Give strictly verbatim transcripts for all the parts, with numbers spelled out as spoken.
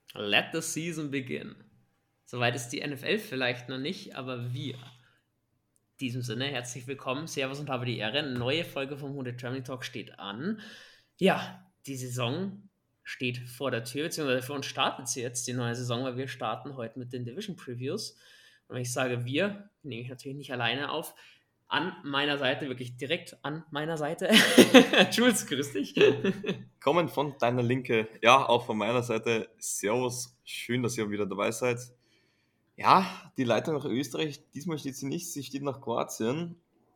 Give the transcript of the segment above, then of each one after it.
Let the season begin. Soweit ist die N F L vielleicht noch nicht, aber wir. In diesem Sinne, herzlich willkommen, servus und habe die Ehre. Eine neue Folge vom Hunde Traveling Talk steht an. Ja, die Saison steht vor der Tür, beziehungsweise für uns startet sie jetzt, die neue Saison, weil wir starten heute mit den Division Previews. Und wenn ich sage wir, nehme ich natürlich nicht alleine auf. An meiner Seite, wirklich direkt an meiner Seite. Jules, grüß dich. Kommen von deiner Linke, ja, auch von meiner Seite. Servus, schön, dass ihr wieder dabei seid. Ja, die Leitung nach Österreich, diesmal steht sie nicht, sie steht nach Kroatien.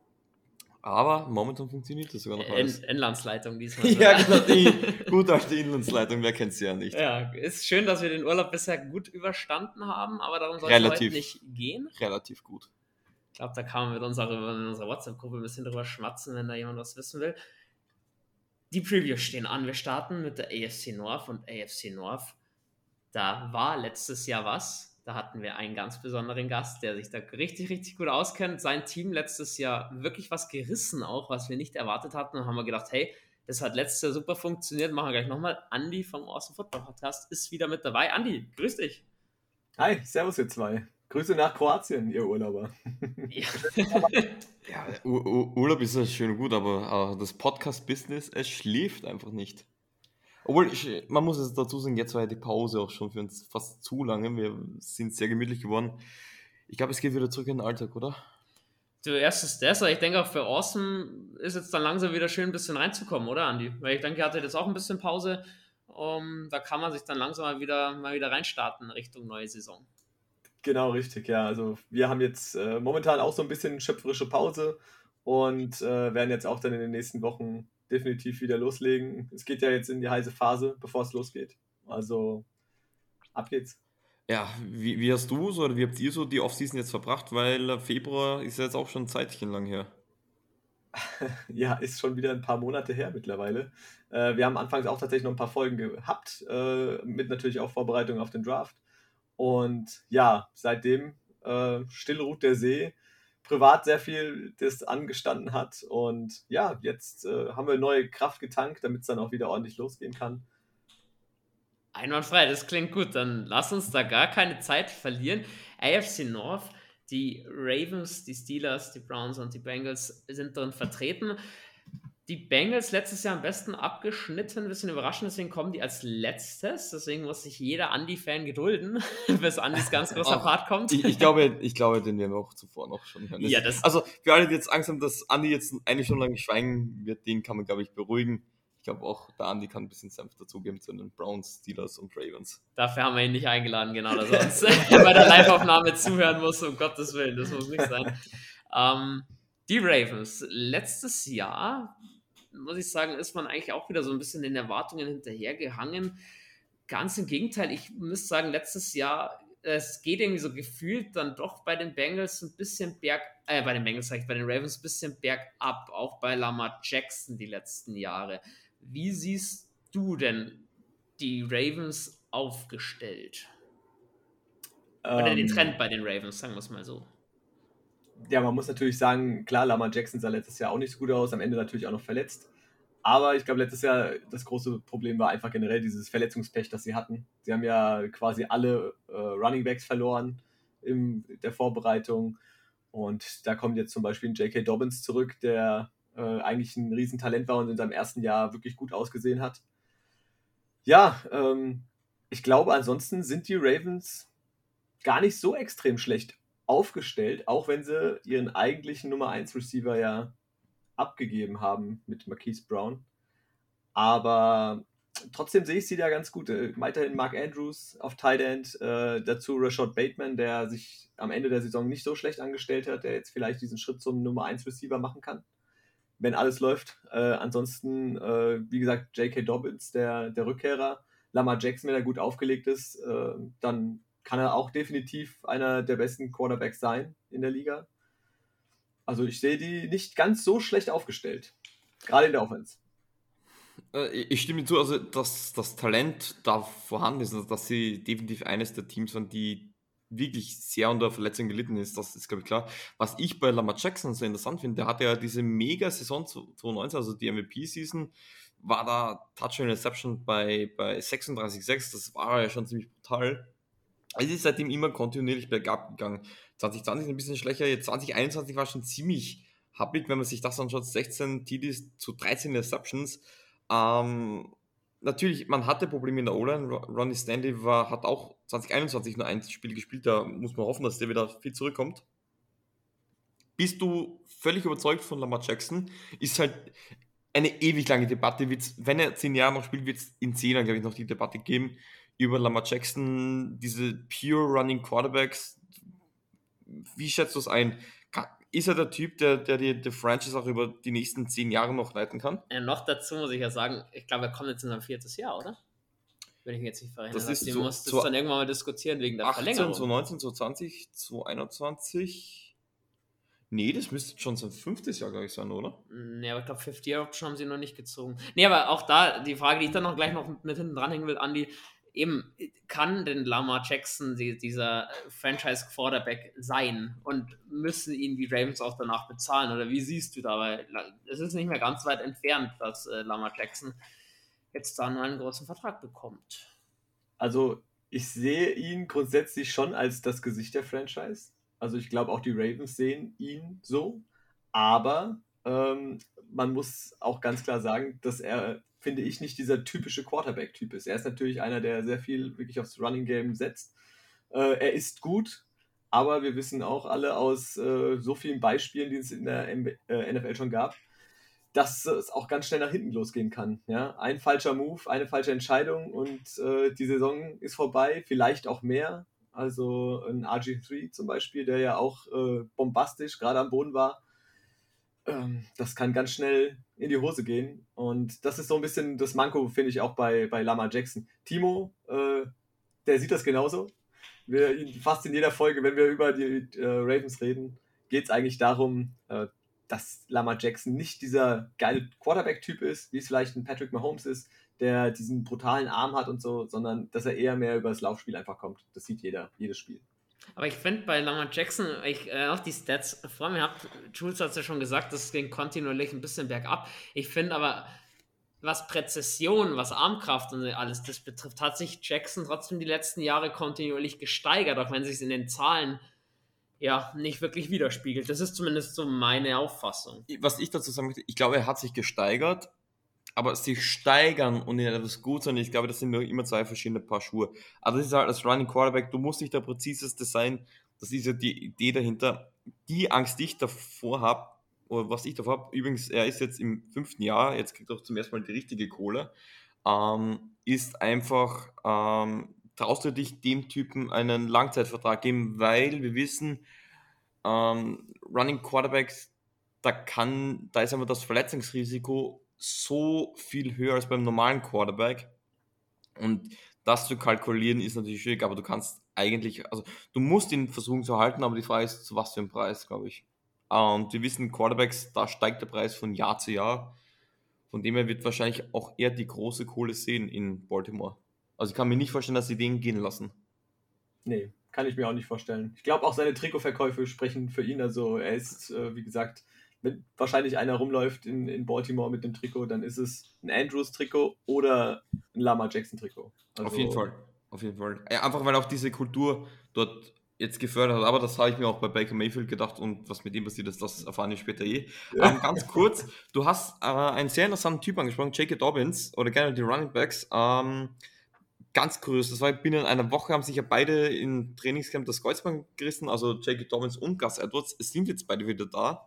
Aber momentan funktioniert das sogar noch alles. In, Inlandsleitung diesmal. Ja, genau, die gute alte Inlandsleitung, wer kennt sie ja nicht. Ja, ist schön, dass wir den Urlaub bisher gut überstanden haben, aber darum soll es heute nicht gehen. Relativ gut. Ich glaube, da kann man mit unserer, in unserer WhatsApp-Gruppe ein bisschen drüber schmatzen, wenn da jemand was wissen will. Die Previews stehen an. Wir starten mit der A F C North und A F C North. Da war letztes Jahr was. Da hatten wir einen ganz besonderen Gast, der sich da richtig, richtig gut auskennt. Sein Team letztes Jahr wirklich was gerissen auch, was wir nicht erwartet hatten. Und haben wir gedacht, hey, das hat letztes Jahr super funktioniert. Machen wir gleich nochmal. Andi vom Awesome Football Podcast ist wieder mit dabei. Andi, grüß dich. Hi, servus ihr zwei. Grüße nach Kroatien, ihr Urlauber. Ja, ja Urlaub ist ja schön und gut, aber uh, das Podcast-Business, es schläft einfach nicht. Obwohl, ich, man muss es dazu sagen, jetzt war ja die Pause auch schon für uns fast zu lange. Wir sind sehr gemütlich geworden. Ich glaube, es geht wieder zurück in den Alltag, oder? Du, erstes das, aber ich denke auch für Awesome ist jetzt dann langsam wieder schön ein bisschen reinzukommen, oder Andi? Weil ich denke, ihr hattet jetzt auch ein bisschen Pause. Um, da kann man sich dann langsam mal wieder, mal wieder reinstarten Richtung neue Saison. Genau, richtig, ja. Also wir haben jetzt äh, momentan auch so ein bisschen schöpferische Pause und äh, werden jetzt auch dann in den nächsten Wochen definitiv wieder loslegen. Es geht ja jetzt in die heiße Phase, bevor es losgeht. Also ab geht's. Ja, wie, wie hast du so oder wie habt ihr so die Offseason jetzt verbracht? Weil Februar ist ja jetzt auch schon ein Zeitchen lang her. Ja, ist schon wieder ein paar Monate her mittlerweile. Äh, wir haben anfangs auch tatsächlich noch ein paar Folgen gehabt, äh, mit natürlich auch Vorbereitung auf den Draft. Und ja, seitdem äh, still ruht der See, privat sehr viel das angestanden hat. Und ja, jetzt äh, haben wir neue Kraft getankt, damit es dann auch wieder ordentlich losgehen kann. Einwandfrei, das klingt gut. Dann lass uns da gar keine Zeit verlieren. A F C North, die Ravens, die Steelers, die Browns und die Bengals sind drin vertreten. Die Bengals letztes Jahr am besten abgeschnitten, ein bisschen überraschend, deswegen kommen die als letztes. Deswegen muss sich jeder Andi-Fan gedulden, bis Andis ganz großer Part kommt. Ich, ich, glaube, ich glaube, den werden wir auch zuvor noch schon hören. Ja, das also für alle, die jetzt Angst haben, dass Andi jetzt eine Stunde lang schweigen wird, den kann man, glaube ich, beruhigen. Ich glaube auch, der Andi kann ein bisschen Senf dazugeben zu den Browns, Steelers und Ravens. Dafür haben wir ihn nicht eingeladen, genau, dass er uns bei der Live-Aufnahme zuhören muss, um Gottes Willen, das muss nicht sein. Ähm, die Ravens, letztes Jahr, muss ich sagen, ist man eigentlich auch wieder so ein bisschen den Erwartungen hinterhergehangen. Ganz im Gegenteil, ich müsste sagen, letztes Jahr, es geht irgendwie so gefühlt dann doch bei den Bengals ein bisschen berg, äh, bei den Bengals sag ich, bei den Ravens ein bisschen bergab, auch bei Lamar Jackson die letzten Jahre. Wie siehst du denn die Ravens aufgestellt? Oder Ähm, den Trend bei den Ravens, sagen wir es mal so. Ja, man muss natürlich sagen, klar, Lamar Jackson sah letztes Jahr auch nicht so gut aus, am Ende natürlich auch noch verletzt. Aber ich glaube, letztes Jahr das große Problem war einfach generell dieses Verletzungspech, das sie hatten. Sie haben ja quasi alle äh, Running Backs verloren in der Vorbereitung. Und da kommt jetzt zum Beispiel ein J K. Dobbins zurück, der äh, eigentlich ein Riesentalent war und in seinem ersten Jahr wirklich gut ausgesehen hat. Ja, ähm, ich glaube, ansonsten sind die Ravens gar nicht so extrem schlecht aufgestellt, auch wenn sie ihren eigentlichen Nummer eins Receiver ja abgegeben haben mit Marquise Brown. Aber trotzdem sehe ich sie da ganz gut. Weiterhin Mark Andrews auf Tight End, äh, dazu Rashad Bateman, der sich am Ende der Saison nicht so schlecht angestellt hat, der jetzt vielleicht diesen Schritt zum Nummer eins Receiver machen kann, wenn alles läuft. Äh, ansonsten, äh, wie gesagt, J K. Dobbins, der, der Rückkehrer, Lamar Jackson, wenn er gut aufgelegt ist, äh, dann kann er auch definitiv einer der besten Quarterbacks sein in der Liga. Also ich sehe die nicht ganz so schlecht aufgestellt, gerade in der Offense. Ich stimme zu, also dass das Talent da vorhanden ist, also dass sie definitiv eines der Teams waren, die wirklich sehr unter Verletzungen gelitten ist, das ist, glaube ich, klar. Was ich bei Lamar Jackson so interessant finde, der hatte ja diese Mega-Saison zwanzig neunzehn, also die M V P-Season, war da Touchdown Interception bei, bei sechsunddreißig Komma sechs, das war ja schon ziemlich brutal. Es ist seitdem immer kontinuierlich bergab gegangen. zwanzig zwanzig ein bisschen schlechter, jetzt zwanzig einundzwanzig war schon ziemlich happig, wenn man sich das anschaut, sechzehn T Ds zu dreizehn Interceptions. Ähm, natürlich, man hatte Probleme in der O-Line. Ronnie Stanley war, hat auch zwanzig einundzwanzig nur ein Spiel gespielt, da muss man hoffen, dass der wieder viel zurückkommt. Bist du völlig überzeugt von Lamar Jackson? Ist halt eine ewig lange Debatte. Wird's, wenn er zehn Jahre noch spielt, wird es in zehn Jahren, glaube ich, noch die Debatte geben über Lamar Jackson, diese pure Running Quarterbacks. Wie schätzt du es ein? Ist er der Typ, der, der die, die Franchise auch über die nächsten zehn Jahre noch leiten kann? Ja, noch dazu muss ich ja sagen, ich glaube, er kommt jetzt in sein viertes Jahr, oder? Wenn ich mich jetzt nicht verrechne. Das ist die so, muss das so dann irgendwann mal diskutieren wegen der achtzehn, Verlängerung. so neunzehn, so zwanzig, so einundzwanzig. Nee, das müsste schon sein fünftes Jahr, glaube ich, sein, oder? Nee, aber ich glaube, Fifth Year Option haben sie noch nicht gezogen. Nee, aber auch da, die Frage, die ich dann noch gleich noch mit hinten dranhängen will, Andi, eben, kann denn Lamar Jackson die, dieser Franchise-Quarterback sein und müssen ihn die Ravens auch danach bezahlen? Oder wie siehst du da? Weil es ist nicht mehr ganz weit entfernt, dass äh, Lamar Jackson jetzt da nur einen großen Vertrag bekommt. Also, ich sehe ihn grundsätzlich schon als das Gesicht der Franchise. Also ich glaube, auch die Ravens sehen ihn so. Aber ähm, man muss auch ganz klar sagen, dass er, finde ich, nicht dieser typische Quarterback-Typ ist. Er ist natürlich einer, der sehr viel wirklich aufs Running-Game setzt. Äh, er ist gut, aber wir wissen auch alle aus äh, so vielen Beispielen, die es in der M- äh, N F L schon gab, dass es auch ganz schnell nach hinten losgehen kann. Ja? Ein falscher Move, eine falsche Entscheidung und äh, die Saison ist vorbei, vielleicht auch mehr. Also ein R G drei zum Beispiel, der ja auch äh, bombastisch gerade am Boden war. Ähm, das kann ganz schnell in die Hose gehen. Und das ist so ein bisschen das Manko, finde ich, auch bei, bei Lamar Jackson. Timo, äh, der sieht das genauso. Wir, fast in jeder Folge, wenn wir über die äh, Ravens reden, geht es eigentlich darum, äh, dass Lamar Jackson nicht dieser geile Quarterback-Typ ist, wie es vielleicht ein Patrick Mahomes ist, der diesen brutalen Arm hat und so, sondern dass er eher mehr über das Laufspiel einfach kommt. Das sieht jeder, jedes Spiel. Aber ich finde bei Lamar Jackson, ich äh, auch die Stats vor mir habe, Jules hat es ja schon gesagt, das ging kontinuierlich ein bisschen bergab. Ich finde aber, was Präzision, was Armkraft und alles das betrifft, hat sich Jackson trotzdem die letzten Jahre kontinuierlich gesteigert, auch wenn sich es in den Zahlen ja nicht wirklich widerspiegelt. Das ist zumindest so meine Auffassung. Was ich dazu sagen möchte, ich glaube, er hat sich gesteigert, aber sich steigern und in etwas gut sein, ich glaube, das sind immer zwei verschiedene Paar Schuhe. Aber das ist halt als Running Quarterback, du musst nicht der präziseste sein, das ist ja die Idee dahinter. Die Angst, die ich davor habe, oder was ich davor habe, übrigens, er ist jetzt im fünften Jahr, jetzt kriegt er auch zum ersten Mal die richtige Kohle, ähm, ist einfach, ähm, traust du dich dem Typen einen Langzeitvertrag geben, weil wir wissen, ähm, Running Quarterbacks, da kann, da ist einfach das Verletzungsrisiko so viel höher als beim normalen Quarterback. Und das zu kalkulieren ist natürlich schwierig, aber du kannst eigentlich, also du musst ihn versuchen zu halten, aber die Frage ist, zu was für einem Preis, glaube ich. Und wir wissen, Quarterbacks, da steigt der Preis von Jahr zu Jahr. Von dem her wird wahrscheinlich auch er die große Kohle sehen in Baltimore. Also ich kann mir nicht vorstellen, dass sie den gehen lassen. Nee, kann ich mir auch nicht vorstellen. Ich glaube, auch seine Trikotverkäufe sprechen für ihn. Also er ist, äh, wie gesagt, wenn wahrscheinlich einer rumläuft in, in Baltimore mit dem Trikot, dann ist es ein Andrews-Trikot oder ein Lamar Jackson-Trikot. Also, Auf jeden Fall, auf jeden Fall. Ja, einfach weil auch diese Kultur dort jetzt gefördert hat. Aber das habe ich mir auch bei Baker Mayfield gedacht und was mit ihm passiert ist, das erfahren wir später eh. Ja. Ähm, ganz kurz, du hast äh, einen sehr interessanten Typ angesprochen, J K. Dobbins oder gerne die Running Backs. Ähm, ganz kurios, das war binnen einer Woche, haben sich ja beide im Trainingscamp das Kreuzband gerissen, also J K. Dobbins und Gus Edwards. Es sind jetzt beide wieder da.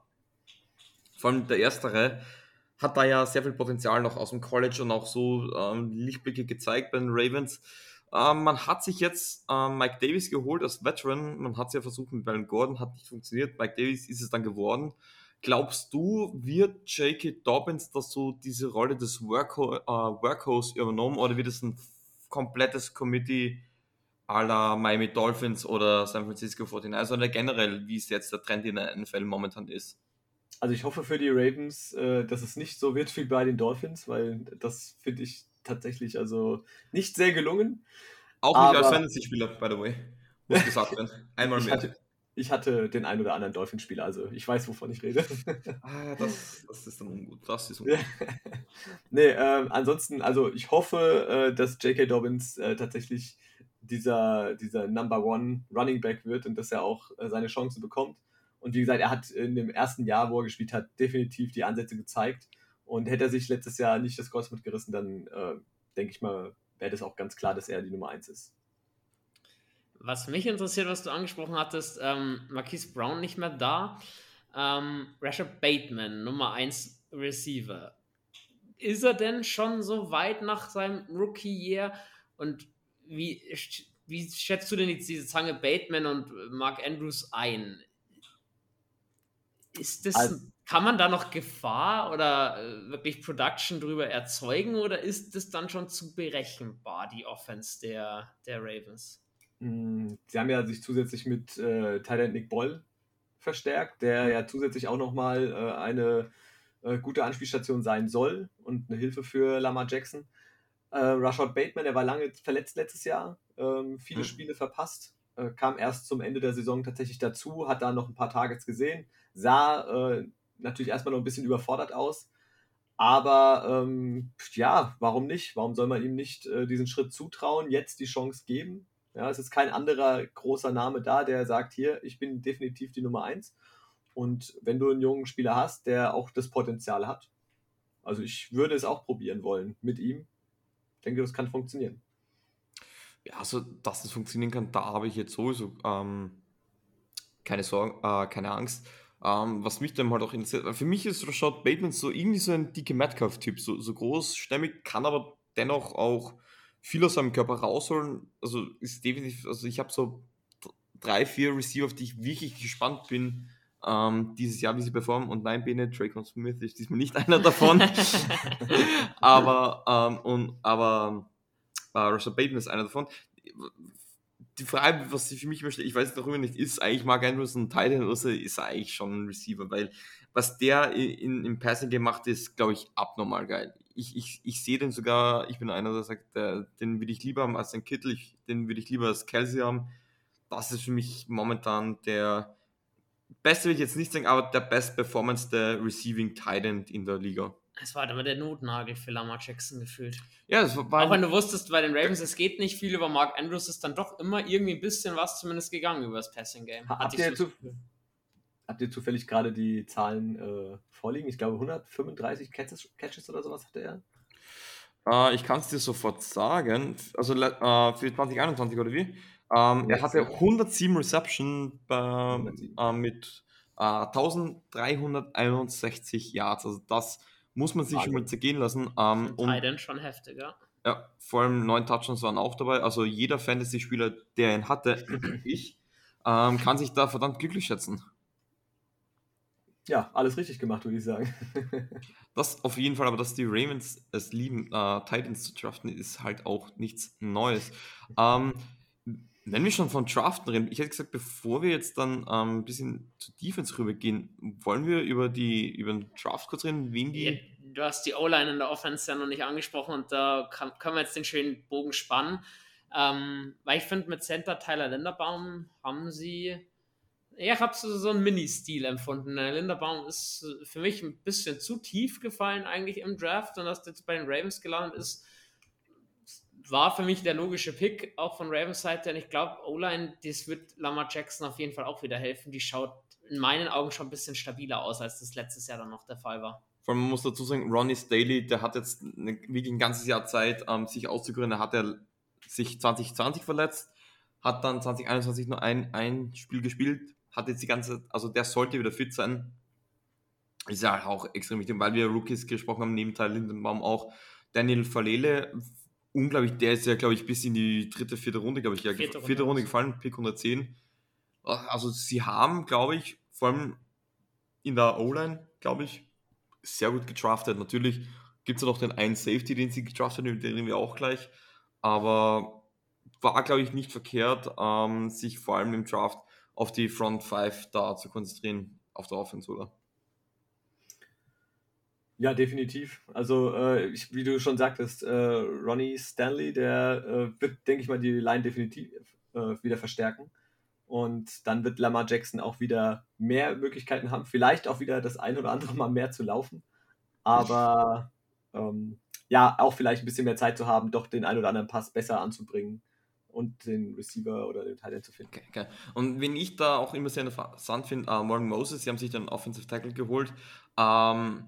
Vor allem der Erstere hat da ja sehr viel Potenzial noch aus dem College und auch so ähm, Lichtblicke gezeigt bei den Ravens. Ähm, man hat sich jetzt ähm, Mike Davis geholt als Veteran. Man hat es ja versucht mit Melvin Gordon, hat nicht funktioniert. Mike Davis ist es dann geworden. Glaubst du, wird J K. Dobbins das so diese Rolle des Workho- äh, Workhorse übernommen oder wird es ein komplettes Committee à la Miami Dolphins oder San Francisco forty-niners oder generell, wie es jetzt der Trend in der N F L momentan ist? Also ich hoffe für die Ravens, äh, dass es nicht so wird wie bei den Dolphins, weil das finde ich tatsächlich also nicht sehr gelungen. Auch nicht als Aber Fantasy-Spieler, by the way. Muss gesagt werden. Einmal ich mehr. hatte, ich hatte den ein oder anderen Dolphin-Spieler, also ich weiß, wovon ich rede. Ah, das, das ist dann ungut. Das ist ungut. nee, ähm, ansonsten, also ich hoffe, äh, dass J K. Dobbins äh, tatsächlich dieser, dieser Number One Running Back wird und dass er auch äh, seine Chance bekommt. Und wie gesagt, er hat in dem ersten Jahr, wo er gespielt hat, definitiv die Ansätze gezeigt. Und hätte er sich letztes Jahr nicht das Kreuz mitgerissen, dann äh, denke ich mal, wäre das auch ganz klar, dass er die Nummer eins ist. Was mich interessiert, was du angesprochen hattest, ähm, Marquise Brown nicht mehr da. Ähm, Rashad Bateman, Nummer eins Receiver. Ist er denn schon so weit nach seinem Rookie-Year? Und wie, wie schätzt du denn jetzt diese Zange Bateman und Mark Andrews ein? Ist das, Also, kann man da noch Gefahr oder äh, wirklich Production drüber erzeugen oder ist das dann schon zu berechenbar, die Offense der, der Ravens? mh, sie haben ja sich zusätzlich mit äh, Tight End Nick Boyle verstärkt, der ja zusätzlich auch nochmal äh, eine äh, gute Anspielstation sein soll und eine Hilfe für Lamar Jackson. Äh, Rashad Bateman, der war lange verletzt letztes Jahr, ähm, viele Hm. Spiele verpasst, äh, kam erst zum Ende der Saison tatsächlich dazu, hat da noch ein paar Targets gesehen, sah äh, natürlich erstmal noch ein bisschen überfordert aus, aber ähm, ja, warum nicht? Warum soll man ihm nicht äh, diesen Schritt zutrauen, jetzt die Chance geben? Ja, es ist kein anderer großer Name da, der sagt, hier, ich bin definitiv die Nummer eins. Und wenn du einen jungen Spieler hast, der auch das Potenzial hat, also ich würde es auch probieren wollen mit ihm. Ich denke, das kann funktionieren. Ja, also, dass das funktionieren kann, da habe ich jetzt sowieso ähm, keine Sorgen, äh, keine Angst. Ähm, was mich dann halt auch interessiert, weil für mich ist Rashad Bateman so irgendwie so ein dicke Metcalf-Typ, so, so groß, stämmig, kann aber dennoch auch viel aus seinem Körper rausholen. Also ist definitiv, also ich habe so d- drei, vier Receiver, auf die ich wirklich gespannt bin, ähm, dieses Jahr, wie sie performen. Und nein, Bene, Drake Smith ist diesmal nicht einer davon. aber, ähm, und, aber äh, Rashad Bateman ist einer davon. Die Frage, was sie für mich möchte, ich weiß darüber nicht, ist eigentlich Mark Andrews ein Tight End oder ist er eigentlich schon ein Receiver? Weil was der in, im Passing Game macht, ist, glaube ich, abnormal geil. Ich, ich, ich sehe den sogar, ich bin einer, der sagt, der, den würde ich lieber haben als den Kittel, ich, den würde ich lieber als Kelsey haben. Das ist für mich momentan der beste, will ich jetzt nicht sagen, aber der best performance der Receiving Tight End in der Liga. Es war immer der Notnagel für Lamar Jackson gefühlt. Ja, das war Auch wenn du wusstest, bei den Ravens, es geht nicht viel über Mark Andrews, ist dann doch immer irgendwie ein bisschen was zumindest gegangen über das Passing Game. Ha- Habt Hatte ich ihr, so zu, habt ihr zufällig gerade die Zahlen äh, vorliegen? Ich glaube hundertfünfunddreißig Catches, Catches oder sowas hatte er. Äh, ich kann es dir sofort sagen. Also le- äh, für zwanzig einundzwanzig oder wie? Ähm, er Letztes hatte Jahr. hundertsieben Reception bei, hundertsieben. äh, mit äh, eintausenddreihunderteinundsechzig Yards. Also das muss man sich schon mal Wahnsinn. zergehen lassen. Ähm, Für und Tight End schon heftig, ja. ja, vor allem neun Touchdowns waren auch dabei. Also jeder Fantasy-Spieler, der ihn hatte, ich, ähm, kann sich da verdammt glücklich schätzen. Ja, alles richtig gemacht, würde ich sagen. Das auf jeden Fall, aber dass die Ravens es lieben, äh, Titans zu draften, ist halt auch nichts Neues. Ähm, wenn wir schon von Draften reden, ich hätte gesagt, bevor wir jetzt dann ähm, ein bisschen zu Defense rübergehen, wollen wir über, die, über den Draft kurz reden, wen die... Ja, du hast die O-Line in der Offense ja noch nicht angesprochen und da kann, können wir jetzt den schönen Bogen spannen. Ähm, weil ich finde, mit Center Tyler Linderbaum haben sie, ja, ich habe so, so einen Mini-Stil empfunden. Der Linderbaum ist für mich ein bisschen zu tief gefallen eigentlich im Draft und dass der jetzt bei den Ravens gelandet ist, war für mich der logische Pick, auch von Ravens Seite. Und ich glaube, O-Line, das wird Lamar Jackson auf jeden Fall auch wieder helfen. Die schaut in meinen Augen schon ein bisschen stabiler aus, als das letztes Jahr dann noch der Fall war. Vor allem, man muss dazu sagen, Ronnie Staley, der hat jetzt eine, wirklich ein ganzes Jahr Zeit, ähm, sich auszukurieren. Da hat er sich zwanzig zwanzig verletzt, hat dann zwanzig einundzwanzig nur ein, ein Spiel gespielt, hat jetzt die ganze, also der sollte wieder fit sein. Ist ja auch extrem wichtig, weil wir Rookies gesprochen haben, neben Tyler Lindenbaum auch Daniel Falele, unglaublich, der ist ja, glaube ich, bis in die dritte, vierte Runde, glaube ich, ja, Vierte vierte, Runde. Runde gefallen, Pick hundertzehn. Also sie haben, glaube ich, vor allem in der O-Line, glaube ich, sehr gut gedraftet. Natürlich gibt es ja noch den einen Safety, den sie gedraftet haben, den reden wir auch gleich. Aber war, glaube ich, nicht verkehrt, ähm, sich vor allem im Draft auf die Front Five da zu konzentrieren, auf der Offense, oder? Ja, definitiv. Also, äh, ich, wie du schon sagtest, äh, Ronnie Stanley, der äh, wird, denke ich mal, die Line definitiv äh, wieder verstärken. Und dann wird Lamar Jackson auch wieder mehr Möglichkeiten haben, vielleicht auch wieder das ein oder andere Mal mehr zu laufen. Aber ähm, ja, auch vielleicht ein bisschen mehr Zeit zu haben, doch den ein oder anderen Pass besser anzubringen und den Receiver oder den Tight End zu finden. Okay, okay. Und wenn ich da auch immer sehr interessant finde, uh, Morgan Moses, sie haben sich dann Offensive Tackle geholt. Ähm,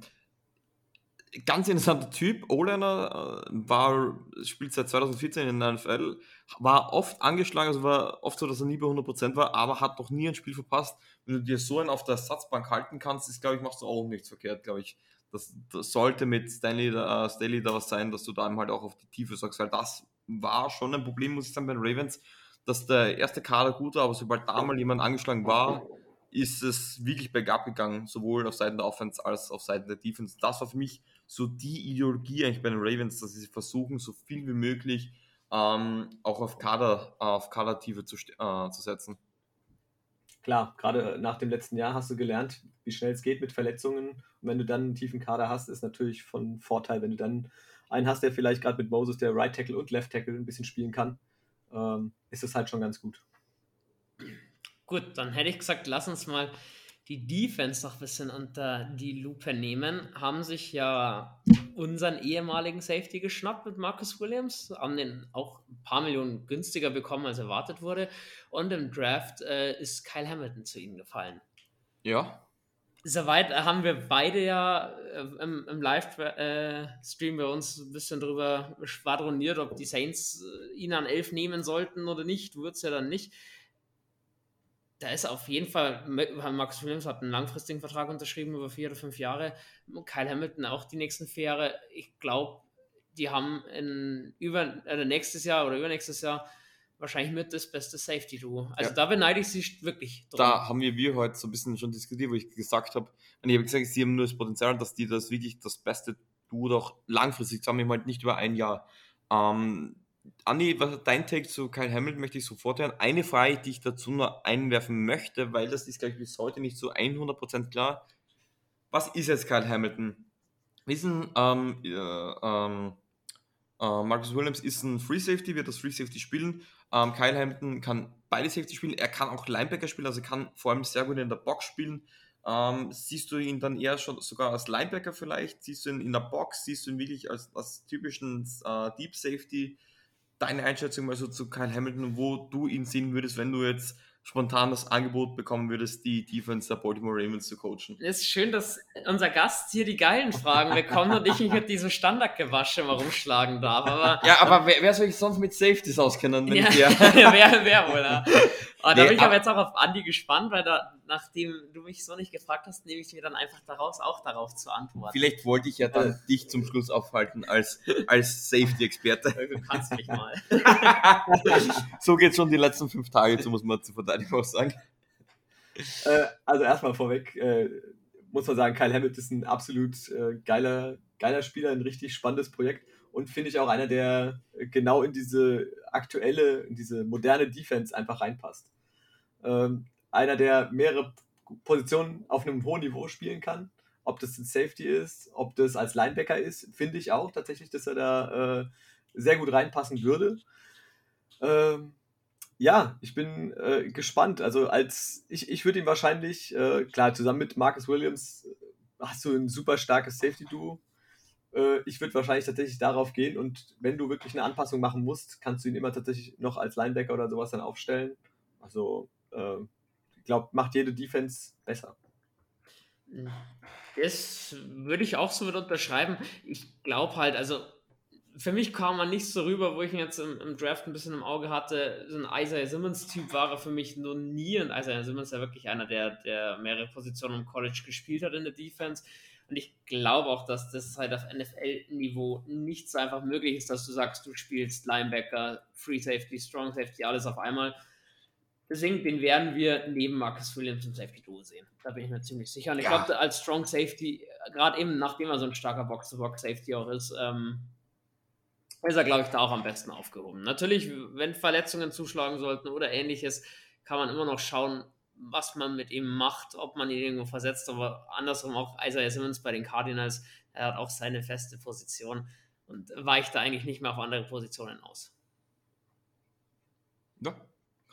ganz interessanter Typ, O-Liner, äh, war, spielt seit zwanzig vierzehn in der N F L, war oft angeschlagen, also war oft so, dass er nie bei hundert Prozent war, aber hat noch nie ein Spiel verpasst. Wenn du dir so einen auf der Ersatzbank halten kannst, ist, glaube ich, machst du auch nichts verkehrt, glaube ich. Das, das sollte mit Stanley, äh, Staley da was sein, dass du da halt auch auf die Tiefe sagst, weil das war schon ein Problem, muss ich sagen, bei den Ravens, dass der erste Kader gut war, aber sobald da mal jemand angeschlagen war, ist es wirklich bergab gegangen, sowohl auf Seiten der Offense als auch auf Seiten der Defense. Das war für mich so die Ideologie eigentlich bei den Ravens, dass sie versuchen, so viel wie möglich ähm, auch auf Kader, auf Kadertiefe zu, äh, zu setzen. Klar, gerade nach dem letzten Jahr hast du gelernt, wie schnell es geht mit Verletzungen. Und wenn du dann einen tiefen Kader hast, ist natürlich von Vorteil, wenn du dann einen hast, der vielleicht gerade mit Moses, der Right Tackle und Left Tackle ein bisschen spielen kann, ähm, ist es halt schon ganz gut. Gut, dann hätte ich gesagt, lass uns mal die Defense noch ein bisschen unter die Lupe nehmen. Haben sich ja unseren ehemaligen Safety geschnappt mit Marcus Williams, haben den auch ein paar Millionen günstiger bekommen, als erwartet wurde. Und im Draft äh, ist Kyle Hamilton zu ihnen gefallen. Ja. Soweit haben wir beide ja äh, im, im Live-Stream bei uns ein bisschen drüber schwadroniert, ob die Saints äh, ihn an elf nehmen sollten oder nicht. Wird es ja dann nicht. Da ist auf jeden Fall, Marcus Williams hat einen langfristigen Vertrag unterschrieben über vier oder fünf Jahre. Kyle Hamilton auch die nächsten vier Jahre. Ich glaube, die haben in über, äh, nächstes Jahr oder übernächstes Jahr wahrscheinlich mit das beste Safety-Duo. Also ja. Da beneide ich sie wirklich drum. Da haben wir, wir heute so ein bisschen schon diskutiert, wo ich gesagt habe, und ich habe gesagt, sie haben nur das Potenzial, dass die das wirklich das beste Duo doch langfristig zusammen, halt nicht über ein Jahr. Ähm, Andi, was dein Take zu Kyle Hamilton möchte ich sofort hören. Eine Frage, die ich dazu nur einwerfen möchte, weil das ist, glaube ich, bis heute nicht so hundert Prozent klar. Was ist jetzt Kyle Hamilton? Wissen, ähm, äh, ähm, äh, Marcus Williams ist ein Free Safety, wird das Free Safety spielen. Ähm, Kyle Hamilton kann beide Safety spielen. Er kann auch Linebacker spielen, also kann vor allem sehr gut in der Box spielen. Ähm, siehst du ihn dann eher schon sogar als Linebacker vielleicht? Siehst du ihn in der Box? Siehst du ihn wirklich als, als typischen äh, Deep Safety? Deine Einschätzung mal so zu Kyle Hamilton, wo du ihn sehen würdest, wenn du jetzt spontan das Angebot bekommen würdest, die Defense der Baltimore Ravens zu coachen. Es ist schön, dass unser Gast hier die geilen Fragen bekommt und ich mich mit diesem Standardgewasche mal rumschlagen darf. Aber ja, aber wer, wer soll sich sonst mit Safeties auskennen? Wenn ja, ich ja, wer, wer wohl? Ja. Aber da Nee, bin ich ab- aber jetzt auch auf Andi gespannt, weil da, nachdem du mich so nicht gefragt hast, nehme ich mir dann einfach daraus, auch darauf zu antworten. Vielleicht wollte ich ja dann dich zum Schluss aufhalten als, als Safety-Experte. Du kannst mich mal. So geht es schon die letzten fünf Tage, so muss man zur Verteidigung auch sagen. Äh, also erstmal vorweg äh, muss man sagen, Kyle Hamilton ist ein absolut äh, geiler, geiler Spieler, ein richtig spannendes Projekt und finde ich auch einer, der genau in diese aktuelle, in diese moderne Defense einfach reinpasst. Ähm, einer, der mehrere Positionen auf einem hohen Niveau spielen kann, ob das ein Safety ist, ob das als Linebacker ist, finde ich auch tatsächlich, dass er da äh, sehr gut reinpassen würde. Ähm, ja, ich bin äh, gespannt. Also als ich, ich würde ihn wahrscheinlich, äh, klar, zusammen mit Marcus Williams äh, hast du ein super starkes Safety-Duo. Äh, ich würde wahrscheinlich tatsächlich darauf gehen und wenn du wirklich eine Anpassung machen musst, kannst du ihn immer tatsächlich noch als Linebacker oder sowas dann aufstellen. Also äh, ich glaube, macht jede Defense besser. Das würde ich auch so mit unterschreiben. Ich glaube halt, also für mich kam man nicht so rüber, wo ich ihn jetzt im, im Draft ein bisschen im Auge hatte. So ein Isaiah Simmons-Typ war er für mich noch nie. Und Isaiah Simmons ist ja wirklich einer, der, der mehrere Positionen im College gespielt hat in der Defense. Und ich glaube auch, dass das halt auf N F L-Niveau nicht so einfach möglich ist, dass du sagst, du spielst Linebacker, Free Safety, Strong Safety, alles auf einmal. Deswegen, den werden wir neben Marcus Williams im Safety-Duo sehen. Da bin ich mir ziemlich sicher. Und ich Ja. glaube, als Strong Safety, gerade eben, nachdem er so ein starker Box-to-Box-Safety auch ist, ähm, ist er, glaube ich, da auch am besten aufgehoben. Natürlich, wenn Verletzungen zuschlagen sollten oder ähnliches, kann man immer noch schauen, was man mit ihm macht, ob man ihn irgendwo versetzt. Aber andersrum auch Isaiah Simmons bei den Cardinals, er hat auch seine feste Position und weicht da eigentlich nicht mehr auf andere Positionen aus. Ja,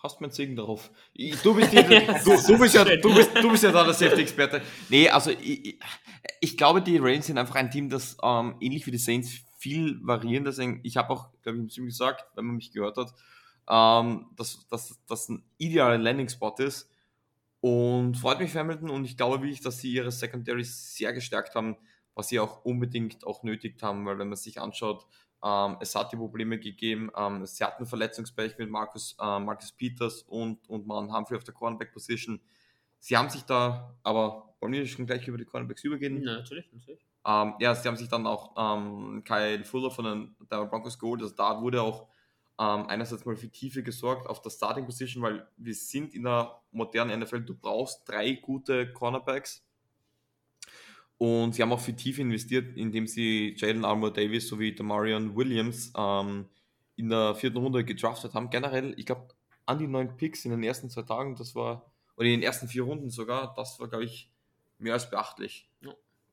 hast meinen Segen darauf. Ich, du, bist die, du, du, bist ja, du, bist, du bist ja da der Safety-Experte. Nee, also ich, ich glaube, die Ravens sind einfach ein Team, das ähm, ähnlich wie die Saints viel variieren. Deswegen, ich habe auch, glaube ich, im Team gesagt, wenn man mich gehört hat, ähm, dass das ein idealer Landing-Spot ist. Und freut mich für Hamilton und ich glaube wirklich, dass sie ihre Secondary sehr gestärkt haben, was sie auch unbedingt auch nötig haben, weil wenn man sich anschaut, ähm, es hat die Probleme gegeben, ähm, sie hatten Verletzungspech mit Marcus, äh, Marcus Peters und, und Marlon Humphrey auf der Cornerback-Position. Sie haben sich da, aber wollen wir schon gleich über die Cornerbacks übergehen? Ja, natürlich, natürlich. Ähm, ja, sie haben sich dann auch ähm, Kyle Fuller von den Denver Broncos geholt, also da wurde auch ähm, einerseits mal für Tiefe gesorgt auf der Starting Position, weil wir sind in der modernen N F L, du brauchst drei gute Cornerbacks und sie haben auch für Tiefe investiert, indem sie Jalen Armour Davis sowie Damarion Williams ähm, in der vierten Runde gedraftet haben. Generell, ich glaube, an die neun Picks in den ersten zwei Tagen, das war, oder in den ersten vier Runden sogar, das war, glaube ich, mehr als beachtlich. Ja.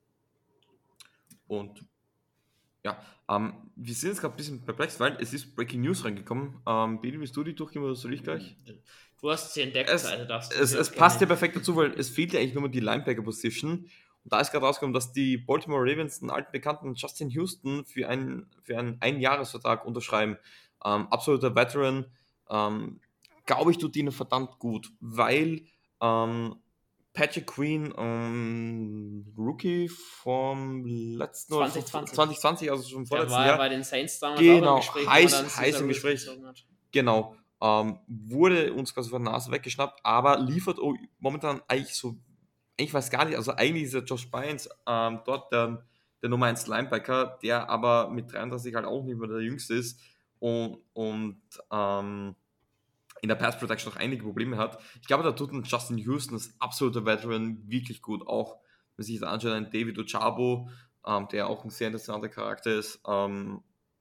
Und ja, ähm, wir sind jetzt gerade ein bisschen perplex, weil es ist Breaking News reingekommen. Ähm, Baby, willst du die durchgehen oder soll ich gleich? Du hast sie entdeckt, Es, also darfst du es, sie es auch passt ja gerne- perfekt dazu, weil es fehlt ja eigentlich nur mal die Linebacker-Position. Und da ist gerade rausgekommen, dass die Baltimore Ravens einen alten Bekannten Justin Houston für einen, für einen Einjahresvertrag unterschreiben. Ähm, absoluter Veteran. Ähm, Glaube ich, tut ihnen verdammt gut, weil ähm, Patrick Queen, ähm, Rookie vom letzten oder zwanzig zwanzig. zwanzig zwanzig, also schon Der vorletzten war ja Jahr. bei den Saints damals Genau, auch im Gespräch, heiß- wo er dann heiß Cesar im Ruiz Gespräch. gezogen hat. Genau, ähm, wurde uns quasi von der Nase weggeschnappt, aber liefert oh, momentan eigentlich so, ich weiß gar nicht, also eigentlich ist der Josh Bynes ähm, dort der, der Nummer eins Linebacker, der aber mit dreiunddreißig halt auch nicht mehr der Jüngste ist und, und ähm, in der Pass Protection noch einige Probleme hat. Ich glaube, da tut ein Justin Houston als absoluter Veteran wirklich gut, auch wenn sich da anschaut, ein David Ojabo, ähm, der auch ein sehr interessanter Charakter ist, ähm,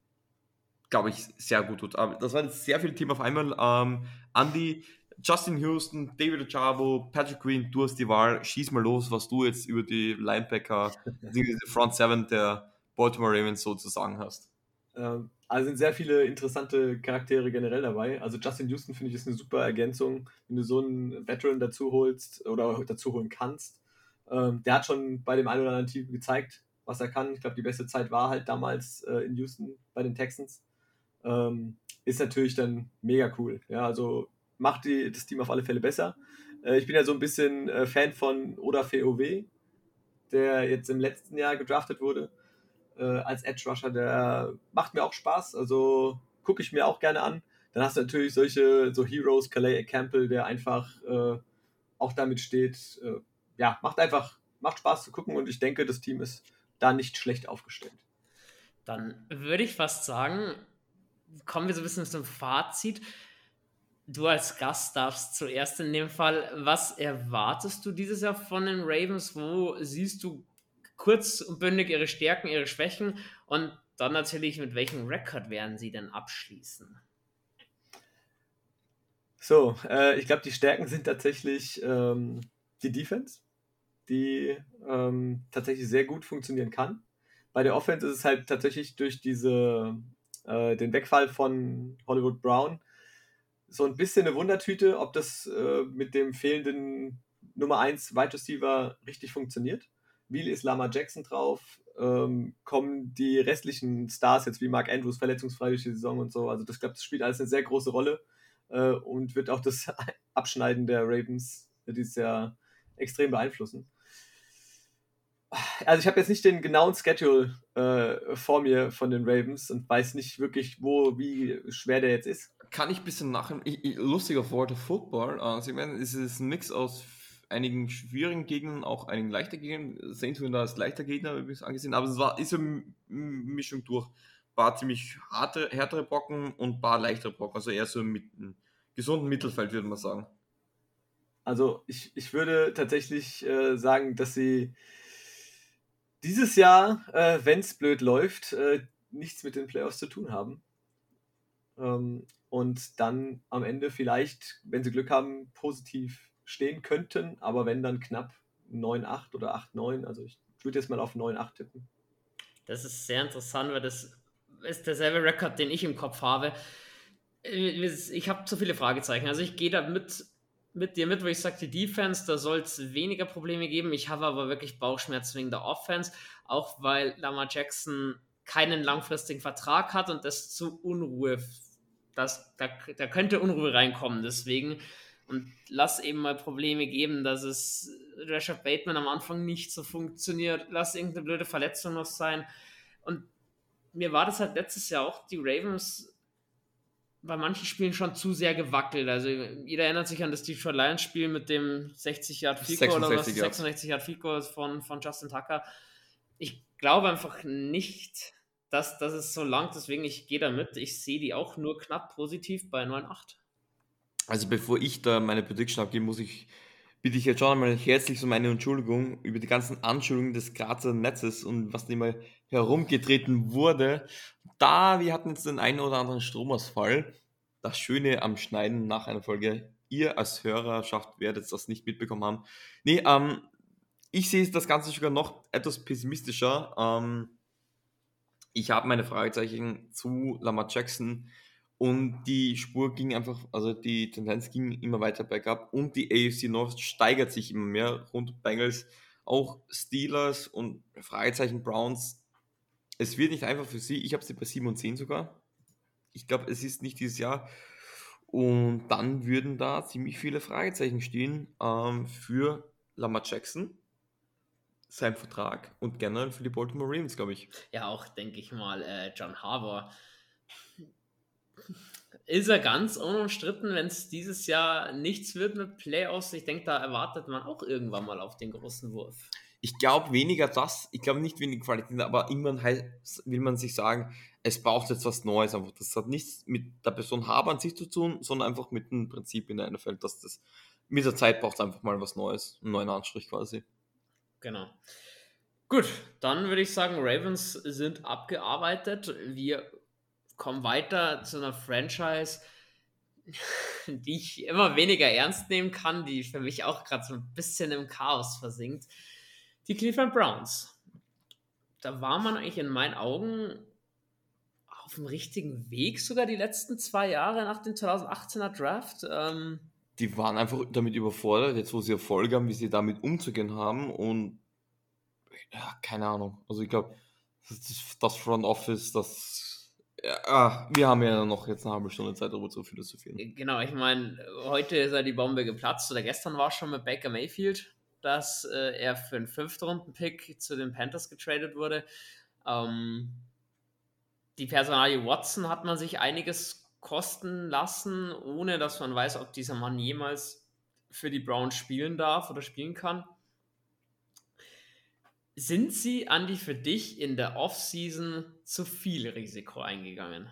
glaube ich, sehr gut tut. Aber das waren jetzt sehr viele Themen auf einmal. Ähm, Andy, Justin Houston, David Ojabo, Patrick Queen, du hast die Wahl. Schieß mal los, was du jetzt über die Linebacker, die Front Seven der Baltimore Ravens sozusagen hast. Ähm, also sind sehr viele interessante Charaktere generell dabei. Also Justin Houston finde ich ist eine super Ergänzung, wenn du so einen Veteran dazu holst oder dazu holen kannst. Ähm, der hat schon bei dem einen oder anderen Team gezeigt, was er kann. Ich glaube, die beste Zeit war halt damals äh, in Houston bei den Texans. Ähm, ist natürlich dann mega cool. Ja, also macht die, das Team auf alle Fälle besser. Äh, ich bin ja so ein bisschen äh, Fan von Oda F O W, der jetzt im letzten Jahr gedraftet wurde äh, als Edge Rusher. Der macht mir auch Spaß, also gucke ich mir auch gerne an. Dann hast du natürlich solche so Heroes, Calais Campbell, der einfach äh, auch damit steht. Äh, ja, macht einfach, macht Spaß zu gucken und ich denke, das Team ist da nicht schlecht aufgestellt. Dann würde ich fast sagen, kommen wir so ein bisschen zum Fazit. Du als Gast darfst zuerst in dem Fall, was erwartest du dieses Jahr von den Ravens? Wo siehst du kurz und bündig ihre Stärken, ihre Schwächen und dann natürlich, mit welchem Rekord werden sie denn abschließen? So, äh, ich glaube, die Stärken sind tatsächlich ähm, die Defense, die ähm, tatsächlich sehr gut funktionieren kann. Bei der Offense ist es halt tatsächlich durch diese, äh, den Wegfall von Hollywood Brown so ein bisschen eine Wundertüte, ob das äh, mit dem fehlenden Nummer eins Wide Receiver richtig funktioniert. Wie ist Lamar Jackson drauf? Ähm, kommen die restlichen Stars jetzt wie Mark Andrews verletzungsfrei durch die Saison und so? Also das, ich glaube, das spielt alles eine sehr große Rolle äh, und wird auch das Abschneiden der Ravens dieses Jahr extrem beeinflussen. Also ich habe jetzt nicht den genauen Schedule äh, vor mir von den Ravens und weiß nicht wirklich, wo, wie schwer der jetzt ist. Kann ich ein bisschen nachher, ich, ich, lustiger Worte Football, also ich meine, es ist ein Mix aus einigen schwierigen Gegnern, auch einigen leichter Gegnern. Saints wurden da als leichter Gegner übrigens angesehen, aber es war ist eine Mischung durch ein paar ziemlich harte, härtere Brocken und ein paar leichtere Brocken, also eher so im gesunden Mittelfeld, würde man sagen. Also ich, ich würde tatsächlich äh, sagen, dass sie dieses Jahr, äh, wenn es blöd läuft, äh, nichts mit den Playoffs zu tun haben. Ähm, und dann am Ende vielleicht, wenn sie Glück haben, positiv stehen könnten, aber wenn dann knapp neun acht oder acht neun, also ich würde jetzt mal auf neun acht tippen. Das ist sehr interessant, weil das ist derselbe Rekord, den ich im Kopf habe. Ich habe zu viele Fragezeichen. Also ich gehe da mit, mit dir mit, wo ich sage, die Defense, da soll es weniger Probleme geben. Ich habe aber wirklich Bauchschmerzen wegen der Offense, auch weil Lamar Jackson keinen langfristigen Vertrag hat und das zu Unruhe, das, da, da könnte Unruhe reinkommen. Deswegen, und lass eben mal Probleme geben, dass es Rashad Bateman am Anfang nicht so funktioniert. Lass irgendeine blöde Verletzung noch sein. Und mir war das halt letztes Jahr auch, die Ravens bei manchen Spielen schon zu sehr gewackelt. Also jeder erinnert sich an das Detroit Lions Spiel mit dem sechzig Yard Field Goal oder was, sechsundsechzig Yard Field Goal von, von Justin Tucker. Ich glaube einfach nicht, dass, dass es so langt, deswegen ich gehe da mit. Ich sehe die auch nur knapp positiv bei neun acht. Also bevor ich da meine Prediction abgebe, muss ich, bitte ich jetzt schon einmal herzlich um eine Entschuldigung über die ganzen Anschuldigungen des Grazer Netzes und was da immer herumgetreten wurde. Da, wir hatten jetzt den einen oder anderen Stromausfall. Das Schöne am Schneiden nach einer Folge, ihr als Hörerschaft werdet das nicht mitbekommen haben. Nee, ähm, ich sehe das Ganze sogar noch etwas pessimistischer. Ähm, ich habe meine Fragezeichen zu Lamar Jackson und die Spur ging einfach, also die Tendenz ging immer weiter bergab und die A F C North steigert sich immer mehr rund um Bengals, auch Steelers und Fragezeichen Browns. Es wird nicht einfach für sie, ich habe sie bei sieben und zehn sogar. Ich glaube, es ist nicht dieses Jahr. Und dann würden da ziemlich viele Fragezeichen stehen ähm, für Lamar Jackson, sein Vertrag und generell für die Baltimore Ravens, glaube ich. Ja, auch denke ich mal, äh, John Harbaugh. Ist er ganz unumstritten, wenn es dieses Jahr nichts wird mit Playoffs? Ich denke, da erwartet man auch irgendwann mal auf den großen Wurf. Ich glaube weniger das, ich glaube nicht wenig Qualität, aber irgendwann heißt, will man sich sagen, es braucht jetzt was Neues. Einfach. Das hat nichts mit der Person Harbaugh an sich zu tun, sondern einfach mit dem Prinzip in der N F L, dass das mit der Zeit braucht es einfach mal was Neues, einen neuen Anstrich quasi. Genau. Gut, dann würde ich sagen, Ravens sind abgearbeitet. Wir kommen weiter zu einer Franchise, die ich immer weniger ernst nehmen kann, die für mich auch gerade so ein bisschen im Chaos versinkt. Die Cleveland Browns. Da war man eigentlich in meinen Augen auf dem richtigen Weg, sogar die letzten zwei Jahre nach dem zweitausendachtzehner Draft. Ähm, die waren einfach damit überfordert, jetzt wo sie Erfolg haben, wie sie damit umzugehen haben und ja, keine Ahnung. Also ich glaube, das, das Front Office, das ja, wir haben ja noch jetzt eine halbe Stunde Zeit, darüber zu philosophieren. Genau, ich meine, heute ist ja die Bombe geplatzt oder gestern war es schon mit Baker Mayfield, dass äh, er für einen Fünftrunden-Pick zu den Panthers getradet wurde. Ähm, die Personalie Watson hat man sich einiges kosten lassen, ohne dass man weiß, ob dieser Mann jemals für die Browns spielen darf oder spielen kann. Sind sie, Andi, für dich in der Offseason zu viel Risiko eingegangen?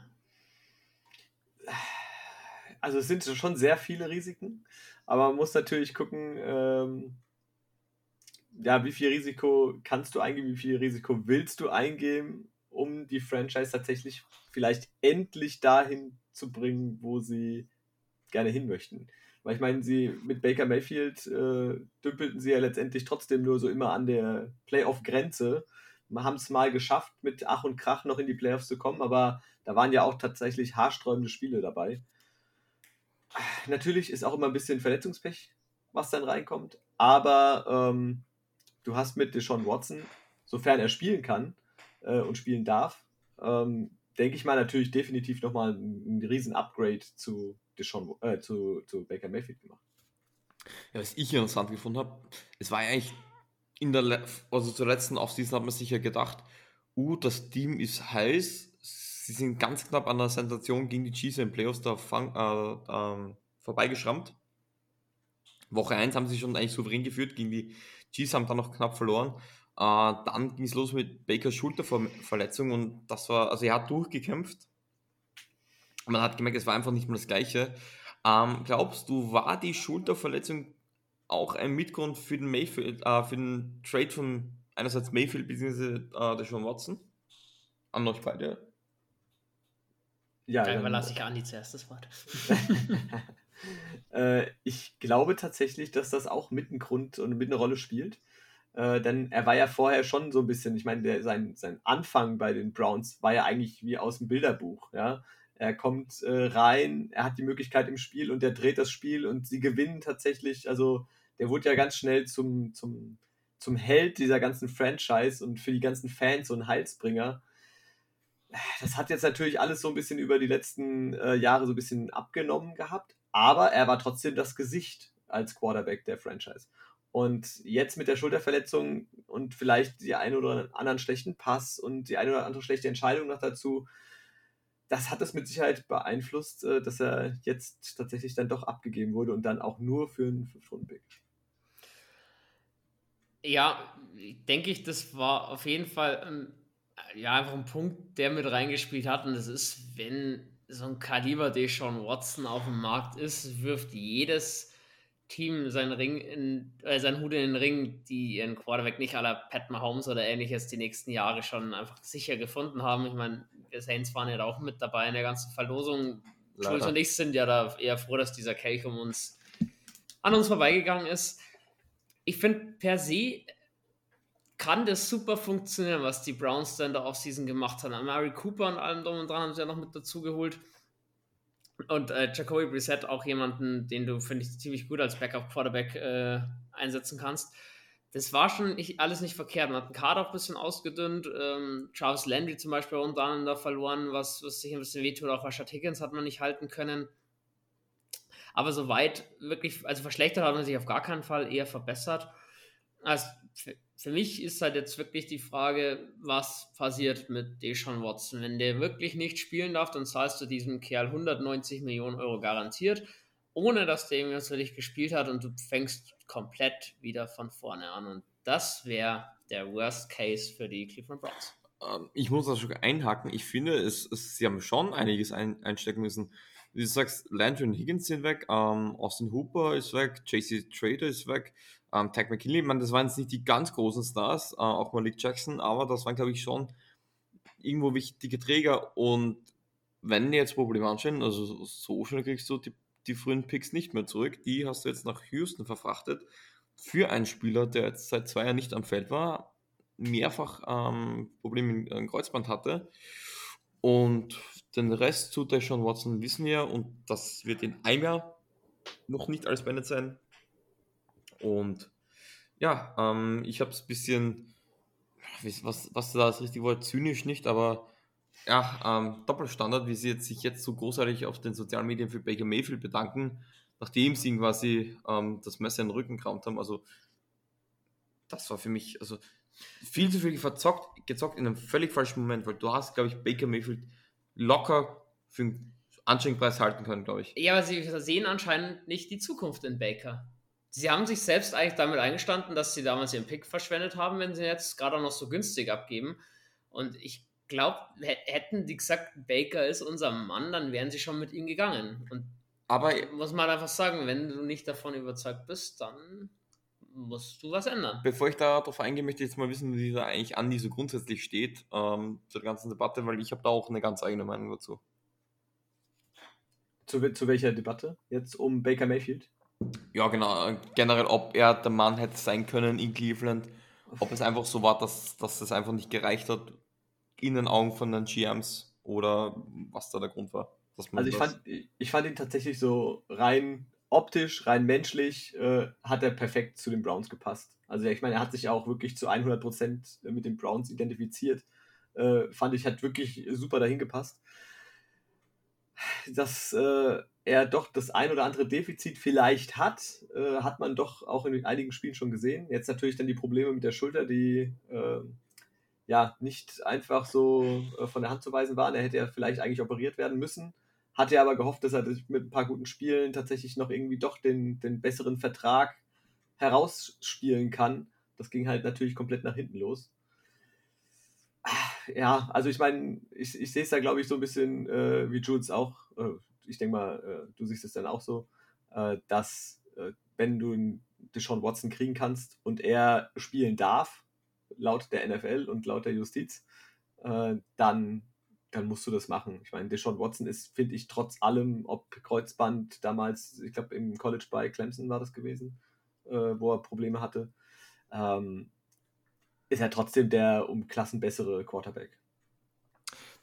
Also es sind schon sehr viele Risiken, aber man muss natürlich gucken, ähm, ja, wie viel Risiko kannst du eingehen, wie viel Risiko willst du eingehen, um die Franchise tatsächlich vielleicht endlich dahin zu bringen, wo sie gerne hin möchten. Weil ich meine, sie mit Baker Mayfield äh, dümpelten sie ja letztendlich trotzdem nur so immer an der Playoff-Grenze. Wir haben es mal geschafft, mit Ach und Krach noch in die Playoffs zu kommen, aber da waren ja auch tatsächlich haarsträubende Spiele dabei. Natürlich ist auch immer ein bisschen Verletzungspech, was dann reinkommt, aber ähm, du hast mit Deshaun Watson, sofern er spielen kann äh, und spielen darf, ähm, denke ich mal natürlich definitiv nochmal ein, ein riesen Upgrade zu, Deshaun, äh, zu, zu Baker Mayfield gemacht. Ja, was ich interessant gefunden habe, es war ja eigentlich in der, Le- also zur letzten Offseason hat man sich ja gedacht, uh, das Team ist heiß, sie sind ganz knapp an der Sensation gegen die Chiefs in den Playoffs da fang, äh, ähm, vorbeigeschrammt. Woche eins haben sie schon eigentlich souverän geführt, gegen die Chiefs haben dann noch knapp verloren. Äh, dann ging es los mit Bakers Schulterverletzung und das war, also er hat durchgekämpft. Man hat gemerkt, es war einfach nicht mehr das Gleiche. Ähm, glaubst du, war die Schulterverletzung auch ein Mitgrund für den, Mayfield, äh, für den Trade von einerseits Mayfield bzw. Äh, Deshaun Watson? An euch beide? Ja, da überlasse ich Andi zuerst das Wort. äh, ich glaube tatsächlich, dass das auch mit ein Grund und mit eine Rolle spielt. Äh, denn er war ja vorher schon so ein bisschen, ich meine, der, sein, sein Anfang bei den Browns war ja eigentlich wie aus dem Bilderbuch. Ja? Er kommt äh, rein, er hat die Möglichkeit im Spiel und er dreht das Spiel und sie gewinnen tatsächlich. Also der wurde ja ganz schnell zum, zum, zum Held dieser ganzen Franchise und für die ganzen Fans so ein Heilsbringer. Das hat jetzt natürlich alles so ein bisschen über die letzten äh, Jahre so ein bisschen abgenommen gehabt, aber er war trotzdem das Gesicht als Quarterback der Franchise. Und jetzt mit der Schulterverletzung und vielleicht die einen oder anderen schlechten Pass und die eine oder andere schlechte Entscheidung noch dazu, das hat es mit Sicherheit beeinflusst, äh, dass er jetzt tatsächlich dann doch abgegeben wurde und dann auch nur für einen fünf-Runden-Pick. Ja, denke ich, das war auf jeden Fall ähm, ja, einfach ein Punkt, der mit reingespielt hat. Und das ist, wenn so ein Kaliber Deshaun Watson auf dem Markt ist, wirft jedes Team seinen Ring in, äh, seinen Hut in den Ring, die ihren Quarterback nicht à la Pat Mahomes oder ähnliches die nächsten Jahre schon einfach sicher gefunden haben. Ich meine, wir Saints waren ja da auch mit dabei in der ganzen Verlosung. Jules und ich sind ja da eher froh, dass dieser Kelch um uns an uns vorbeigegangen ist. Ich finde, per se kann das super funktionieren, was die Browns dann der Offseason gemacht haben. Amari Cooper und allem drum und dran haben sie ja noch mit dazu geholt. Und äh, Jacoby Brissett auch jemanden, den du, finde ich, ziemlich gut als Backup-Quarterback äh, einsetzen kannst. Das war schon nicht, alles nicht verkehrt. Man hat den Kader auch ein bisschen ausgedünnt. Ähm, Jarvis Landry zum Beispiel unter anderem da verloren, was, was sich ein bisschen wehtut. Auch Rashad Higgins hat man nicht halten können. Aber soweit wirklich, also verschlechtert hat man sich auf gar keinen Fall, eher verbessert. Also für, für mich ist halt jetzt wirklich die Frage, was passiert mit Deshaun Watson. Wenn der wirklich nicht spielen darf, dann zahlst du diesem Kerl hundertneunzig Millionen Euro garantiert, ohne dass der irgendwas für dich gespielt hat und du fängst komplett wieder von vorne an. Und das wäre der Worst Case für die Cleveland Browns. Ähm, Ich muss da schon einhaken. Ich finde, es, es, sie haben schon einiges ein, einstecken müssen. Wie du sagst, Landry und Higgins sind weg, ähm, Austin Hooper ist weg, J C Trader ist weg, ähm, Tag McKinley. Ich meine, das waren jetzt nicht die ganz großen Stars, äh, auch Malik Jackson, aber das waren, glaube ich, schon irgendwo wichtige Träger. Und wenn jetzt Probleme anstehen, also so schnell kriegst du die, die frühen Picks nicht mehr zurück. Die hast du jetzt nach Houston verfrachtet für einen Spieler, der jetzt seit zwei Jahren nicht am Feld war, mehrfach ähm, Probleme im Kreuzband hatte. Und den Rest zu Deshaun Watson wissen wir und das wird in einem Jahr noch nicht alles beendet sein. Und ja, ähm, ich habe es ein bisschen, was, was da das richtige Wort, zynisch nicht, aber ja, ähm, Doppelstandard, wie sie jetzt, sich jetzt so großartig auf den sozialen Medien für Baker Mayfield bedanken, nachdem sie ihm quasi ähm, das Messer in den Rücken gerammt haben. Also das war für mich also viel zu viel verzockt, gezockt in einem völlig falschen Moment, weil du hast, glaube ich, Baker Mayfield locker für einen anständigen Preis halten können, glaube ich. Ja, aber sie sehen anscheinend nicht die Zukunft in Baker. Sie haben sich selbst eigentlich damit eingestanden, dass sie damals ihren Pick verschwendet haben, wenn sie jetzt gerade auch noch so günstig abgeben. Und ich glaube, hätten die gesagt, Baker ist unser Mann, dann wären sie schon mit ihm gegangen. Und Aber muss man einfach sagen, wenn du nicht davon überzeugt bist, dann musst du was ändern. bevor ich da darauf eingehe, möchte ich jetzt mal wissen, wie da eigentlich Andi so grundsätzlich steht ähm, zur ganzen Debatte, weil ich habe da auch eine ganz eigene Meinung dazu. Zu, zu welcher Debatte? Jetzt um Baker Mayfield? Ja, genau. Generell, ob er der Mann hätte sein können in Cleveland, ob es einfach so war, dass, dass es einfach nicht gereicht hat in den Augen von den G Ms oder was da der Grund war. Dass man Also ich das fand, ich fand ihn tatsächlich so rein optisch, rein menschlich, äh, hat er perfekt zu den Browns gepasst. Also ich meine, er hat sich auch wirklich zu hundert Prozent mit den Browns identifiziert. Äh, fand ich, hat wirklich super dahin gepasst. Dass äh, er doch das ein oder andere Defizit vielleicht hat, äh, hat man doch auch in einigen Spielen schon gesehen. Jetzt natürlich dann die Probleme mit der Schulter, die äh, ja nicht einfach so äh, von der Hand zu weisen waren. Er hätte ja vielleicht eigentlich operiert werden müssen. Hatte aber gehofft, dass er mit ein paar guten Spielen tatsächlich noch irgendwie doch den, den besseren Vertrag herausspielen kann. Das ging halt natürlich komplett nach hinten los. Ja, also ich meine, ich, ich sehe es da, glaube ich, so ein bisschen äh, wie Jules auch. Äh, ich denke mal, äh, du siehst es dann auch so, äh, dass äh, wenn du einen Deshaun Watson kriegen kannst und er spielen darf, laut der N F L und laut der Justiz, äh, dann, dann musst du das machen. Ich meine, Deshaun Watson ist, finde ich, trotz allem, ob Kreuzband damals, ich glaube im College bei Clemson war das gewesen, äh, wo er Probleme hatte, ähm, ist er trotzdem der um Klassen bessere Quarterback.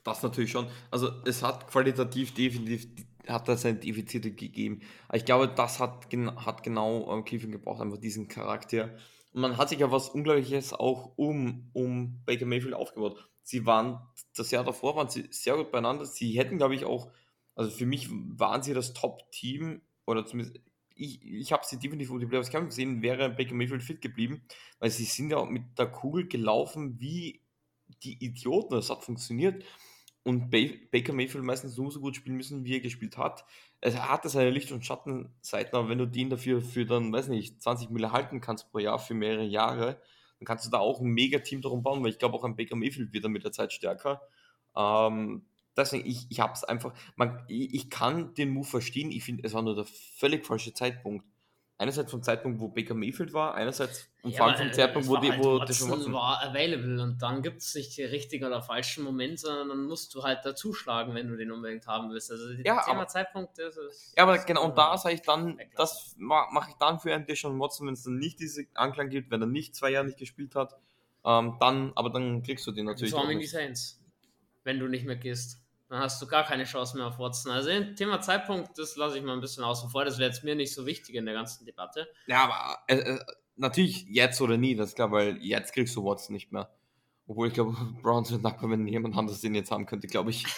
Das natürlich schon. Also es hat qualitativ definitiv hat das seine Defizite gegeben. Aber ich glaube, das hat, gen hat genau ähm, Cleveland gebraucht, einfach diesen Charakter. Und man hat sich ja was Unglaubliches auch um, um Baker Mayfield aufgebaut. Sie waren, das Jahr davor waren sie sehr gut beieinander. Sie hätten, glaube ich, auch, also für mich waren sie das Top-Team, oder zumindest, ich, ich habe sie definitiv um die Playoffs kämpfen gesehen, wäre Baker Mayfield fit geblieben, weil sie sind ja mit der Kugel gelaufen wie die Idioten. Das hat funktioniert. Und Baker Mayfield meistens nur so gut spielen müssen, wie er gespielt hat. Er hatte seine Licht- und Schattenseiten, aber wenn du den dafür für dann, weiß nicht, zwanzig Mille halten kannst pro Jahr für mehrere Jahre, dann kannst du da auch ein Mega-Team darum bauen, weil ich glaube auch ein Baker Mayfield wird dann mit der Zeit stärker. Ähm, deswegen, ich, ich habe es einfach, man, ich, ich kann den Move verstehen, ich finde, es war nur der völlig falsche Zeitpunkt. Einerseits vom Zeitpunkt, wo Baker Mayfield war, einerseits und Ja, vor allem aber vom äh, Zeitpunkt, es wo, war die, halt wo Watson Deshaun Watson war available und dann gibt es nicht den richtigen oder falschen Moment, sondern dann musst du halt dazuschlagen, wenn du den unbedingt haben willst. Also das Ja, Thema aber- Zeitpunkt, das ist... Ja, aber das genau, kann und man da sage ich dann, weglassen. das ma mache ich dann für einen Deshaun Watson, wenn es dann nicht diese Anklang gibt, wenn er nicht zwei Jahre nicht gespielt hat, ähm, dann, aber dann kriegst du den natürlich So auch haben ihn die nicht. Saints, wenn du nicht mehr gehst. Dann hast du gar keine Chance mehr auf Watson. Also Thema Zeitpunkt, das lasse ich mal ein bisschen außen vor. Das wäre jetzt mir nicht so wichtig in der ganzen Debatte. Ja, aber äh, äh, natürlich jetzt oder nie, das ist klar, weil jetzt kriegst du Watson nicht mehr. Obwohl ich glaube, Browns wird dankbar, wenn jemand anderes den jetzt haben könnte, glaube ich.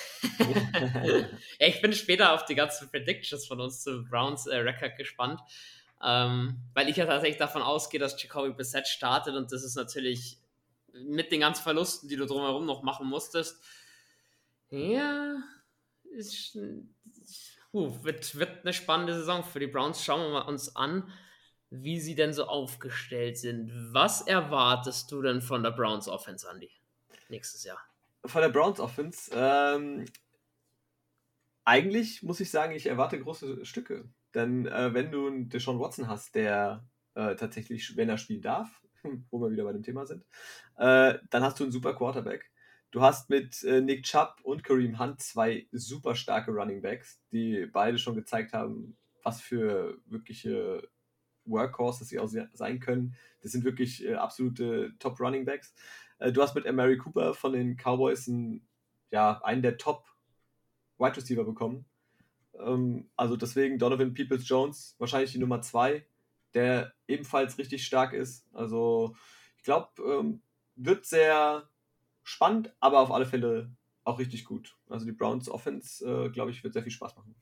Ja, ich bin später auf die ganzen Predictions von uns zu Browns äh, Record gespannt, ähm, weil ich ja tatsächlich davon ausgehe, dass Jacoby Brissett startet und das ist natürlich mit den ganzen Verlusten, die du drumherum noch machen musstest, ja, ist, uh, wird, wird eine spannende Saison für die Browns. Schauen wir mal uns an, wie sie denn so aufgestellt sind. Was erwartest du denn von der Browns Offense, Andy, nächstes Jahr? Von der Browns Offense, ähm, eigentlich muss ich sagen, ich erwarte große Stücke. Denn äh, wenn du einen Deshaun Watson hast, der äh, tatsächlich, wenn er spielen darf, wo wir wieder bei dem Thema sind, äh, dann hast du einen super Quarterback. Du hast mit äh, Nick Chubb und Kareem Hunt zwei super starke Running Backs, die beide schon gezeigt haben, was für wirkliche Workhorses sie auch sein können. Das sind wirklich äh, absolute Top Running Backs. Äh, du hast mit Amari Cooper von den Cowboys einen, ja, einen der Top Wide Receiver bekommen. Ähm, also deswegen Donovan Peoples-Jones, wahrscheinlich die Nummer zwei, der ebenfalls richtig stark ist. Also ich glaube, ähm, wird sehr spannend, aber auf alle Fälle auch richtig gut. Also die Browns Offense, äh, glaube ich, wird sehr viel Spaß machen.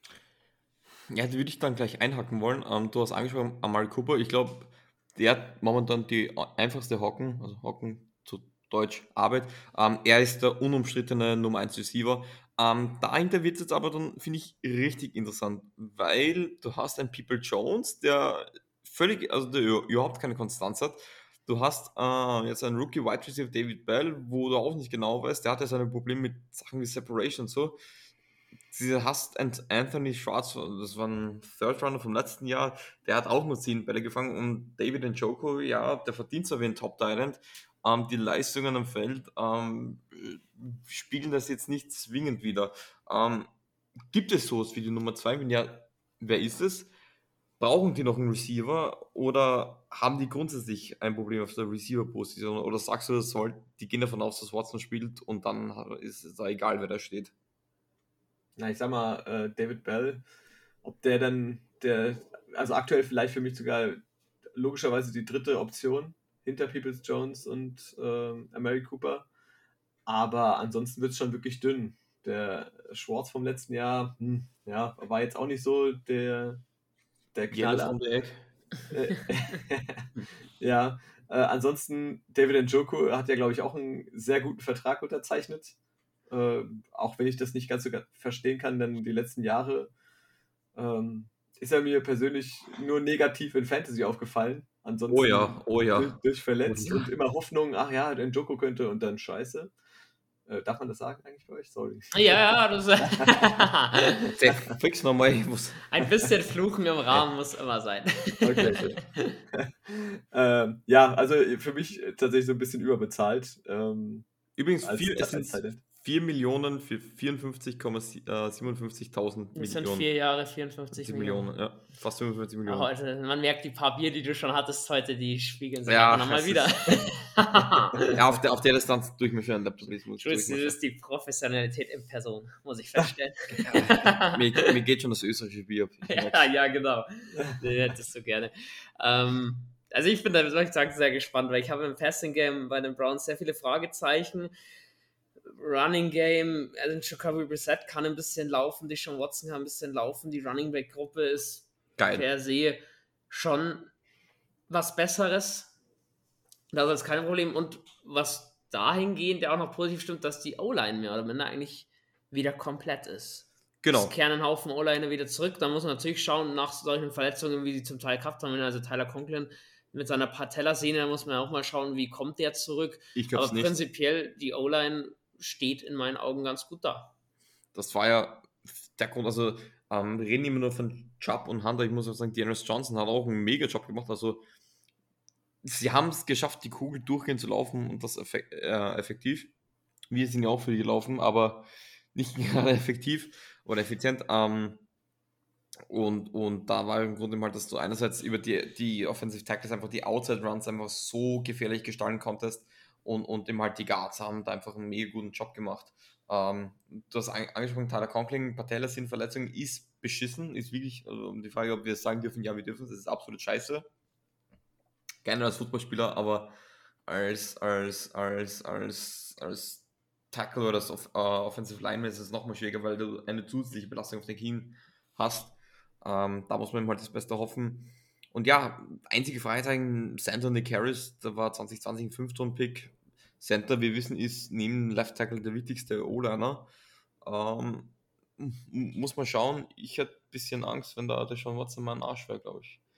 Ja, die würde ich dann gleich einhaken wollen. Ähm, du hast angesprochen, Amari Cooper. Ich glaube, der hat momentan die einfachste Hocken, also Hocken zu Deutsch Arbeit. Ähm, er ist der unumstrittene Nummer eins Receiver. Ähm, dahinter wird es jetzt aber dann, finde ich, richtig interessant, weil du hast einen People Jones, der völlig, also der überhaupt keine Konstanz hat. Du hast äh, jetzt einen Rookie Wide Receiver David Bell, wo du auch nicht genau weißt, der hat ja seine Probleme mit Sachen wie Separation und so. Du hast Anthony Schwarz, das war ein Third Runner vom letzten Jahr, der hat auch nur zehn Bälle gefangen und David Njoku, ja, der verdient zwar wie ein Top-Talent, ähm, die Leistungen am Feld ähm, spiegeln das jetzt nicht zwingend wieder. Ähm, gibt es sowas wie die Nummer zwei? Wenn ja, wer ist es? Brauchen die noch einen Receiver oder haben die grundsätzlich ein Problem auf der Receiver-Position? Oder sagst du, das soll, die gehen davon aus, dass Watson spielt und dann ist es da egal, wer da steht? Na, ich sag mal, äh, David Bell, ob der dann, der, also aktuell vielleicht für mich sogar logischerweise die dritte Option hinter Peoples Jones und ähm, Amari Cooper. Aber ansonsten wird es schon wirklich dünn. Der Schwartz vom letzten Jahr, hm, ja, war jetzt auch nicht so der, der Knaller. From the egg. Ja, äh, ansonsten David Njoku hat ja, glaube ich, auch einen sehr guten Vertrag unterzeichnet. Äh, auch wenn ich das nicht ganz so verstehen kann, denn die letzten Jahre ähm, ist er mir persönlich nur negativ in Fantasy aufgefallen. Ansonsten Oh ja, oh ja. durch, durch verletzt Oh ja. und immer Hoffnung, ach ja, der Njoku könnte und dann scheiße. Äh, darf man das sagen eigentlich bei euch? Sorry. Ja, ja, das Der fix nochmal, ich muss. ein bisschen Fluchen im Rahmen muss immer sein. Okay. ähm, ja, also für mich tatsächlich so ein bisschen überbezahlt. Ähm, Übrigens, als, viel, es als sind Tight End. vier Millionen für vierundfünfzig Komma siebenundfünfzigtausend Das sind Millionen. vier Jahre, vierundfünfzig Millionen. Millionen. Ja, fast fünfundvierzig Ah, Millionen. Heute, man merkt, die paar Bier, die du schon hattest heute, die spiegeln sich Ja, einfach nochmal es wieder. Ja, auf der, auf der Distanz durch mich ein Laptop. Das muss ich Tschüss, das durchmachen. ist die Professionalität in Person, muss ich feststellen. mir, mir geht schon das österreichische Bier ab. Ich ja, merk's. ja, genau. Den hättest du gerne. Ähm, also ich bin da, wie soll ich sagen, sehr gespannt, weil ich habe im Passing Game bei den Browns sehr viele Fragezeichen. Running Game, also Jacoby Brissett kann ein bisschen laufen, Deshaun Watson kann ein bisschen laufen, die Running Back Gruppe ist Geil. per se schon was Besseres. Das ist kein Problem. Und was dahingehend ja auch noch positiv stimmt, dass die O-Line mehr oder minder eigentlich wieder komplett ist. Genau. Es kehren ein Haufen O-Liner wieder zurück. Da muss man natürlich schauen, nach solchen Verletzungen, wie sie zum Teil gehabt haben, also Tyler Conklin mit seiner Patellasehne, da muss man auch mal schauen, wie kommt der zurück. Ich glaube Aber es nicht. prinzipiell, die O-Line steht in meinen Augen ganz gut da. Das war ja der Grund, also ähm, wir reden immer nur von Chubb und Hunter. Ich muss auch sagen, Dearness Johnson hat auch einen mega Job gemacht. Also sie haben es geschafft, die Kugel durchgehend zu laufen und das effek- äh, effektiv. Wir sind ja auch für die gelaufen, aber nicht gerade effektiv oder effizient. Ähm, und, und da war im Grunde mal, dass du einerseits über die, die Offensive Tackles einfach die Outside Runs einfach so gefährlich gestalten konntest und, und eben halt die Guards haben da einfach einen mega guten Job gemacht. Ähm, du hast an, angesprochen, Tyler Conklin, Patellasehnenverletzung ist beschissen, ist wirklich, also um die Frage, ob wir es sagen dürfen, ja, wir dürfen es, das ist absolut scheiße. Gerne als Footballspieler, aber als, als, als, als, als Tackle oder als Off- äh, Offensive Lineman ist es nochmal schwieriger, weil du eine zusätzliche Belastung auf den Knien hast. Ähm, da muss man halt das Beste hoffen. Und ja, einzige Fragezeichen, Center Nick Harris, da war zwanzig zwanzig ein Fünftrunden-Pick. Center, wir wissen, ist neben Left Tackle der wichtigste O-Liner. Ähm, m- muss man schauen. Ich hätte ein bisschen Angst, wenn da der Sean Watson mal ein Arsch wäre, glaube ich.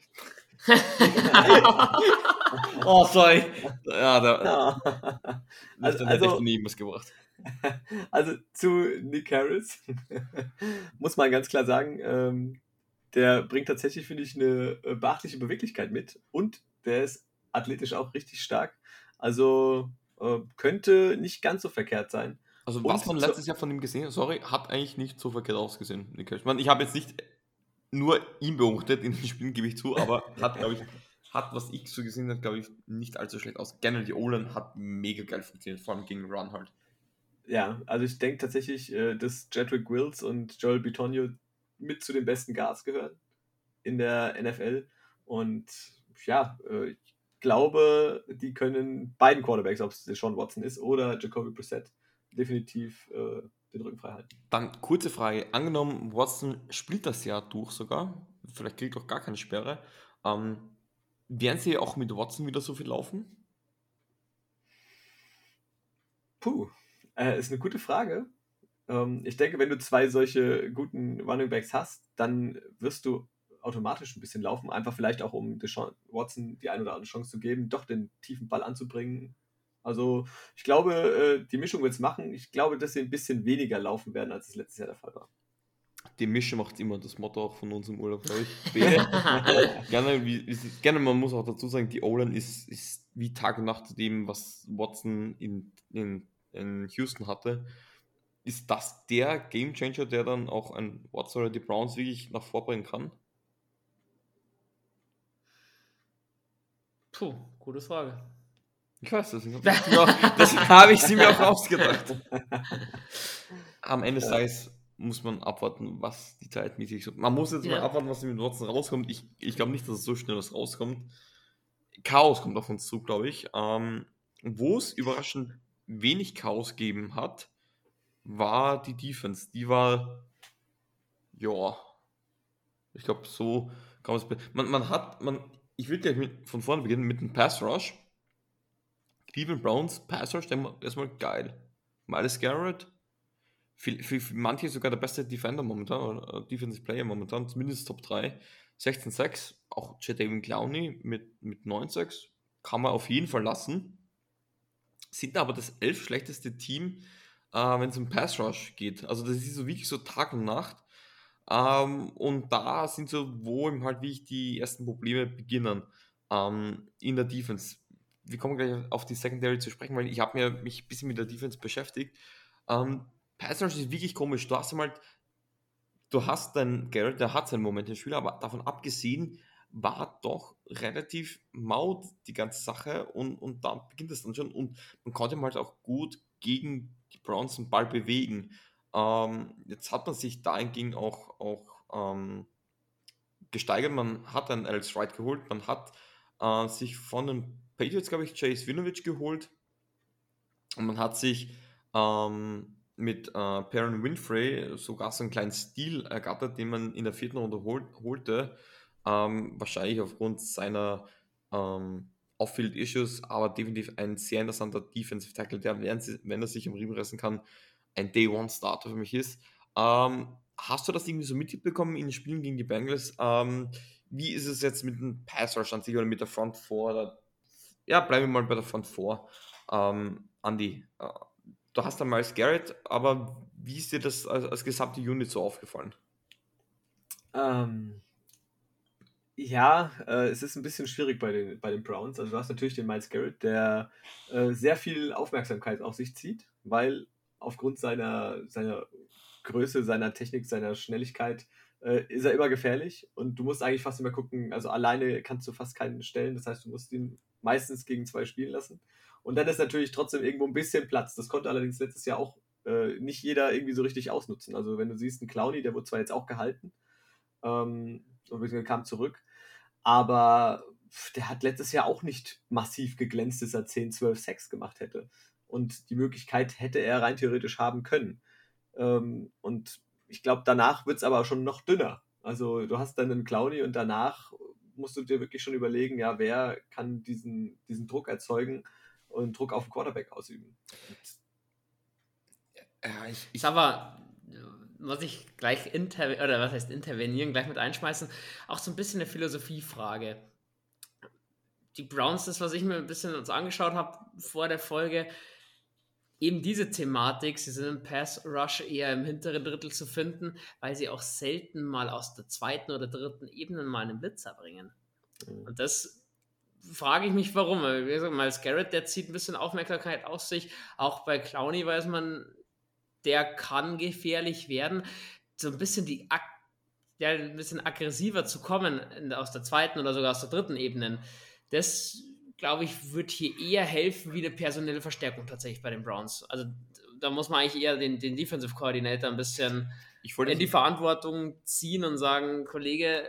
Oh, sorry. Ja, da Ja. also, Also, dann hätte ich also, daneben was gebracht. also zu Nick Harris muss man ganz klar sagen, ähm, der bringt tatsächlich, finde ich, eine äh, beachtliche Beweglichkeit mit und der ist athletisch auch richtig stark. Also äh, könnte nicht ganz so verkehrt sein. Also, Und was man zu- letztes Jahr von ihm gesehen hat, sorry, hat eigentlich nicht so verkehrt ausgesehen, Nick Harris. Ich meine, ich habe jetzt nicht nur ihn beobachtet in den Spielen, gebe ich zu, aber hat, glaube ich, hat, was ich so gesehen habe, glaube ich, nicht allzu schlecht aus. Generell die O-Line hat mega geil funktioniert, vor allem gegen Run halt. Ja, also ich denke tatsächlich, äh, dass Jedrick Wills und Joel Bitonio mit zu den besten Guards gehören in der N F L. Und ja, äh, ich glaube, die können beiden Quarterbacks, ob es Deshaun Watson ist oder Jacoby Brissett, definitiv äh, den Rücken frei halten. Dann kurze Frage. Angenommen, Watson spielt das Jahr durch sogar, vielleicht kriegt auch gar keine Sperre. Ähm, werden sie auch mit Watson wieder so viel laufen? Puh, äh, ist eine gute Frage. Ähm, ich denke, wenn du zwei solche guten Running Backs hast, dann wirst du automatisch ein bisschen laufen, einfach vielleicht auch, um Deshaun Watson die eine oder andere Chance zu geben, doch den tiefen Ball anzubringen. Also ich glaube, äh, die Mischung wird es machen. Ich glaube, dass sie ein bisschen weniger laufen werden, als es letztes Jahr der Fall war. Die Mische macht immer das Motto auch von unserem Urlaub, glaube ich. gerne, wie, ist, gerne, man muss auch dazu sagen, die O-Line ist, ist wie Tag und Nacht zu dem, was Watson in, in, in Houston hatte. Ist das der Gamechanger, der dann auch ein Watson oder die Browns wirklich nach vorbringen kann? Puh, gute Frage. Ich weiß das nicht. Deswegen habe ich sie mir auch ausgedacht. Am Ende des Tages muss man abwarten, was die zeitmäßig so. Man muss jetzt mal Ja. abwarten, was mit Watson rauskommt. Ich, ich glaube nicht, dass es so schnell was rauskommt. Chaos kommt auf uns zu, glaube ich. Ähm, wo es überraschend wenig Chaos gegeben hat, war die Defense. Die war, ja, ich glaube, so kann man es. Be- man, man hat, man, ich würde gleich mit, von vorne beginnen mit dem Pass Rush. Cleveland Browns Pass Rush, der war erstmal geil. Myles Garrett, für, für, für manche sogar der beste Defender momentan, oder Defensive Player momentan, zumindest Top drei. sechzehn sechs, auch Jadavion Clowney mit, mit neun sechs, kann man auf jeden Fall lassen. Sind aber das elf schlechteste Team, äh, wenn es um Pass Rush geht. Also das ist so wirklich so Tag und Nacht. Ähm, und da sind so, wo eben halt wie ich die ersten Probleme beginnen ähm, in der Defense. Wir kommen gleich auf die Secondary zu sprechen, weil ich habe mir mich ein bisschen mit der Defense beschäftigt. Ähm, Pass Rush ist wirklich komisch. Du hast einmal, du hast dann Garrett, der hat seinen Moment im Spiel, aber davon abgesehen war doch relativ maut die ganze Sache und, und da beginnt es dann schon und man konnte halt auch gut gegen die Browns den Ball bewegen. Ähm, jetzt hat man sich dahingegen auch, auch ähm, gesteigert. Man hat einen Alex Wright geholt, man hat äh, sich von den Patriots, glaube ich, Chase Winovich geholt und man hat sich ähm, mit äh, Perrin Winfrey sogar so einen kleinen Stil ergattert, den man in der vierten Runde hol holte. Ähm, wahrscheinlich aufgrund seiner ähm, Off-Field-Issues, aber definitiv ein sehr interessanter Defensive Tackle, der, wenn, sie, wenn er sich am Riemen reißen kann, ein Day-One-Starter für mich ist. Ähm, hast du das irgendwie so mitbekommen in den Spielen gegen die Bengals? Ähm, wie ist es jetzt mit dem Pass-Rush an sich oder mit der Front Four? Oder, ja, bleiben wir mal bei der Front Four. Ähm, Andi, äh, du hast dann Myles Garrett, aber wie ist dir das als, als gesamte Unit so aufgefallen? Ähm, ja, äh, es ist ein bisschen schwierig bei den, bei den Browns. Also du hast natürlich den Myles Garrett, der äh, sehr viel Aufmerksamkeit auf sich zieht, weil aufgrund seiner, seiner Größe, seiner Technik, seiner Schnelligkeit äh, ist er immer gefährlich und du musst eigentlich fast immer gucken, also alleine kannst du fast keinen stellen, das heißt, du musst ihn meistens gegen zwei spielen lassen. Und dann ist natürlich trotzdem irgendwo ein bisschen Platz. Das konnte allerdings letztes Jahr auch äh, nicht jeder irgendwie so richtig ausnutzen. Also wenn du siehst, ein Clowney, der wurde zwar jetzt auch gehalten, ähm, und kam zurück, aber der hat letztes Jahr auch nicht massiv geglänzt, dass er zehn, zwölf Sacks gemacht hätte. Und die Möglichkeit hätte er rein theoretisch haben können. Ähm, und ich glaube, danach wird es aber schon noch dünner. Also du hast dann einen Clowney und danach musst du dir wirklich schon überlegen, ja, wer kann diesen, diesen Druck erzeugen und Druck auf den Quarterback ausüben. Und ja, ich, ich aber muss ich gleich intervenieren, oder was heißt intervenieren, gleich mit einschmeißen, auch so ein bisschen eine Philosophiefrage. Die Browns, das, was ich mir ein bisschen uns angeschaut habe vor der Folge, eben diese Thematik, sie sind im Pass-Rush eher im hinteren Drittel zu finden, weil sie auch selten mal aus der zweiten oder dritten Ebene mal einen Blitzer bringen. Und das frage ich mich, warum. Wie gesagt, Myles Garrett, der zieht ein bisschen Aufmerksamkeit auf sich. Auch bei Clowney weiß man, der kann gefährlich werden. So ein bisschen die ja, ein bisschen aggressiver zu kommen in, aus der zweiten oder sogar aus der dritten Ebene. Das, glaube ich, wird hier eher helfen wie eine personelle Verstärkung tatsächlich bei den Browns. Also da muss man eigentlich eher den, den Defensive Coordinator ein bisschen in die Verantwortung ziehen und sagen, Kollege,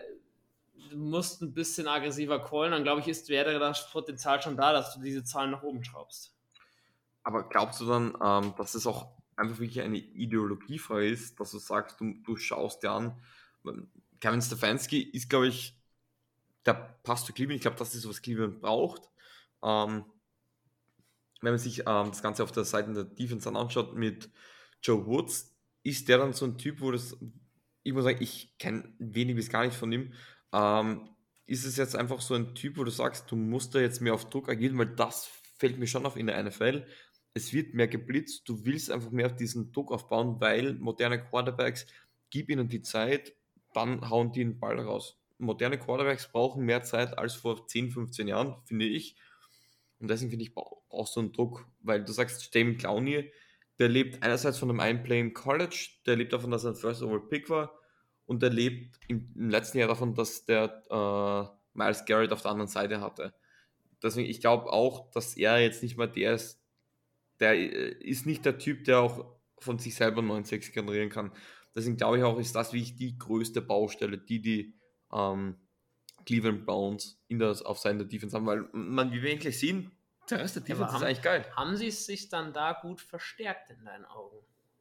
du musst ein bisschen aggressiver callen, dann glaube ich, ist, wäre das Potenzial schon da, dass du diese Zahlen nach oben schraubst. Aber glaubst du dann, ähm, dass es auch einfach wirklich eine Ideologiefrage ist, dass du sagst, du, du schaust dir an, Kevin Stefanski ist, glaube ich, der passt zu Cleveland. Ich glaube, das ist, was Cleveland braucht. Ähm, wenn man sich ähm, das Ganze auf der Seite der Defense dann anschaut mit Joe Woods, ist der dann so ein Typ, wo das, ich muss sagen, ich kenne wenig bis gar nicht von ihm. Ähm, ist es jetzt einfach so ein Typ, wo du sagst, du musst da jetzt mehr auf Druck agieren, weil das fällt mir schon auf in der N F L. Es wird mehr geblitzt, du willst einfach mehr auf diesen Druck aufbauen, weil moderne Quarterbacks, gib ihnen die Zeit, dann hauen die den Ball raus. Moderne Quarterbacks brauchen mehr Zeit als vor zehn, fünfzehn Jahren, finde ich. Und deswegen finde ich, brauchst du einen Druck, weil du sagst, Damon Clowney, der lebt einerseits von einem einen Play im College, der lebt davon, dass er ein First Overall Pick war und der lebt im, im letzten Jahr davon, dass der äh, Myles Garrett auf der anderen Seite hatte. Deswegen, ich glaube auch, dass er jetzt nicht mal der ist, der ist nicht der Typ, der auch von sich selber neun sechs generieren kann. Deswegen glaube ich auch, ist das wirklich die größte Baustelle, die die ähm, Cleveland Browns in der, auf Seiten der Defense haben, weil man, wie wir endlich sehen, der Rest der Defense ja, ist haben, eigentlich geil. Haben sie es sich dann da gut verstärkt in deinen Augen?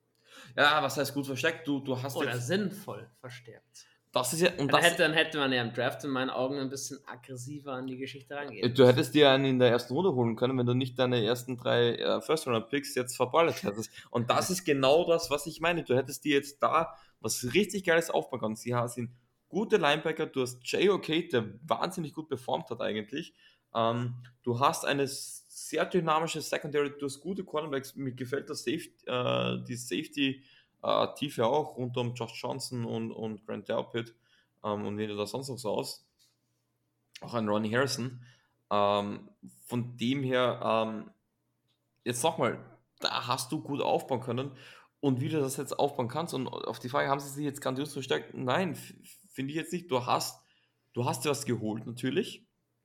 Ja, was heißt gut verstärkt? Du, du hast Oder jetzt, sinnvoll verstärkt. das ist ja, und Dann, das, hätte, dann hätte man ja im Draft in meinen Augen ein bisschen aggressiver an die Geschichte rangehen. du hättest dir einen in der ersten Runde holen können, wenn du nicht deine ersten drei äh, First-Round-Picks jetzt verballert hättest. Und das ist genau das, was ich meine. Du hättest dir jetzt da was richtig Geiles aufbauen können. Sie sind gute Linebacker, du hast J O K, der wahnsinnig gut performt hat eigentlich. Ähm, du hast eine sehr dynamische Secondary, du hast gute Cornerbacks, mir gefällt das Safety, äh, die Safety-Tiefe äh, auch, rund um Josh Johnson und, und Grant Delpit ähm, und wen du da sonst noch so aus. Auch ein Ronnie Harrison. Ähm, von dem her, ähm, jetzt nochmal, da hast du gut aufbauen können. Und wie du das jetzt aufbauen kannst, und auf die Frage, haben sie sich jetzt grandios verstärkt? Nein, f- finde ich jetzt nicht. Du hast, du hast dir was geholt, natürlich.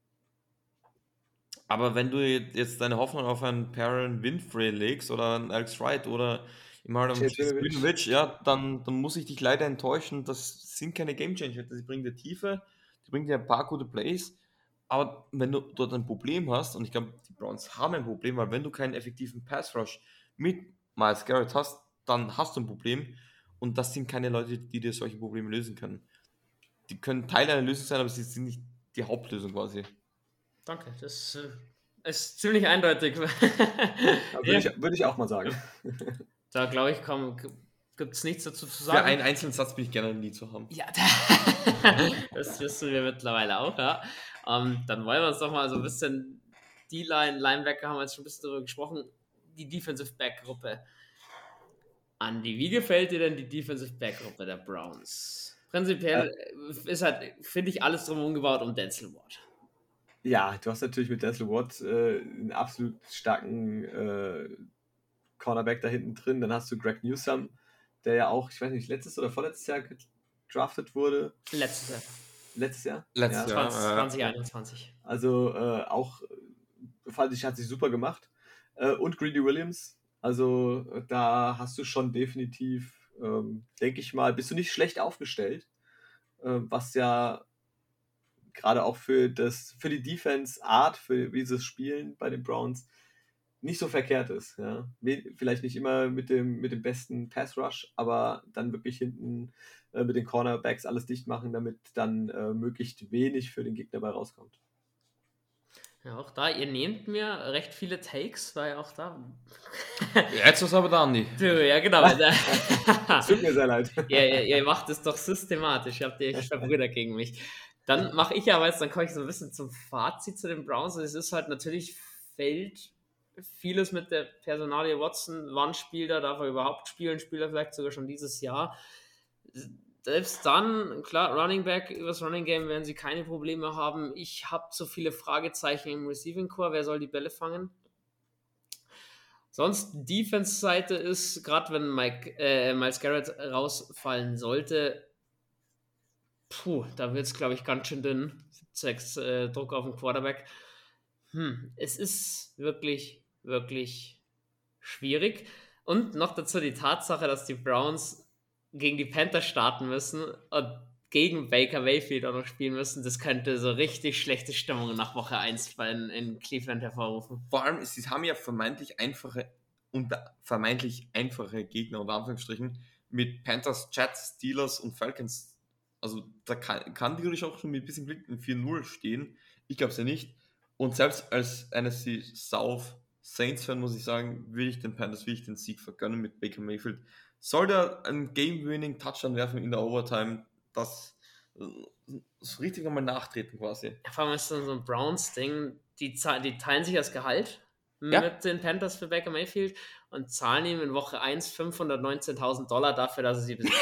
Aber wenn du jetzt deine Hoffnung auf einen Perrin Winfrey legst oder einen Alex Wright oder immer einen Cetinovic. Spinovic, ja, dann, dann muss ich dich leider enttäuschen. Das sind keine Game Changer. Das bringen dir Tiefe, die bringen dir ein paar gute Plays. Aber wenn du dort ein Problem hast, und ich glaube, die Browns haben ein Problem, weil wenn du keinen effektiven Pass Rush mit Myles Garrett hast, dann hast du ein Problem. Und das sind keine Leute, die dir solche Probleme lösen können. Die können Teil einer Lösung sein, aber sie sind nicht die Hauptlösung quasi. Danke, das äh, ist ziemlich eindeutig. Würde Ja, ich, würde ich auch mal sagen. da glaube ich, gibt es nichts dazu zu Für sagen. einen einzelnen Satz bin ich gerne nie zu haben. Ja, das wissen wir mittlerweile auch, ja. Ähm, dann wollen wir uns doch mal so ein bisschen, die Line, Linebacker haben wir jetzt schon ein bisschen darüber gesprochen, die Defensive Back-Gruppe. Andi, wie gefällt dir denn die Defensive Back-Gruppe der Browns? Prinzipiell äh, ist halt, finde ich, alles drum umgebaut um Denzel Ward. Ja, du hast natürlich mit Denzel Ward äh, einen absolut starken äh, Cornerback da hinten drin. Dann hast du Greg Newsome, der ja auch, ich weiß nicht, letztes oder vorletztes Jahr gedraftet wurde. Letztes Jahr. Letztes Jahr? Letztes Ja. Jahr. zwanzig, zwanzig einundzwanzig. Also äh, auch, fand ich, hat sich super gemacht. Äh, und Greedy Williams. Also äh, da hast du schon definitiv, ähm, denke ich mal, bist du nicht schlecht aufgestellt. Äh, was ja gerade auch für, das, für die Defense-Art, für wie sie es spielen bei den Browns, nicht so verkehrt ist. Ja. Vielleicht nicht immer mit dem, mit dem besten Pass-Rush, aber dann wirklich hinten äh, mit den Cornerbacks alles dicht machen, damit dann äh, möglichst wenig für den Gegner bei rauskommt. Ja, auch da, ihr nehmt mir recht viele Takes, weil auch da. Jetzt was aber da, Andi. Du, ja, genau. Es tut mir sehr leid. Ja, ihr, ihr macht es doch systematisch. Ihr habt ihr echt Brüder gegen mich. Dann mache ich aber jetzt, dann komme ich so ein bisschen zum Fazit zu den Browns. Es ist halt natürlich, fällt vieles mit der Personalie Watson. Wann spielt er? Darf er überhaupt spielen? Spielt er vielleicht sogar schon dieses Jahr? Selbst dann, klar, Running Back, übers Running Game werden sie keine Probleme haben. Ich habe so viele Fragezeichen im Receiving Core. Wer soll die Bälle fangen? Sonst, Defense-Seite ist, gerade wenn Mike, äh, Myles Garrett rausfallen sollte, puh, da wird es, glaube ich, ganz schön dünn. Sechs äh, Druck auf den Quarterback. Hm, es ist wirklich, wirklich schwierig. Und noch dazu die Tatsache, dass die Browns gegen die Panthers starten müssen und gegen Baker Mayfield auch noch spielen müssen. Das könnte so richtig schlechte Stimmung nach Woche eins in, in Cleveland hervorrufen. Vor allem, sie haben ja vermeintlich einfache und vermeintlich einfache Gegner, unter Anführungsstrichen, mit Panthers, Jets, Steelers und Falcons. Also da kann, kann theoretisch auch schon mit ein bisschen Glück ein vier null stehen. Ich glaube es ja nicht. Und selbst als N F C South Saints-Fan muss ich sagen, will ich den Panthers, will ich den Sieg vergönnen mit Baker Mayfield. Soll der einen Game-Winning-Touchdown werfen in der Overtime, das, das richtig nochmal nachtreten quasi. Vor allem ist so ein Browns-Ding, die, die teilen sich das Gehalt Ja. mit den Panthers für Baker Mayfield und zahlen ihm in Woche eins fünfhundertneunzehntausend Dollar dafür, dass er sie besiegt.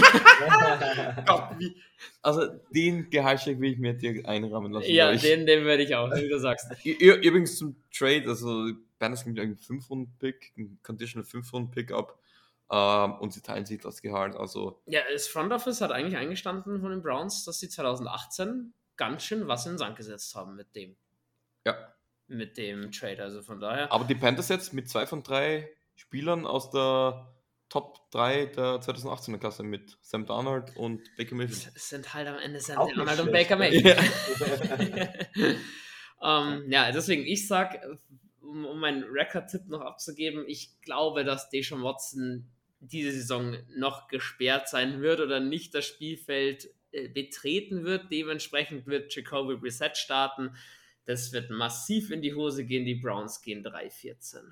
Gott, wie, also den Gehaltscheck will ich mir dir einrahmen lassen. Ja, glaub ich. den, den würde ich auch, wie du sagst. Ü- Übrigens zum Trade, also Panthers gibt einen fünf Runden Pick, einen Conditional fünf Runden Pick ab, ähm, und sie teilen sich das Gehalt, also Ja, das Front Office hat eigentlich eingestanden von den Browns, dass sie zwanzig achtzehn ganz schön was in den Sand gesetzt haben mit dem, ja. mit dem Trade, also von daher. Aber die Panthers jetzt mit zwei von drei Spielern aus der Top drei der zwanzig achtzehner Klasse mit Sam Darnold und Baker Mayfield. Es sind halt am Ende Sam Auch nicht Darnold und schlecht. Baker Mayfield. ähm, ja, deswegen, ich sag, um, um meinen Record-Tipp noch abzugeben, ich glaube, dass Deshaun Watson diese Saison noch gesperrt sein wird oder nicht das Spielfeld äh, betreten wird. Dementsprechend wird Jacoby Brissett starten. Das wird massiv in die Hose gehen. Die Browns gehen drei vierzehn.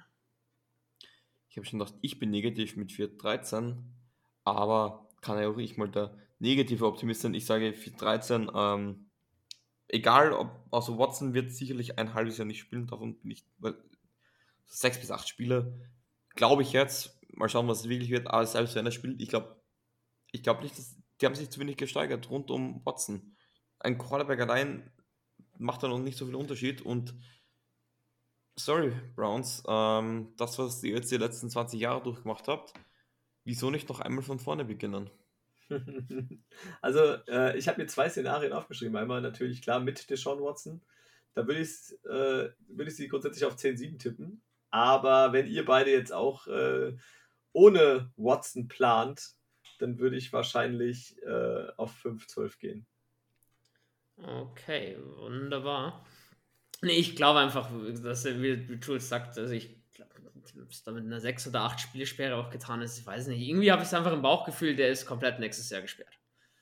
Ich habe schon gedacht, ich bin negativ mit vier dreizehn, aber kann ja auch ich mal der negative Optimist sein. Ich sage vier dreizehn, ähm, egal ob, also Watson wird sicherlich ein halbes Jahr nicht spielen, davon bin ich, weil sechs bis acht Spiele, glaube ich jetzt, mal schauen, was es wirklich wird, aber selbst wenn er spielt, ich glaube ich glaube nicht, dass, die haben sich zu wenig gesteigert rund um Watson. Ein Quarterback allein macht da noch nicht so viel Unterschied und sorry, Browns, ähm, das, was ihr jetzt die letzten zwanzig Jahre durchgemacht habt, wieso nicht noch einmal von vorne beginnen? Also, äh, ich habe mir zwei Szenarien aufgeschrieben. Einmal natürlich klar mit Deshaun Watson. Da würde ich, äh, würd ich sie grundsätzlich auf zehn sieben tippen. Aber wenn ihr beide jetzt auch äh, ohne Watson plant, dann würde ich wahrscheinlich äh, auf fünf zwölf gehen. Okay, wunderbar. Nee, ich glaube einfach, dass er, wie, wie Jules sagt, also ich glaube, dass da mit einer sechs oder acht Spielsperre auch getan ist, ich weiß nicht. Irgendwie habe ich es einfach im Bauchgefühl, der ist komplett nächstes Jahr gesperrt.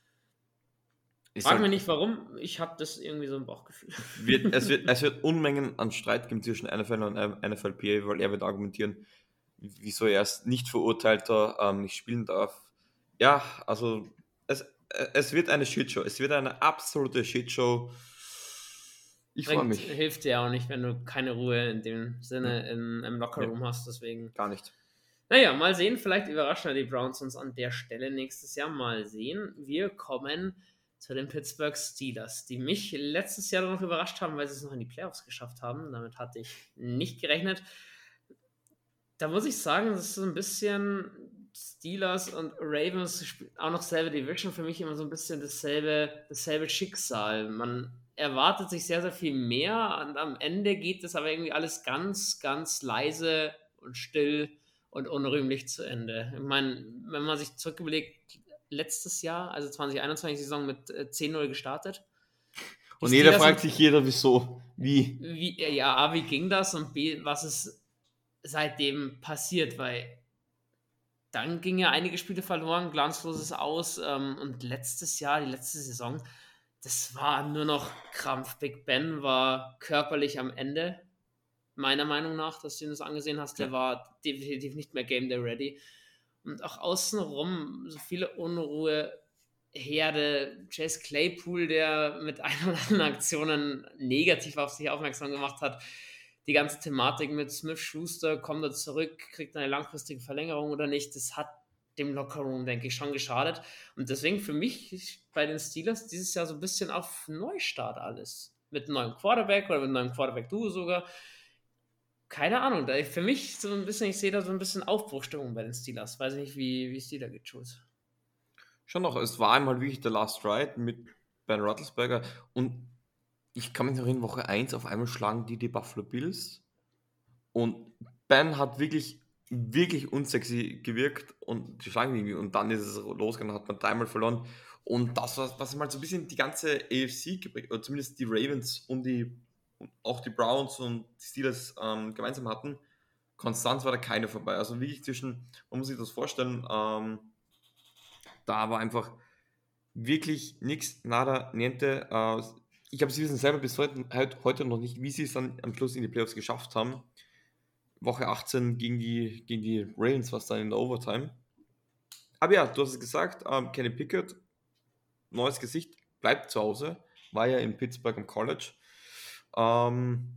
Ist Frag halt, mich nicht warum, ich habe das irgendwie so im Bauchgefühl. wird, es, wird, es wird Unmengen an Streit geben zwischen N F L und N F L P A, weil er wird argumentieren, wieso er als nicht Verurteilter ähm, nicht spielen darf. Ja, also es, es wird eine Shitshow. Es wird eine absolute Shitshow. Ich freue Bringt, mich. hilft dir auch nicht, wenn du keine Ruhe in dem Sinne im, im Lockerroom Ja. hast, deswegen. Gar nicht. Naja, mal sehen, vielleicht überraschen ja die Browns uns an der Stelle nächstes Jahr. Mal sehen. Wir kommen zu den Pittsburgh Steelers, die mich letztes Jahr noch überrascht haben, weil sie es noch in die Playoffs geschafft haben. Damit hatte ich nicht gerechnet. Da muss ich sagen, das ist so ein bisschen Steelers und Ravens auch noch selbe Division, für mich immer so ein bisschen dasselbe, dasselbe Schicksal. Man erwartet sich sehr, sehr viel mehr und am Ende geht das aber irgendwie alles ganz, ganz leise und still und unrühmlich zu Ende. Ich meine, wenn man sich zurück überlegt, letztes Jahr, also zwanzig einundzwanzig Saison mit äh, zehn null gestartet. Die Und jeder Steelers fragt sind- sich jeder, wieso, wie. wie, ja, A, wie ging das und B, was ist seitdem passiert, weil dann ging ja einige Spiele verloren, glanzloses Aus ähm, und letztes Jahr, die letzte Saison, das war nur noch Krampf. Big Ben war körperlich am Ende, meiner Meinung nach, dass du ihn das angesehen hast, der Ja. war definitiv nicht mehr Game Day ready. Und auch außenrum so viele Unruhe, Herde, Chase Claypool, der mit ein oder anderen Aktionen negativ auf sich aufmerksam gemacht hat. Die ganze Thematik mit Smith Schuster, kommt er zurück, kriegt eine langfristige Verlängerung oder nicht, das hat dem Lockerroom, denke ich, schon geschadet. Und deswegen für mich bei den Steelers dieses Jahr so ein bisschen auf Neustart alles. Mit einem neuen Quarterback oder mit einem neuen Quarterback-Duo sogar. Keine Ahnung, da für mich so ein bisschen, ich sehe da so ein bisschen Aufbruchstimmung bei den Steelers. Weiß nicht, wie wie es dir da geht, Jules. Schon noch, es war einmal wirklich der Last Ride mit Ben Roethlisberger und ich kann mich noch in Woche eins auf einmal schlagen die die Buffalo Bills und Ben hat wirklich, wirklich unsexy gewirkt und die schlagen irgendwie und dann ist es losgegangen, hat man dreimal verloren und das, was, was mal so ein bisschen die ganze A F C geprägt, oder zumindest die Ravens und die und auch die Browns und die Steelers ähm, gemeinsam hatten, Konstanz war da keine vorbei. Also wirklich zwischen, man muss sich das vorstellen, ähm, da war einfach wirklich nichts, nada, niente. Äh, ich glaube, sie wissen selber bis heute, heute noch nicht, wie sie es dann am Schluss in die Playoffs geschafft haben. Woche achtzehn gegen die, gegen die Ravens, was dann in der Overtime. Aber ja, du hast es gesagt, ähm, Kenny Pickett, neues Gesicht, bleibt zu Hause, war ja in Pittsburgh am College. Ähm,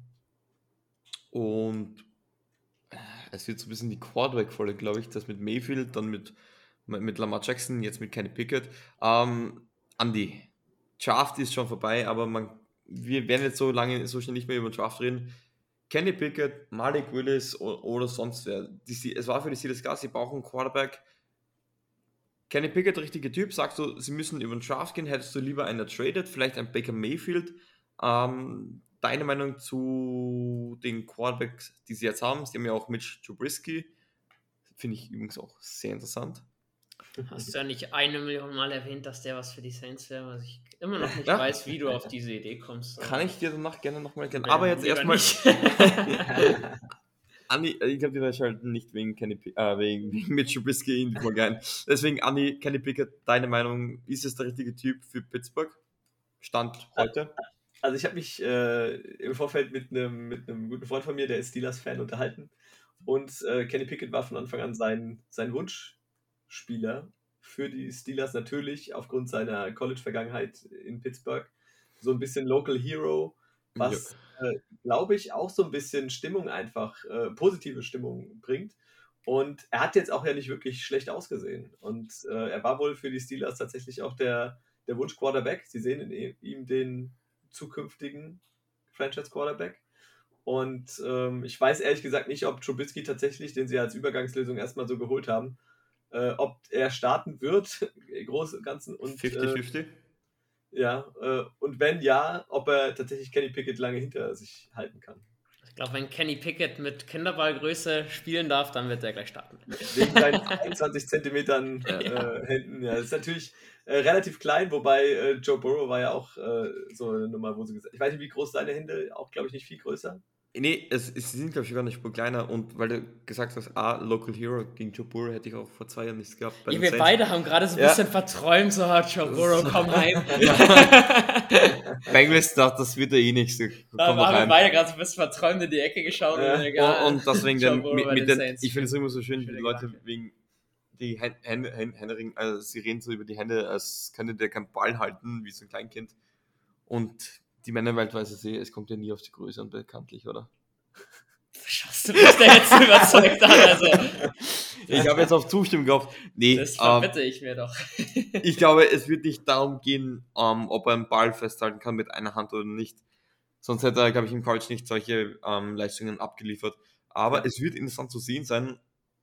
und es wird so ein bisschen die Quarterback-Folge, glaube ich, das mit Mayfield, dann mit, mit Lamar Jackson, jetzt mit Kenny Pickett. Ähm, Andi, Draft ist schon vorbei, aber man, wir werden jetzt so lange, so schnell nicht mehr über den Draft reden. Kenny Pickett, Malik Willis oder, oder sonst wer. Die, es war für die Steelers klar, sie brauchen einen Quarterback. Kenny Pickett, richtiger Typ, sagst du, sie müssen über den Draft gehen, hättest du lieber einen traded, vielleicht einen Baker Mayfield. Ähm, deine Meinung zu den Quarterbacks, die sie jetzt haben? Sie haben ja auch Mitch Trubisky, finde ich übrigens auch sehr interessant. Hast du ja nicht eine Million Mal erwähnt, dass der was für die Saints wäre, was ich immer noch nicht Ja. weiß, wie du auf diese Idee kommst. Kann ich dir danach gerne nochmal erklären. Nee, Aber jetzt lieber erstmal. nicht. Andi, ich glaube, die schalten nicht wegen, Kenny, Pi- äh, wegen, wegen Mitch Trubisky in die Folge ein. Deswegen, Andi, Kenny Pickett, deine Meinung, ist es der richtige Typ für Pittsburgh? Stand heute? Also ich habe mich äh, im Vorfeld mit einem mit einem guten Freund von mir, der ist Steelers-Fan, unterhalten. Und äh, Kenny Pickett war von Anfang an sein, sein Wunschspieler für die Steelers, natürlich aufgrund seiner College-Vergangenheit in Pittsburgh. So ein bisschen Local Hero, was, äh, glaube ich, auch so ein bisschen Stimmung einfach, äh, positive Stimmung bringt. Und er hat jetzt auch ja nicht wirklich schlecht ausgesehen. Und äh, er war wohl für die Steelers tatsächlich auch der, der Wunsch-Quarterback. Sie sehen in ihm den zukünftigen Franchise-Quarterback. Und ähm, ich weiß ehrlich gesagt nicht, ob Trubisky tatsächlich, den sie als Übergangslösung erstmal so geholt haben, äh, ob er starten wird, im Großen und Ganzen. Und, fünfzig äh, fünfzig? ja, äh, und wenn ja, ob er tatsächlich Kenny Pickett lange hinter sich halten kann. Ich glaube, wenn Kenny Pickett mit Kinderballgröße spielen darf, dann wird er gleich starten. Wegen seinen einundzwanzig Zentimetern äh, Ja. Händen. Ja, das ist natürlich äh, relativ klein, wobei äh, Joe Burrow war ja auch äh, so eine Nummer, wo sie gesagt, ich weiß nicht, wie groß seine Hände, auch glaube ich nicht viel größer. Nee, es, es sind, glaube ich, gar nicht spur kleiner. Und weil du gesagt hast, ah, Local Hero gegen Joe Burrow, hätte ich auch vor zwei Jahren nichts gehabt. Bei Ja, den wir Saints. beide haben gerade so ein Ja. bisschen verträumt, so hat Joe Burrow, komm heim. Bengals dachte, das wird er eh nicht. So, komm Da doch haben wir heim. beide gerade so ein bisschen verträumt in die Ecke geschaut. Ja. Und, egal, Und, und deswegen Joe dann Burrow mit, bei mit den den, Saints. ich finde es immer so schön, die Schöne Leute Gedanke. wegen die Hände, Hände, Hände, Hände also sie reden so über die Hände, als könnte der keinen Ball halten, wie so ein Kleinkind. Und die Männerwelt weiß es eh, es kommt ja nie auf die Größe an, bekanntlich, oder? Schaust du mich da jetzt überzeugt an? Also, Ich habe jetzt auf Zustimmung gehofft. Nee, das ähm, verbitte ich mir doch. ich glaube, es wird nicht darum gehen, ähm, ob er einen Ball festhalten kann mit einer Hand oder nicht. Sonst hätte er, glaube ich, im College nicht solche ähm, Leistungen abgeliefert. Aber Ja. es wird interessant zu sehen sein.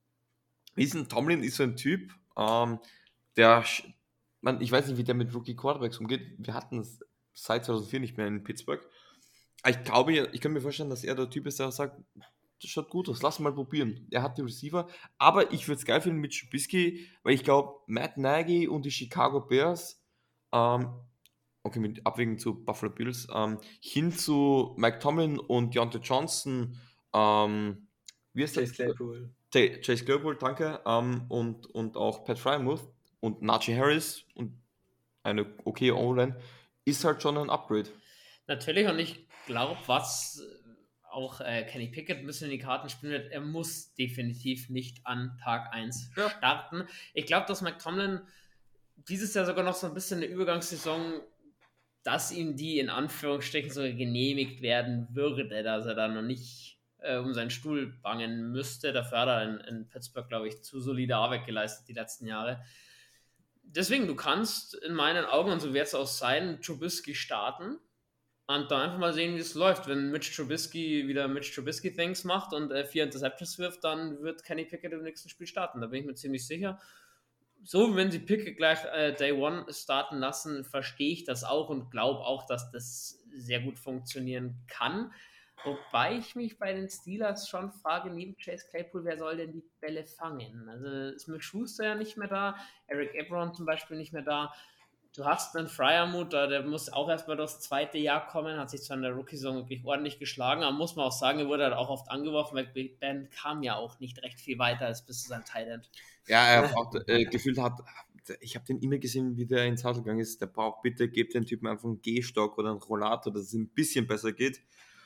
Wiesen Tomlin ist so ein Typ, ähm, der, sch- man, ich weiß nicht, wie der mit Rookie Quarterbacks umgeht. Wir hatten es seit zweitausendvier nicht mehr in Pittsburgh. Aber ich glaube, ich kann mir vorstellen, dass er der Typ ist, der sagt, das schaut gut aus, lass mal probieren. Er hat die Receiver, aber ich würde es geil finden mit Trubisky, weil ich glaube, Matt Nagy und die Chicago Bears, ähm, okay, mit Abwägen zu Buffalo Bills, ähm, hin zu Mike Tomlin und Deontay Johnson, ähm, wie ist Chase der? Claypool. Ta- Chase Claypool, danke, ähm, und, und auch Pat Fryermuth und Najee Harris und eine okay O-Line, ist halt schon ein Upgrade. Natürlich, und ich glaube, was auch äh, Kenny Pickett ein bisschen in die Karten spielen wird, er muss definitiv nicht an Tag eins Ja. starten. Ich glaube, dass Mike Tomlin dieses Jahr sogar noch so ein bisschen eine Übergangssaison, dass ihm die in Anführungsstrichen so genehmigt werden würde, dass er da noch nicht äh, um seinen Stuhl bangen müsste. Dafür hat er in, in Pittsburgh, glaube ich, zu solide Arbeit geleistet die letzten Jahre. Deswegen, du kannst in meinen Augen, und so wird es auch sein, Trubisky starten und dann einfach mal sehen, wie es läuft. Wenn Mitch Trubisky wieder Mitch Trubisky-Things macht und äh, vier Interceptions wirft, dann wird Kenny Pickett im nächsten Spiel starten. Da bin ich mir ziemlich sicher. So, wenn sie Pickett gleich äh, Day One starten lassen, verstehe ich das auch und glaube auch, dass das sehr gut funktionieren kann. Wobei ich mich bei den Steelers schon frage, neben Chase Claypool, wer soll denn die Bälle fangen? Also Smith Schuster ja nicht mehr da, Eric Ebron zum Beispiel nicht mehr da. Du hast einen Fryermuth, der muss auch erstmal das zweite Jahr kommen, hat sich zwar in der Rookie-Saison wirklich ordentlich geschlagen, aber muss man auch sagen, er wurde halt auch oft angeworfen, weil Big Ben kam ja auch nicht recht viel weiter als bis zu seinem Tight End. Ja, er hat auch äh, gefühlt hat, ich habe den immer gesehen, wie der ins Haus gegangen ist. Der braucht bitte, gebt den Typen einfach einen Gehstock oder einen Rollator, dass es ihm ein bisschen besser geht.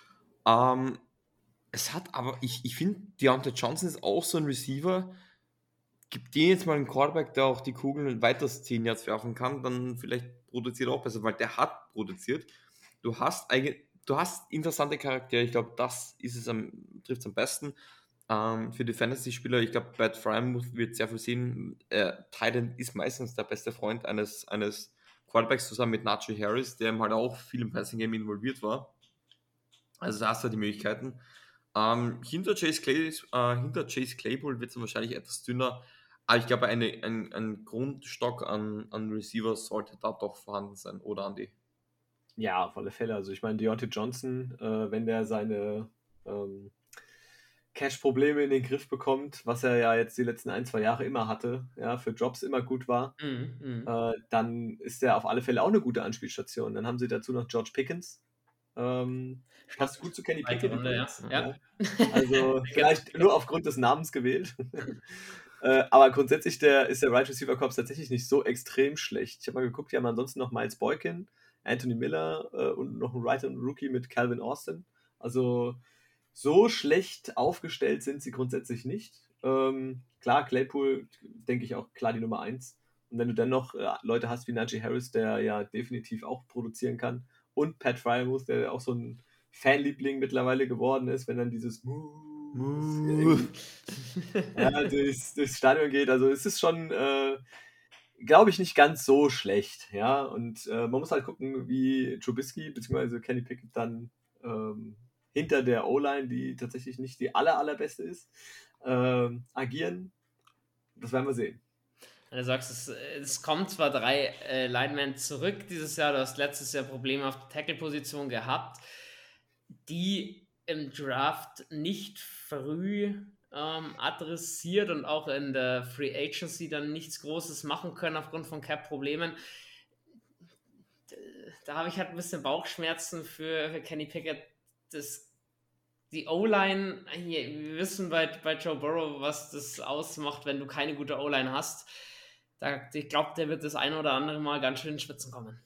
Ähm, es hat aber, ich, ich finde, Deontay Johnson ist auch so ein Receiver. Gib dir jetzt mal einen Quarterback, der auch die Kugeln weiter zehn Yards werfen kann, dann vielleicht produziert er auch besser, weil der hat produziert. Du hast eigentlich, du hast interessante Charaktere. Ich glaube, das ist es am, trifft es am besten. Ähm, für die Fantasy-Spieler, ich glaube, Pat Fryermuth wird sehr viel sehen. Äh, Titan ist meistens der beste Freund eines, eines Quarterbacks zusammen mit Najee Harris, der halt auch viel im Passing-Game involviert war. Also da hast du die Möglichkeiten. Ähm, hinter, Chase Clay, äh, hinter Chase Claypool wird es wahrscheinlich etwas dünner, aber ich glaube, eine, ein, ein Grundstock an, an Receivers sollte da doch vorhanden sein, oder Andi? Ja, auf alle Fälle. Also ich meine, Deontay Johnson, äh, wenn der seine ähm, Cash-Probleme in den Griff bekommt, was er ja jetzt die letzten ein, zwei Jahre immer hatte, ja, für Jobs immer gut war, Mhm, mhm. äh, dann ist er auf alle Fälle auch eine gute Anspielstation. Dann haben sie dazu noch George Pickens. Ähm, passt gut zu Kenny Zweite Pickett Runde, übrigens. ja. Ja. Also vielleicht nur aufgrund des Namens gewählt. äh, aber grundsätzlich der, ist der Right Receiver Corps tatsächlich nicht so extrem schlecht. Ich habe mal geguckt, die haben ansonsten noch Miles Boykin, Anthony Miller äh, und noch einen Right und Rookie mit Calvin Austin. Also so schlecht aufgestellt sind sie grundsätzlich nicht. Ähm, klar, Claypool, denke ich auch klar die Nummer eins. Und wenn du dann noch äh, Leute hast wie Najee Harris, der ja definitiv auch produzieren kann, und Pat Fryermuth, der auch so ein Fanliebling mittlerweile geworden ist, wenn dann dieses Muh. ja, durchs, durchs Stadion geht. Also es ist schon, äh, glaube ich, nicht ganz so schlecht. Ja, und äh, man muss halt gucken, wie Trubisky bzw. Kenny Pickett dann ähm, hinter der O-Line, die tatsächlich nicht die aller, allerbeste ist, ähm, agieren. Das werden wir sehen. Du sagst, es, es kommen zwar drei äh, Linemen zurück dieses Jahr, du hast letztes Jahr Probleme auf der Tackle-Position gehabt, die im Draft nicht früh ähm, adressiert und auch in der Free Agency dann nichts Großes machen können aufgrund von Cap-Problemen. Da habe ich halt ein bisschen Bauchschmerzen für, für Kenny Pickett. Das, die O-Line, hier, wir wissen bei, bei Joe Burrow, was das ausmacht, wenn du keine gute O-Line hast. Da, ich glaube, der wird das eine oder andere Mal ganz schön in Schwitzen kommen.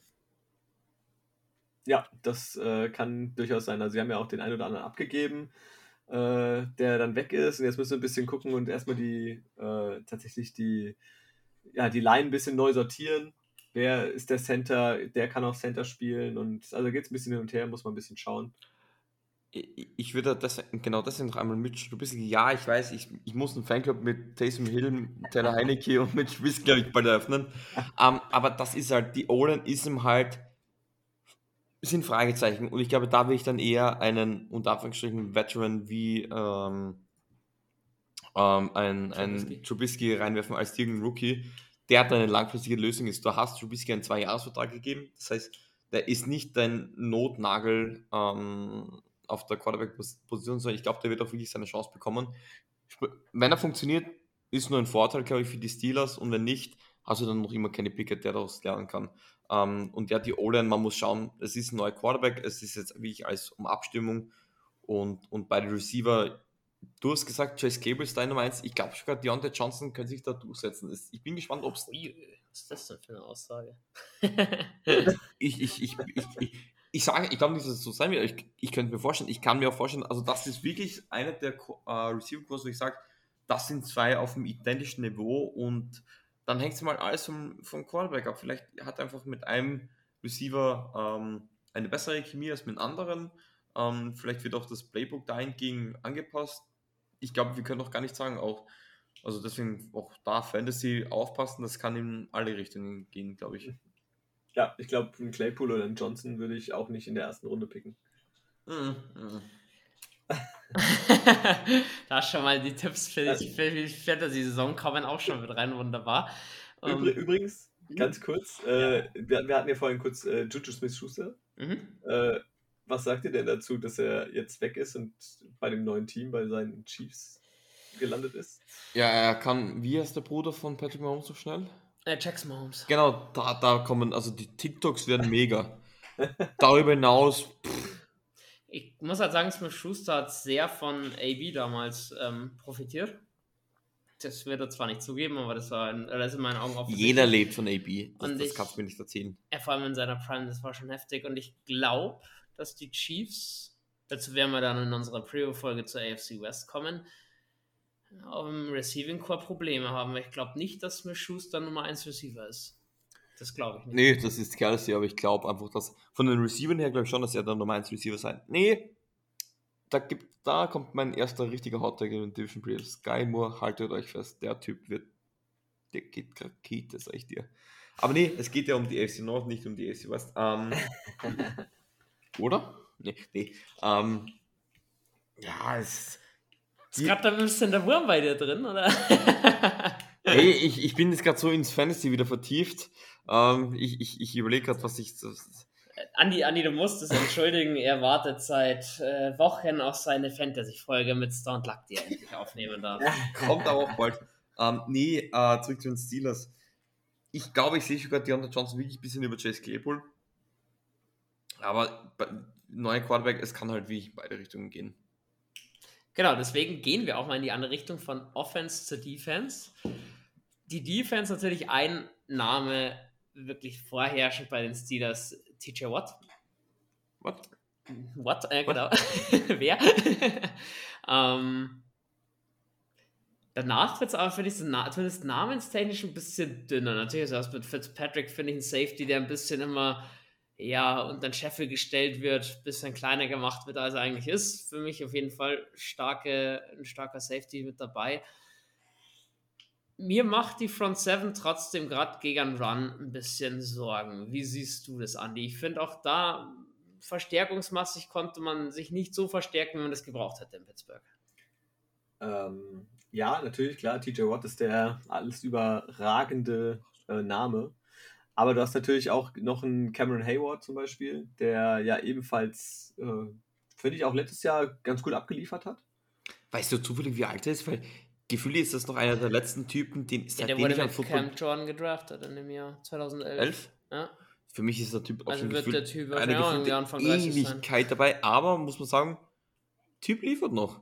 Ja, das äh, kann durchaus sein. Also sie haben ja auch den einen oder anderen abgegeben, äh, der dann weg ist. Und jetzt müssen wir ein bisschen gucken und erstmal die äh, tatsächlich die, ja, die Line ein bisschen neu sortieren. Wer ist der Center? Der kann auch Center spielen. Und also geht es ein bisschen hin und her, muss man ein bisschen schauen. Ich, ich würde das, genau deswegen noch einmal mit, du bist, ja, ich weiß, ich, ich muss einen Fanclub mit Taysom Hill, Taylor Heineke und mit Schwiss, glaube ich, bald eröffnen. um, aber das ist halt, die O-Line ist ihm halt, sind Fragezeichen. Und ich glaube, da will ich dann eher einen, unter Anführungsstrichen, Veteran wie ähm, ähm, ein, ein Trubisky reinwerfen als irgendein Rookie, der hat eine langfristige Lösung ist. Du hast Trubisky einen Zwei-Jahres-Vertrag gegeben, das heißt, der ist nicht dein Notnagel ähm, auf der Quarterback-Position, sondern ich glaube, der wird auch wirklich seine Chance bekommen. Wenn er funktioniert, ist nur ein Vorteil, glaube ich, für die Steelers, und wenn nicht, hast du dann noch immer Kenny Pickett, der daraus lernen kann. Um, und ja, die O-Line, man muss schauen, es ist ein neuer Quarterback, es ist jetzt wirklich alles um Abstimmung, und, und bei den Receiver, du hast gesagt, Chase Cable ist deine Nummer eins, ich glaube sogar, Deontay Johnson könnte sich da durchsetzen. Ich bin gespannt, ob es... Was ist das denn für eine Aussage? ich, ich, ich, ich, ich, ich sage, ich glaube nicht, dass es so sein wird, ich, ich könnte mir vorstellen, ich kann mir auch vorstellen, also das ist wirklich einer der äh, Receiver-Kurse, wo ich sage, das sind zwei auf dem identischen Niveau, und dann hängt es mal alles vom, vom Quarterback ab. Vielleicht hat einfach mit einem Receiver ähm, eine bessere Chemie als mit anderen. Ähm, vielleicht wird auch das Playbook dahingegen angepasst. Ich glaube, wir können noch gar nicht sagen, auch, also deswegen auch da Fantasy aufpassen, das kann in alle Richtungen gehen, glaube ich. Ja, ich glaube, einen Claypool oder einen Johnson würde ich auch nicht in der ersten Runde picken. Mhm. Mhm. Da schon mal die Tipps für die, für die Fantasy-Saison kommen auch schon mit rein, wunderbar. Übr- Übrigens, ganz kurz, äh, ja. wir, wir hatten ja vorhin kurz äh, Juju Smith-Schuster. Mhm. Äh, was sagt ihr denn dazu, dass er jetzt weg ist und bei dem neuen Team, bei seinen Chiefs gelandet ist? Ja, er kann, wie heißt der Bruder von Patrick Mahomes so schnell? Äh, Jackson Mahomes. Genau, da, da kommen, also die TikToks werden mega. Darüber hinaus, pff. Ich muss halt sagen, Smith-Schuster hat sehr von A B damals ähm, profitiert. Das wird er zwar nicht zugeben, aber das war in, das ist in meinen Augen auch. Jeder lebt von A B. Das, und das ich, kannst du mir nicht erzählen. Ja, vor allem in seiner Prime, das war schon heftig. Und ich glaube, dass die Chiefs, dazu werden wir dann in unserer Preview-Folge zur A F C West kommen, auf dem Receiving Core Probleme haben. Ich glaube nicht, dass Smith-Schuster Nummer eins Receiver ist. Das glaube ich nicht. Nee, das ist Kelsey, aber ich glaube einfach, dass von den Receivern her glaube ich schon, dass er der Nummer eins Receiver sein. Nee, da, gibt, da kommt mein erster richtiger Hottag in den Division Preview. Sky Moore, haltet euch fest, der Typ wird, der geht Rakete, sag ich dir. Aber nee, es geht ja um die A F C North, nicht um die A F C West. Ähm, oder? Nee, nee. Ähm, ja, es... Ist gerade da ein bisschen der Wurm bei dir drin, oder? Hey, ich, ich bin jetzt gerade so ins Fantasy wieder vertieft. Ähm, ich ich, ich überlege gerade, was ich... Andi, Andi, du musst es entschuldigen, er wartet seit äh, Wochen auf seine Fantasy-Folge mit Stone Luck, die er endlich aufnehmen darf. Kommt aber auch bald. Ähm, nee, äh, zurück zu den Steelers. Ich glaube, ich sehe sogar Deontay Johnson wirklich ein bisschen über Chase Claypool. Aber neuer Quarterback, es kann halt wirklich in beide Richtungen gehen. Genau, deswegen gehen wir auch mal in die andere Richtung von Offense zur Defense. Die Defense natürlich ein Name wirklich vorherrschend bei den Steelers, T J Watt. What? What? Äh, genau. Wer? ähm, danach wird es aber, finde ich, so na- zumindest namenstechnisch ein bisschen dünner. Natürlich ist das mit Fitzpatrick, finde ich, ein Safety, der ein bisschen immer ja, unter den Scheffel gestellt wird, ein bisschen kleiner gemacht wird, als er eigentlich ist. Für mich auf jeden Fall starke, ein starker Safety mit dabei. Mir macht die Front Seven trotzdem gerade gegen einen Run ein bisschen Sorgen. Wie siehst du das, Andi? Ich finde auch da verstärkungsmassig konnte man sich nicht so verstärken, wie man das gebraucht hätte in Pittsburgh. Ähm, ja, natürlich, klar, T J Watt ist der alles überragende äh, Name. Aber du hast natürlich auch noch einen Cameron Hayward zum Beispiel, der ja ebenfalls, äh, finde ich, auch letztes Jahr ganz gut abgeliefert hat. Weißt du zufällig, wie alt er ist? Weil gefühlt ist das noch einer der letzten Typen, den Ja, der seitdem wurde ich am mit Football Cam Jordan gedraftet in dem Jahr zweitausendelf. elf. Ja. Für mich ist der Typ auch Also schon wird gefühlt der Typ eine wahrscheinlich auch gefühlte irgendwie Anfang dreißig sein. Ewigkeit dabei, aber muss man sagen, Typ liefert noch.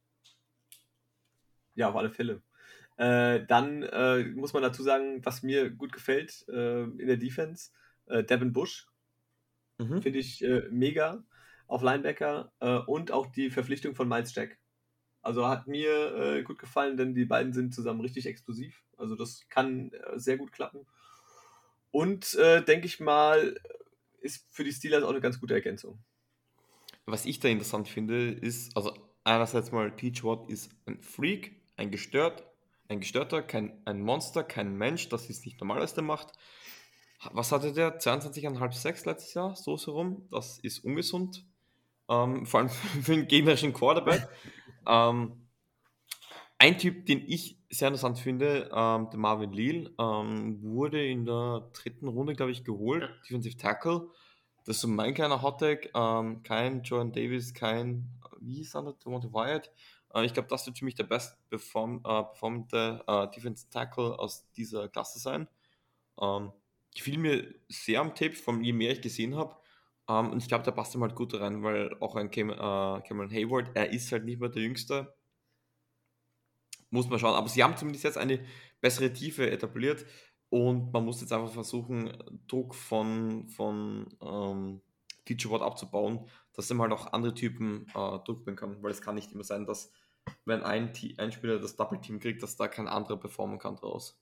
Ja, auf alle Fälle. Äh, dann äh, muss man dazu sagen, was mir gut gefällt äh, in der Defense, äh, Devin Bush, Mhm. finde ich äh, mega auf Linebacker äh, und auch die Verpflichtung von Miles Jack. Also hat mir äh, gut gefallen, denn die beiden sind zusammen richtig explosiv. Also das kann äh, sehr gut klappen. Und äh, denke ich mal, ist für die Steelers auch eine ganz gute Ergänzung. Was ich da interessant finde, ist, also einerseits mal, T J Watt ist ein Freak, ein gestört, ein gestörter, kein, ein Monster, kein Mensch, das ist nicht normal, was der macht. Was hatte der? zweiundzwanzig Komma fünf sechs letztes Jahr, so herum. Das ist ungesund. Ähm, vor allem für einen gegnerischen Quarterback. ähm, ein Typ, den ich sehr interessant finde, ähm, der Marvin Leal, ähm, wurde in der dritten Runde, glaube ich, geholt. Ja. Defensive Tackle. Das ist so mein kleiner Hottag. Ähm, kein Jordan Davis, kein, wie hieß er, Devontae Wyatt. Äh, ich glaube, das wird für mich der best perform, äh, performante äh, Defensive Tackle aus dieser Klasse sein. Ähm, gefiel mir sehr am Tape, von je mehr ich gesehen habe. Ähm, und ich glaube, da passt ihm halt gut rein, weil auch ein Cam, äh, Cameron Hayward, er ist halt nicht mehr der Jüngste. Muss man schauen. Aber sie haben zumindest jetzt eine bessere Tiefe etabliert und man muss jetzt einfach versuchen, Druck von, von ähm, T J Watt abzubauen, dass ihm halt auch andere Typen äh, Druck bringen kann, weil es kann nicht immer sein, dass wenn ein, T- ein Spieler das Double Team kriegt, dass da kein anderer performen kann draus.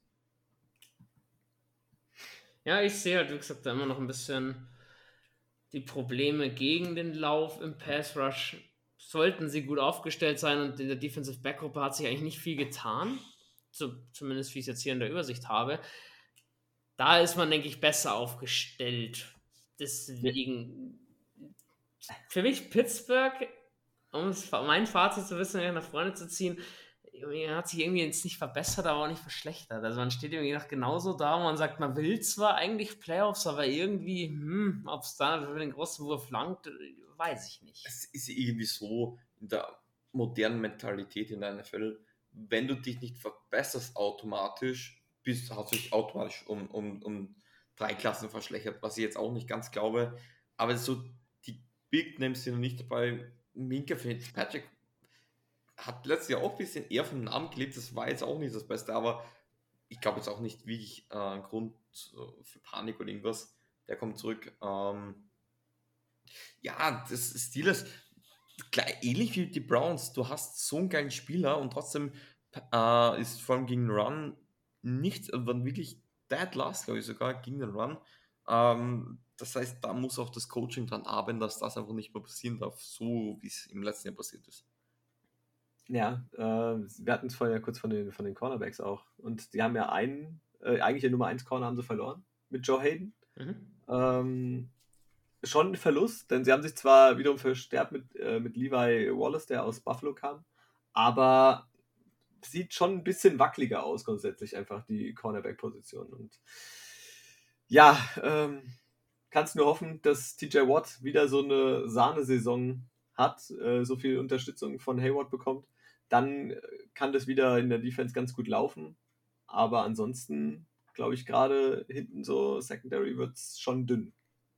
Ja, ich sehe halt, wie gesagt, da immer noch ein bisschen die Probleme gegen den Lauf im Pass Rush. Sollten sie gut aufgestellt sein und in der Defensive Backgruppe hat sich eigentlich nicht viel getan. So, zumindest wie ich es jetzt hier in der Übersicht habe. Da ist man, denke ich, besser aufgestellt. Deswegen, für mich Pittsburgh, um es- mein Fazit zu wissen, nach vorne zu ziehen, er hat sich irgendwie jetzt nicht verbessert, aber auch nicht verschlechtert. Also man steht irgendwie noch genauso da und man sagt, man will zwar eigentlich Playoffs, aber irgendwie, hm, ob es da für den großen Wurf langt, weiß ich nicht. Es ist irgendwie so in der modernen Mentalität in der N F L, wenn du dich nicht verbesserst automatisch, bist, hast du dich automatisch um, um, um drei Klassen verschlechtert, was ich jetzt auch nicht ganz glaube. Aber so die Big Names sind noch nicht dabei. Minka Fitzpatrick hat letztes Jahr auch ein bisschen eher vom Namen gelebt, das war jetzt auch nicht das Beste, aber ich glaube jetzt auch nicht wirklich äh, ein Grund äh, für Panik oder irgendwas. Der kommt zurück. Ähm, ja, das Steelers, gleich, ähnlich wie die Browns, du hast so einen geilen Spieler und trotzdem äh, ist vor allem gegen den Run nichts, waren wirklich dead last, glaube ich sogar, gegen den Run. Ähm, das heißt, da muss auch das Coaching dran arbeiten, dass das einfach nicht mehr passieren darf, so wie es im letzten Jahr passiert ist. Ja, äh, wir hatten es vorhin ja kurz von den, von den Cornerbacks auch. Und die haben ja einen, äh, eigentlich den Nummer eins Corner haben sie verloren mit Joe Hayden. Mhm. Ähm, schon ein Verlust, denn sie haben sich zwar wiederum verstärkt mit, äh, mit Levi Wallace, der aus Buffalo kam, aber sieht schon ein bisschen wackeliger aus, grundsätzlich einfach die Cornerback-Position. Und ja, ähm, kannst nur hoffen, dass T J Watt wieder so eine Sahnesaison hat, äh, so viel Unterstützung von Hayward bekommt, dann äh, kann das wieder in der Defense ganz gut laufen. Aber ansonsten, glaube ich, gerade hinten so Secondary wird es schon dünn.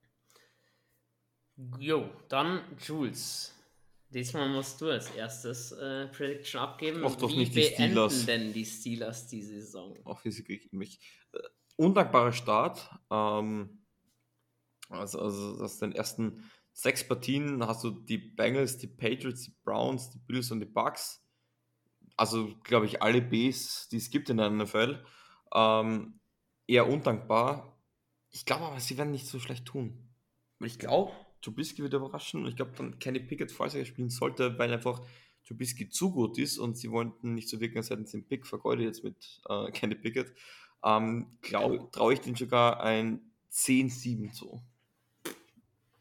Jo, dann Jules. Diesmal musst du als erstes äh, Prediction abgeben. Mach doch Wie nicht die beenden Steelers. denn die Steelers die Saison? Auch wirklich mich. Äh, undankbarer Start. Ähm, also, also aus den ersten sechs Partien hast du die Bengals, die Patriots, die Browns, die Bills und die Bucks. Also, glaube ich, alle Bs, die es gibt in der N F L. Ähm, eher undankbar. Ich glaube aber, sie werden nicht so schlecht tun. Weil ich glaube, Trubisky wird überraschen und ich glaube dann Kenny Pickett, falls er spielen sollte, weil einfach Trubisky zu gut ist und sie wollten nicht so wirken, als hätten sie den Pick vergeudet jetzt mit äh, Kenny Pickett. Ähm, traue ich denen sogar ein zehn sieben zu.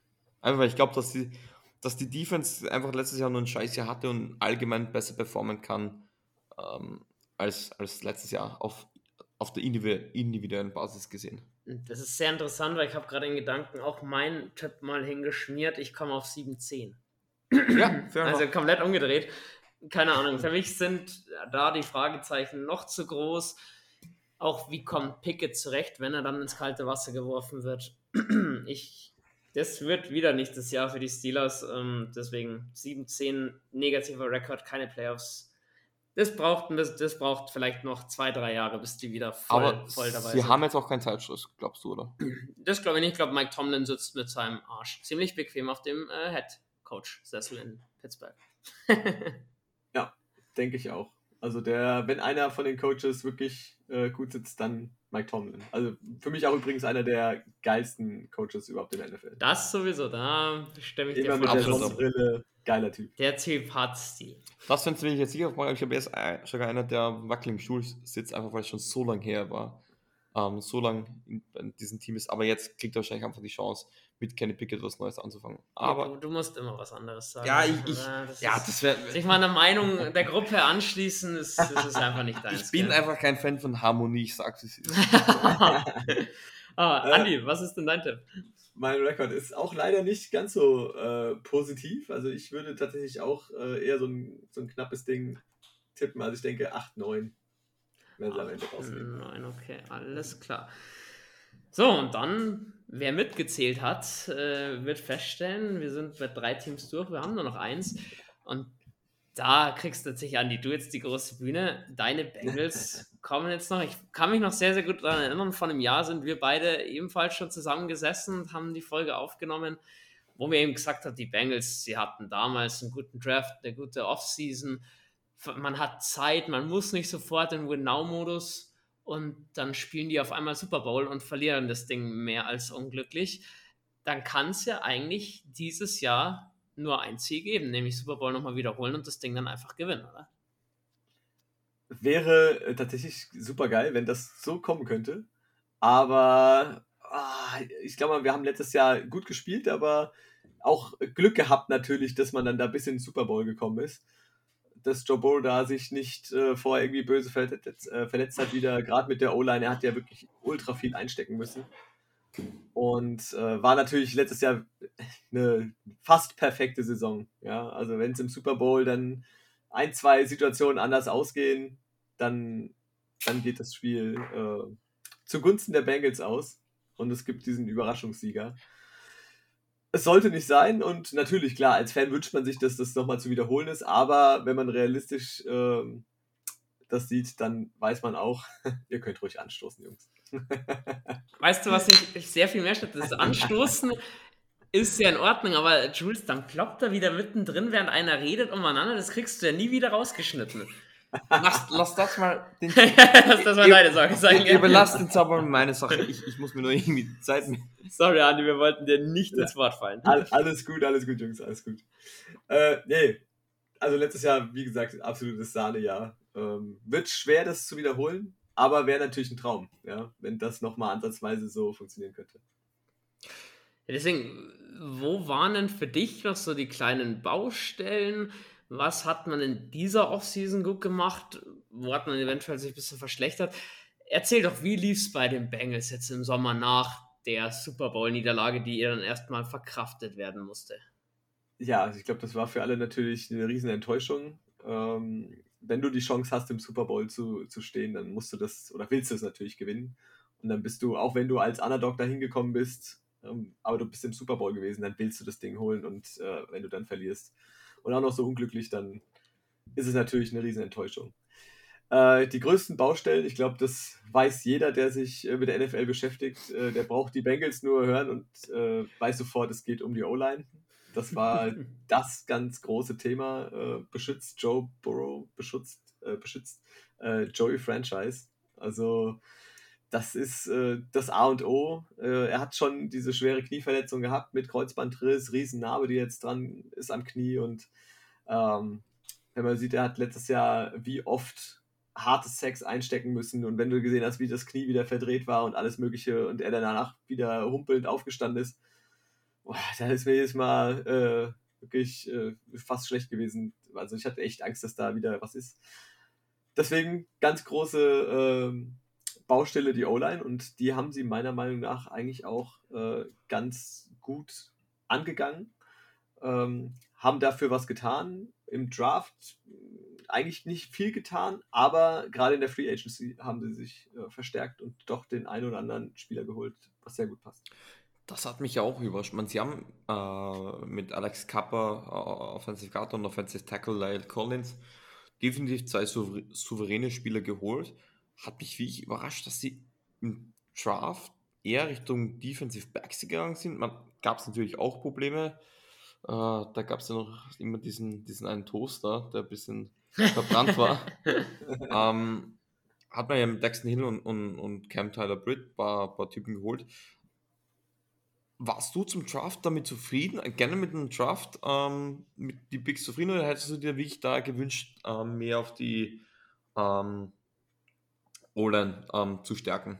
Einfach, weil ich glaube, dass die, dass die Defense einfach letztes Jahr nur ein Scheißjahr hatte und allgemein besser performen kann ähm, als, als letztes Jahr auf, auf der individu- individuellen Basis gesehen. Das ist sehr interessant, weil ich habe gerade in Gedanken auch meinen Tipp mal hingeschmiert. Ich komme auf sieben zehn. Ja, fair Also enough. komplett umgedreht. Keine Ahnung, für mich sind da die Fragezeichen noch zu groß. Auch wie kommt Pickett zurecht, wenn er dann ins kalte Wasser geworfen wird. Ich, das wird wieder nicht das Jahr für die Steelers. Ähm, deswegen sieben zehn, negativer Rekord, keine Playoffs. Das braucht, das, das braucht vielleicht noch zwei, drei Jahre, bis die wieder voll, Aber voll dabei sie sind. haben jetzt auch keinen Zeitschluss, glaubst du, oder? Das glaube ich nicht. Ich glaube, Mike Tomlin sitzt mit seinem Arsch ziemlich bequem auf dem äh, Head-Coach-Sessel in Pittsburgh. Ja, denke ich auch. Also der, wenn einer von den Coaches wirklich äh, gut sitzt, dann Mike Tomlin. Also für mich auch übrigens einer der geilsten Coaches überhaupt in der N F L. Das sowieso, da stimme ich Immer dir mit voll der absolut zu. Sonnenbrille, geiler Typ. Der Typ hat Stil. Das finde ich jetzt sicher auf meinem, ich glaube, er ist ein- sogar einer, der wackelig im Stuhl sitzt, einfach weil es schon so lange her war. Ähm, so lange in, in diesem Team ist. Aber jetzt kriegt er wahrscheinlich einfach die Chance, mit Kenny Pickett was Neues anzufangen. Aber du, du musst immer was anderes sagen. ja, ich, ich, Oder? Das ja, ist, das wäre. sich mal einer Meinung der Gruppe anschließen, ist, das ist einfach nicht deins. Ich bin gell? einfach kein Fan von Harmonie, ich sag's es ist. ah, Andi, was ist denn dein Tipp? Mein Rekord ist auch leider nicht ganz so äh, positiv. Also ich würde tatsächlich auch äh, eher so ein, so ein knappes Ding tippen. Also ich denke acht neun. Wenn sie am Ende rausgehen. Nein, okay, alles klar. So, und dann, wer mitgezählt hat, äh, wird feststellen, wir sind bei drei Teams durch, wir haben nur noch eins. Und da kriegst du tatsächlich, Andi, du jetzt die große Bühne. Deine Bengals kommen jetzt noch. Ich kann mich noch sehr, sehr gut daran erinnern. Vor einem Jahr sind wir beide ebenfalls schon zusammengesessen und haben die Folge aufgenommen, wo wir eben gesagt haben, die Bengals, sie hatten damals einen guten Draft, eine gute Offseason. Man hat Zeit, man muss nicht sofort in Win-Now-Modus und dann spielen die auf einmal Super Bowl und verlieren das Ding mehr als unglücklich. Dann kann es ja eigentlich dieses Jahr nur ein Ziel geben, nämlich Super Bowl nochmal wiederholen und das Ding dann einfach gewinnen, oder? Wäre äh, tatsächlich super geil, wenn das so kommen könnte. Aber ah, ich glaube, wir haben letztes Jahr gut gespielt, aber auch Glück gehabt natürlich, dass man dann da bis in den Super Bowl gekommen ist. Dass Joe Burrow da sich nicht äh, vorher irgendwie böse verletzt, äh, verletzt hat, wieder gerade mit der O-Line. Er hat ja wirklich ultra viel einstecken müssen. Und äh, war natürlich letztes Jahr eine fast perfekte Saison. Ja? Also wenn es im Super Bowl dann ein, zwei Situationen anders ausgehen, dann, dann geht das Spiel äh, zugunsten der Bengals aus und es gibt diesen Überraschungssieger. Es sollte nicht sein und natürlich, klar, als Fan wünscht man sich, dass das nochmal zu wiederholen ist, aber wenn man realistisch ähm, das sieht, dann weiß man auch, ihr könnt ruhig anstoßen, Jungs. Weißt du, was ich, ich sehr viel mehr statt das Anstoßen ist ja in Ordnung, aber Jules, dann ploppt er wieder mittendrin, während einer redet umeinander, das kriegst du ja nie wieder rausgeschnitten. Lass, lass das mal. Den, das, das war deine Sache. Sagen, ich überlasse den Zauber meine Sache. Ich, ich muss mir nur irgendwie die Zeit nehmen. Sorry, Andi, wir wollten dir nicht ins Wort fallen. All, alles gut, alles gut, Jungs, alles gut. Äh, nee, also letztes Jahr, wie gesagt, absolutes Sahnejahr. Ähm, wird schwer, das zu wiederholen, aber wäre natürlich ein Traum, ja, wenn das nochmal ansatzweise so funktionieren könnte. Ja, deswegen, wo waren denn für dich noch so die kleinen Baustellen? Was hat man in dieser Offseason gut gemacht? Wo hat man eventuell sich ein bisschen verschlechtert? Erzähl doch, wie lief es bei den Bengals jetzt im Sommer nach der Super Bowl-Niederlage, die ihr dann erstmal verkraftet werden musste? Ja, also ich glaube, das war für alle natürlich eine riesen Enttäuschung. Ähm, wenn du die Chance hast, im Super Bowl zu, zu stehen, dann musst du das, oder willst du es natürlich gewinnen. Und dann bist du, auch wenn du als Underdog da hingekommen bist, ähm, aber du bist im Super Bowl gewesen, dann willst du das Ding holen und äh, wenn du dann verlierst und auch noch so unglücklich, dann ist es natürlich eine riesen Enttäuschung. Äh, die größten Baustellen, ich glaube, das weiß jeder, der sich äh, mit der N F L beschäftigt, äh, der braucht die Bengals nur hören und äh, weiß sofort, es geht um die O-Line. Das war das ganz große Thema. Äh, beschützt Joe Burrow, beschützt, äh, beschützt äh, Joey Franchise. Also das ist äh, das A und O. Äh, er hat schon diese schwere Knieverletzung gehabt mit Kreuzbandriss, Riesennarbe, die jetzt dran ist am Knie. Und ähm, wenn man sieht, er hat letztes Jahr wie oft harte Sex einstecken müssen. Und wenn du gesehen hast, wie das Knie wieder verdreht war und alles Mögliche und er danach wieder humpelnd aufgestanden ist, boah, da ist mir jedes Mal äh, wirklich äh, fast schlecht gewesen. Also ich hatte echt Angst, dass da wieder was ist. Deswegen ganz große ähm, Baustelle die O-Line und die haben sie meiner Meinung nach eigentlich auch äh, ganz gut angegangen. Ähm, haben dafür was getan. Im Draft äh, eigentlich nicht viel getan, aber gerade in der Free Agency haben sie sich äh, verstärkt und doch den einen oder anderen Spieler geholt, was sehr gut passt. Das hat mich ja auch überrascht. Man, sie haben äh, mit Alex Kappa, äh, Offensive Guard und Offensive Tackle Lyle Collins definitiv zwei souver souveräne Spieler geholt. Hat mich wirklich überrascht, dass sie im Draft eher Richtung Defensive Backs gegangen sind. Man gab es natürlich auch Probleme. Äh, da gab es ja noch immer diesen, diesen einen Toaster, der ein bisschen verbrannt war. ähm, hat man ja mit Daxton Hill und, und, und Cam Tyler Britt ein paar, paar Typen geholt. Warst du zum Draft damit zufrieden? Gerne mit dem Draft, ähm, mit die Picks zufrieden oder hättest du dir wirklich da gewünscht, ähm, mehr auf die ähm, O-Line ähm, zu stärken?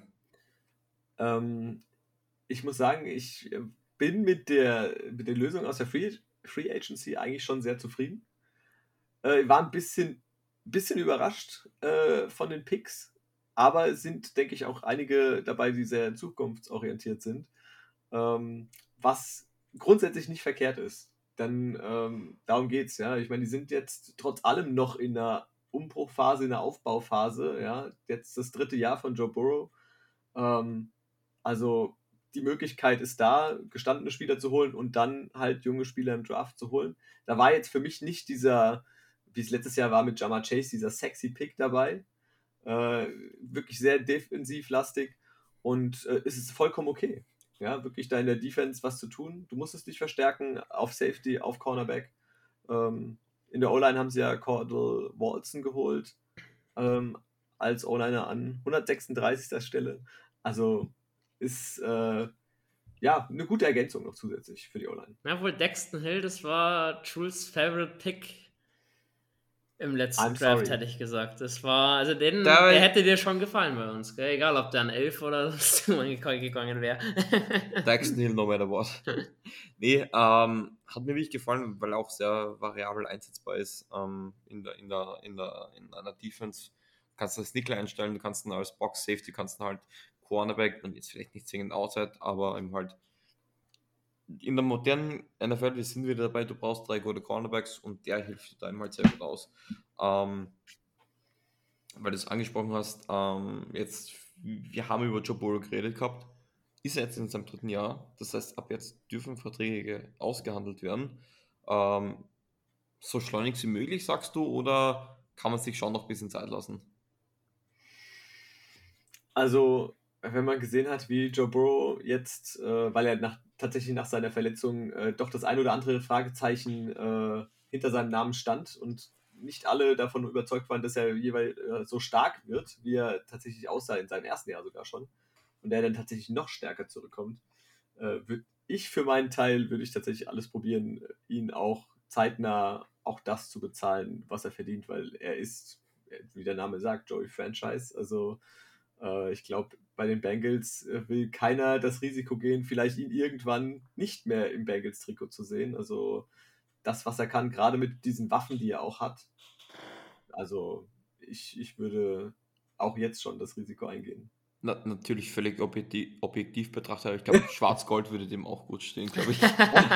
Ähm, ich muss sagen, ich äh, bin mit der, mit der Lösung aus der Free, Free Agency eigentlich schon sehr zufrieden. Äh, war ein bisschen, bisschen überrascht äh, von den Picks, aber es sind, denke ich, auch einige dabei, die sehr zukunftsorientiert sind, ähm, was grundsätzlich nicht verkehrt ist. Denn ähm, darum geht es, ja. Ich meine, die sind jetzt trotz allem noch in einer Umbruchphase, in einer Aufbauphase, ja. Jetzt das dritte Jahr von Joe Burrow. Ähm, also die Möglichkeit ist da, gestandene Spieler zu holen und dann halt junge Spieler im Draft zu holen. Da war jetzt für mich nicht dieser, wie es letztes Jahr war mit Ja'Marr Chase, dieser sexy Pick dabei. Äh, wirklich sehr defensivlastig und äh, es ist vollkommen okay. Ja, wirklich da in der Defense was zu tun. Du musstest dich verstärken auf Safety, auf Cornerback. Ähm, in der O-Line haben sie ja Cordell Walton geholt ähm, als O-Liner an hundertsechsunddreißigster Stelle. Also ist äh, ja eine gute Ergänzung noch zusätzlich für die O-Line. Ja, wohl Daxton Hill, das war Jules' Favorite Pick im letzten I'm Draft, sorry. hätte ich gesagt. Das war, also den, Da- der hätte dir schon gefallen bei uns, gell? Egal, ob der an elf oder so gegangen wäre. Daxton Hill, no matter what. Nee, ähm, hat mir wirklich gefallen, weil er auch sehr variabel einsetzbar ist ähm, in, der, in, der, in, der, in einer Defense. Du kannst das Nickel einstellen, du kannst ihn als Box Safety, du kannst ihn halt Cornerback und jetzt vielleicht nicht zwingend Outside, aber eben halt in der modernen N F L, wir sind wieder dabei, du brauchst drei gute Cornerbacks und der hilft dir da eben halt sehr gut aus. Ähm, weil du es angesprochen hast, ähm, jetzt, wir haben über Joe Burrow geredet gehabt, ist er jetzt in seinem dritten Jahr, das heißt, ab jetzt dürfen Verträge ausgehandelt werden. Ähm, so schleunig wie möglich, sagst du, oder kann man sich schon noch ein bisschen Zeit lassen? Also, wenn man gesehen hat, wie Joe Burrow jetzt, äh, weil er nach, tatsächlich nach seiner Verletzung äh, doch das ein oder andere Fragezeichen äh, hinter seinem Namen stand und nicht alle davon überzeugt waren, dass er jeweils äh, so stark wird, wie er tatsächlich aussah in seinem ersten Jahr sogar schon, und er dann tatsächlich noch stärker zurückkommt, äh, würde ich für meinen Teil, würde ich tatsächlich alles probieren, ihn auch zeitnah auch das zu bezahlen, was er verdient, weil er ist, wie der Name sagt, Joey Franchise, also äh, ich glaube, bei den Bengals äh, will keiner das Risiko gehen, vielleicht ihn irgendwann nicht mehr im Bengals-Trikot zu sehen. Also das, was er kann, gerade mit diesen Waffen, die er auch hat. Also ich, ich würde auch jetzt schon das Risiko eingehen. Na, natürlich völlig objektiv, objektiv betrachtet, aber ich glaube, Schwarz-Gold würde dem auch gut stehen, glaube ich.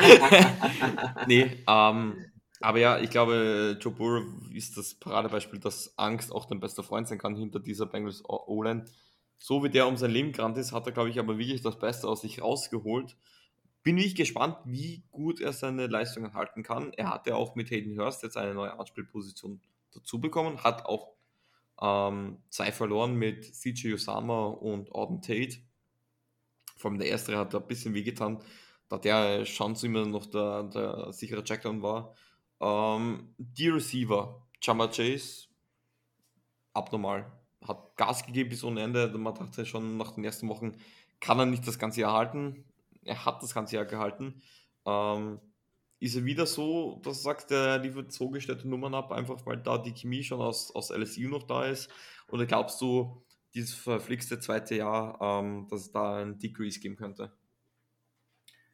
Nee, ähm, aber ja, ich glaube, Joe Burrow ist das Paradebeispiel, dass Angst auch dein bester Freund sein kann hinter dieser Bengals O-Line. So wie der um sein Leben gerannt ist, hat er, glaube ich, aber wirklich das Beste aus sich rausgeholt. Bin wirklich gespannt, wie gut er seine Leistungen halten kann. Er hat ja auch mit Hayden Hurst jetzt eine neue Anspielposition dazu bekommen, hat auch ähm, zwei verloren mit C J Usama und Auden Tate. Vor allem der erste hat da ein bisschen wehgetan, da der schon so immer noch der, der sichere Checkdown war. Ähm, die Receiver, Ja'Marr Chase, abnormal. Hat Gas gegeben bis ohne Ende. Man dachte schon nach den ersten Wochen, kann er nicht das ganze Jahr halten. Er hat das ganze Jahr gehalten. Ähm, ist er wieder so, dass du sagst, er liefert so gestellte Nummern ab, einfach weil da die Chemie schon aus, aus L S U noch da ist? Oder glaubst du, dieses verflixte zweite Jahr, ähm, dass es da ein Decrease geben könnte?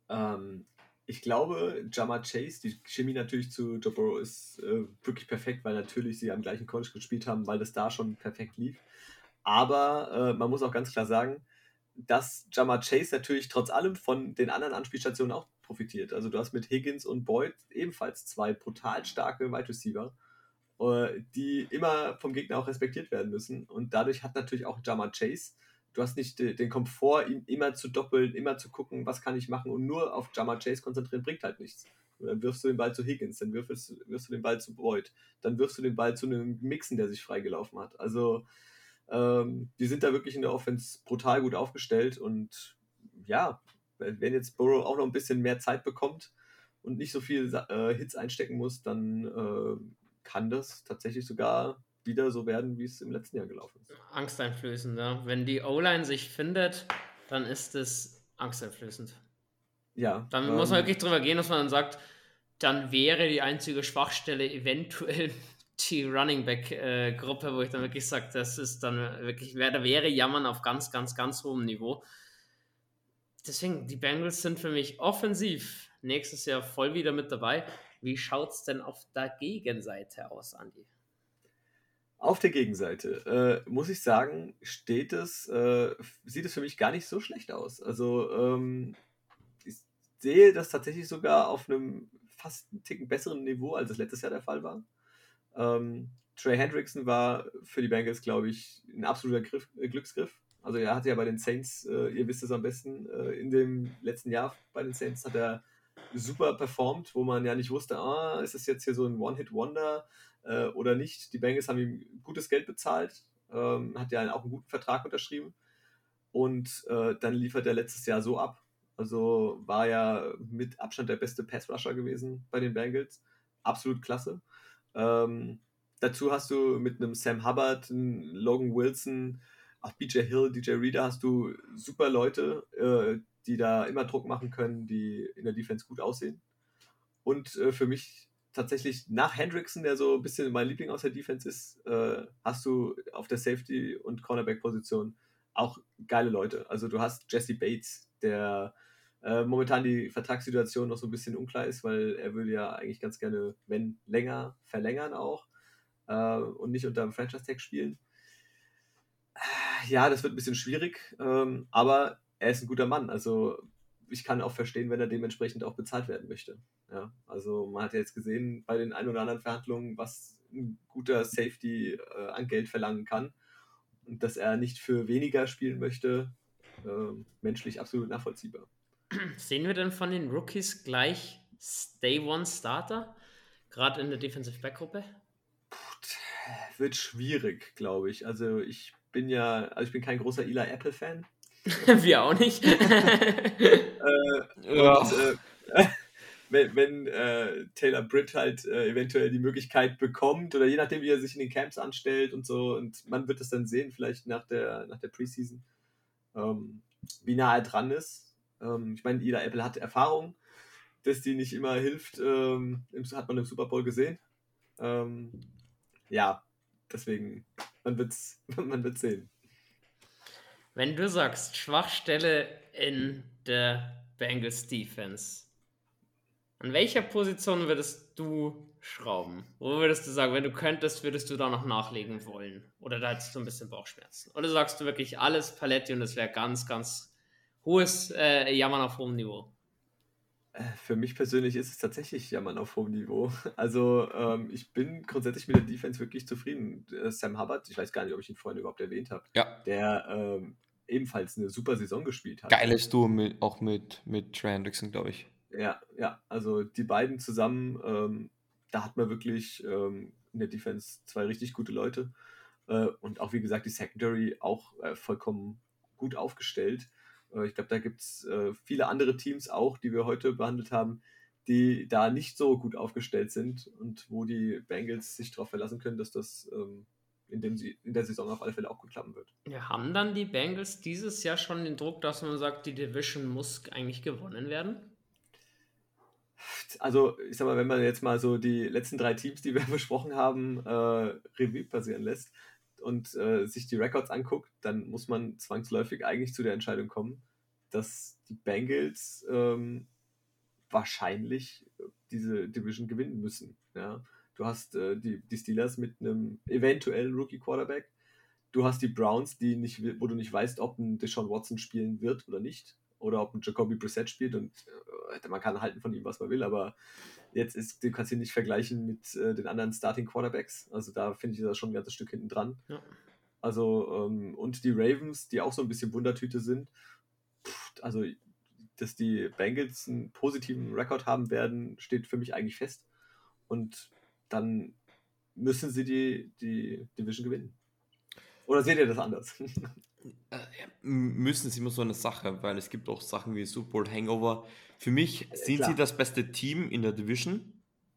Ähm, ich glaube, Ja'Marr Chase, die Chemie natürlich zu Joe Burrow ist äh, wirklich perfekt, weil natürlich sie am gleichen College gespielt haben, weil das da schon perfekt lief. Aber äh, man muss auch ganz klar sagen, dass Ja'Marr Chase natürlich trotz allem von den anderen Anspielstationen auch profitiert. Also du hast mit Higgins und Boyd ebenfalls zwei brutal starke Wide Receiver, äh, die immer vom Gegner auch respektiert werden müssen. Und dadurch hat natürlich auch Ja'Marr Chase, du hast nicht de- den Komfort, ihn immer zu doppeln, immer zu gucken, was kann ich machen und nur auf Ja'Marr Chase konzentrieren, bringt halt nichts. Dann wirfst du den Ball zu Higgins, dann wirfst, wirfst du den Ball zu Boyd, dann wirfst du den Ball zu einem Mixen, der sich freigelaufen hat. Also ähm, die sind da wirklich in der Offense brutal gut aufgestellt und ja, wenn jetzt Burrow auch noch ein bisschen mehr Zeit bekommt und nicht so viel äh, Hits einstecken muss, dann äh, kann das tatsächlich sogar wieder so werden, wie es im letzten Jahr gelaufen ist. Angsteinflößend, ja. Wenn die O-Line sich findet, dann ist es angsteinflößend. Ja. Dann ähm, muss man wirklich drüber gehen, dass man dann sagt, dann wäre die einzige Schwachstelle eventuell die Running Back äh, Gruppe, wo ich dann wirklich sage, das ist dann wirklich, da wäre Jammern auf ganz, ganz, ganz hohem Niveau. Deswegen, die Bengals sind für mich offensiv nächstes Jahr voll wieder mit dabei. Wie schaut es denn auf der Gegenseite aus, Andi? Auf der Gegenseite äh, muss ich sagen, steht es, äh, sieht es für mich gar nicht so schlecht aus. Also ähm, ich sehe das tatsächlich sogar auf einem fast einen Ticken besseren Niveau, als es letztes Jahr der Fall war. Ähm, Trey Hendrickson war für die Bengals, glaube ich, ein absoluter Griff, äh, Glücksgriff. Also er hatte ja bei den Saints, äh, ihr wisst es am besten, äh, in dem letzten Jahr bei den Saints hat er super performt, wo man ja nicht wusste, ah, ist das jetzt hier so ein One-Hit-Wonder äh, oder nicht. Die Bengals haben ihm gutes Geld bezahlt, ähm, hat ja auch einen guten Vertrag unterschrieben und äh, dann liefert er letztes Jahr so ab. Also war ja mit Abstand der beste Pass-Rusher gewesen bei den Bengals. Absolut klasse. Ähm, dazu hast du mit einem Sam Hubbard, einem Logan Wilson, auch B J Hill, D J Reader, hast du super Leute, äh, die da immer Druck machen können, die in der Defense gut aussehen. Und äh, für mich tatsächlich nach Hendrickson, der so ein bisschen mein Liebling aus der Defense ist, äh, hast du auf der Safety- und Cornerback-Position auch geile Leute. Also du hast Jesse Bates, der äh, momentan die Vertragssituation noch so ein bisschen unklar ist, weil er würde ja eigentlich ganz gerne, wenn länger, verlängern auch äh, und nicht unter dem Franchise-Tag spielen. Ja, das wird ein bisschen schwierig, ähm, aber er ist ein guter Mann. Also ich kann auch verstehen, wenn er dementsprechend auch bezahlt werden möchte. Ja, also man hat ja jetzt gesehen bei den ein oder anderen Verhandlungen, was ein guter Safety äh, an Geld verlangen kann. Und dass er nicht für weniger spielen möchte, äh, menschlich absolut nachvollziehbar. Sehen wir denn von den Rookies gleich Day One Starter? Gerade in der Defensive Back Gruppe? Wird schwierig, glaube ich. Also ich bin ja, also ich bin kein großer Eli Apple Fan. Wir auch nicht. äh, Ja. und äh, wenn, wenn äh, Taylor Britt halt äh, eventuell die Möglichkeit bekommt oder je nachdem, wie er sich in den Camps anstellt und so, und man wird es dann sehen, vielleicht nach der, nach der Preseason, ähm, wie nah er dran ist. Ähm, ich meine, Eli Apple hat Erfahrung, dass die nicht immer hilft, ähm, hat man im Super Bowl gesehen. Ähm, ja, deswegen, man wird's, man wird's sehen. Wenn du sagst, Schwachstelle in der Bengals Defense, an welcher Position würdest du schrauben? Wo würdest du sagen, wenn du könntest, würdest du da noch nachlegen wollen? Oder da hättest du ein bisschen Bauchschmerzen? Oder sagst du wirklich alles Paletti und es wäre ganz, ganz hohes äh, Jammern auf hohem Niveau? Für mich persönlich ist es tatsächlich Jammern auf hohem Niveau. Also ähm, ich bin grundsätzlich mit der Defense wirklich zufrieden. Äh, Sam Hubbard, ich weiß gar nicht, ob ich ihn vorhin überhaupt erwähnt habe, Ja. der ähm, ebenfalls eine super Saison gespielt hat. Geiles Duo mit, auch mit, mit Trey Hendrickson, glaube ich. Ja, ja, also die beiden zusammen, ähm, da hat man wirklich ähm, in der Defense zwei richtig gute Leute. Äh, und auch wie gesagt, die Secondary auch äh, vollkommen gut aufgestellt. Äh, ich glaube, da gibt es äh, viele andere Teams auch, die wir heute behandelt haben, die da nicht so gut aufgestellt sind und wo die Bengals sich darauf verlassen können, dass das ähm, in, dem, in der Saison auf alle Fälle auch gut klappen wird. Ja, haben dann die Bengals dieses Jahr schon den Druck, dass man sagt, die Division muss eigentlich gewonnen werden? Also, ich sag mal, wenn man jetzt mal so die letzten drei Teams, die wir besprochen haben, äh, Revue passieren lässt und äh, sich die Records anguckt, dann muss man zwangsläufig eigentlich zu der Entscheidung kommen, dass die Bengals ähm, wahrscheinlich diese Division gewinnen müssen. Ja. Du hast äh, die, die Steelers mit einem eventuellen Rookie-Quarterback. Du hast die Browns, die nicht, wo du nicht weißt, ob ein Deshaun Watson spielen wird oder nicht. Oder ob ein Jacoby Brissett spielt. Und äh, man kann halten von ihm, was man will, aber jetzt ist, du kannst ihn nicht vergleichen mit äh, den anderen Starting Quarterbacks. Also da finde ich das schon ein ganzes Stück hinten dran. Ja. Also, ähm, und die Ravens, die auch so ein bisschen Wundertüte sind. Pff, also, dass die Bengals einen positiven Rekord haben werden, steht für mich eigentlich fest. Und dann müssen sie die, die Division gewinnen. Oder seht ihr das anders? Äh, müssen ist immer so eine Sache, weil es gibt auch Sachen wie Super Bowl Hangover. Für mich sind klar. sie das beste Team in der Division.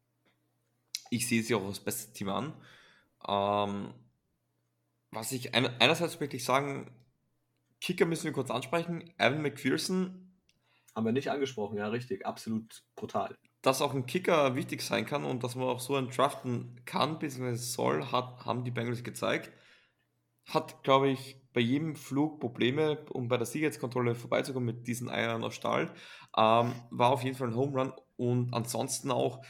Ich sehe sie auch als beste Team an. Ähm, was ich ein, einerseits wirklich sagen, Kicker müssen wir kurz ansprechen. Evan McPherson, Haben wir nicht angesprochen, ja, richtig. Absolut brutal. dass auch ein Kicker wichtig sein kann und dass man auch so einen draften kann, bzw. soll, hat, haben die Bengals gezeigt. Hat, glaube ich, bei jedem Flug Probleme, um bei der Sicherheitskontrolle vorbeizukommen mit diesen Eiern aus Stahl. Ähm, war auf jeden Fall ein Home Run und ansonsten auch,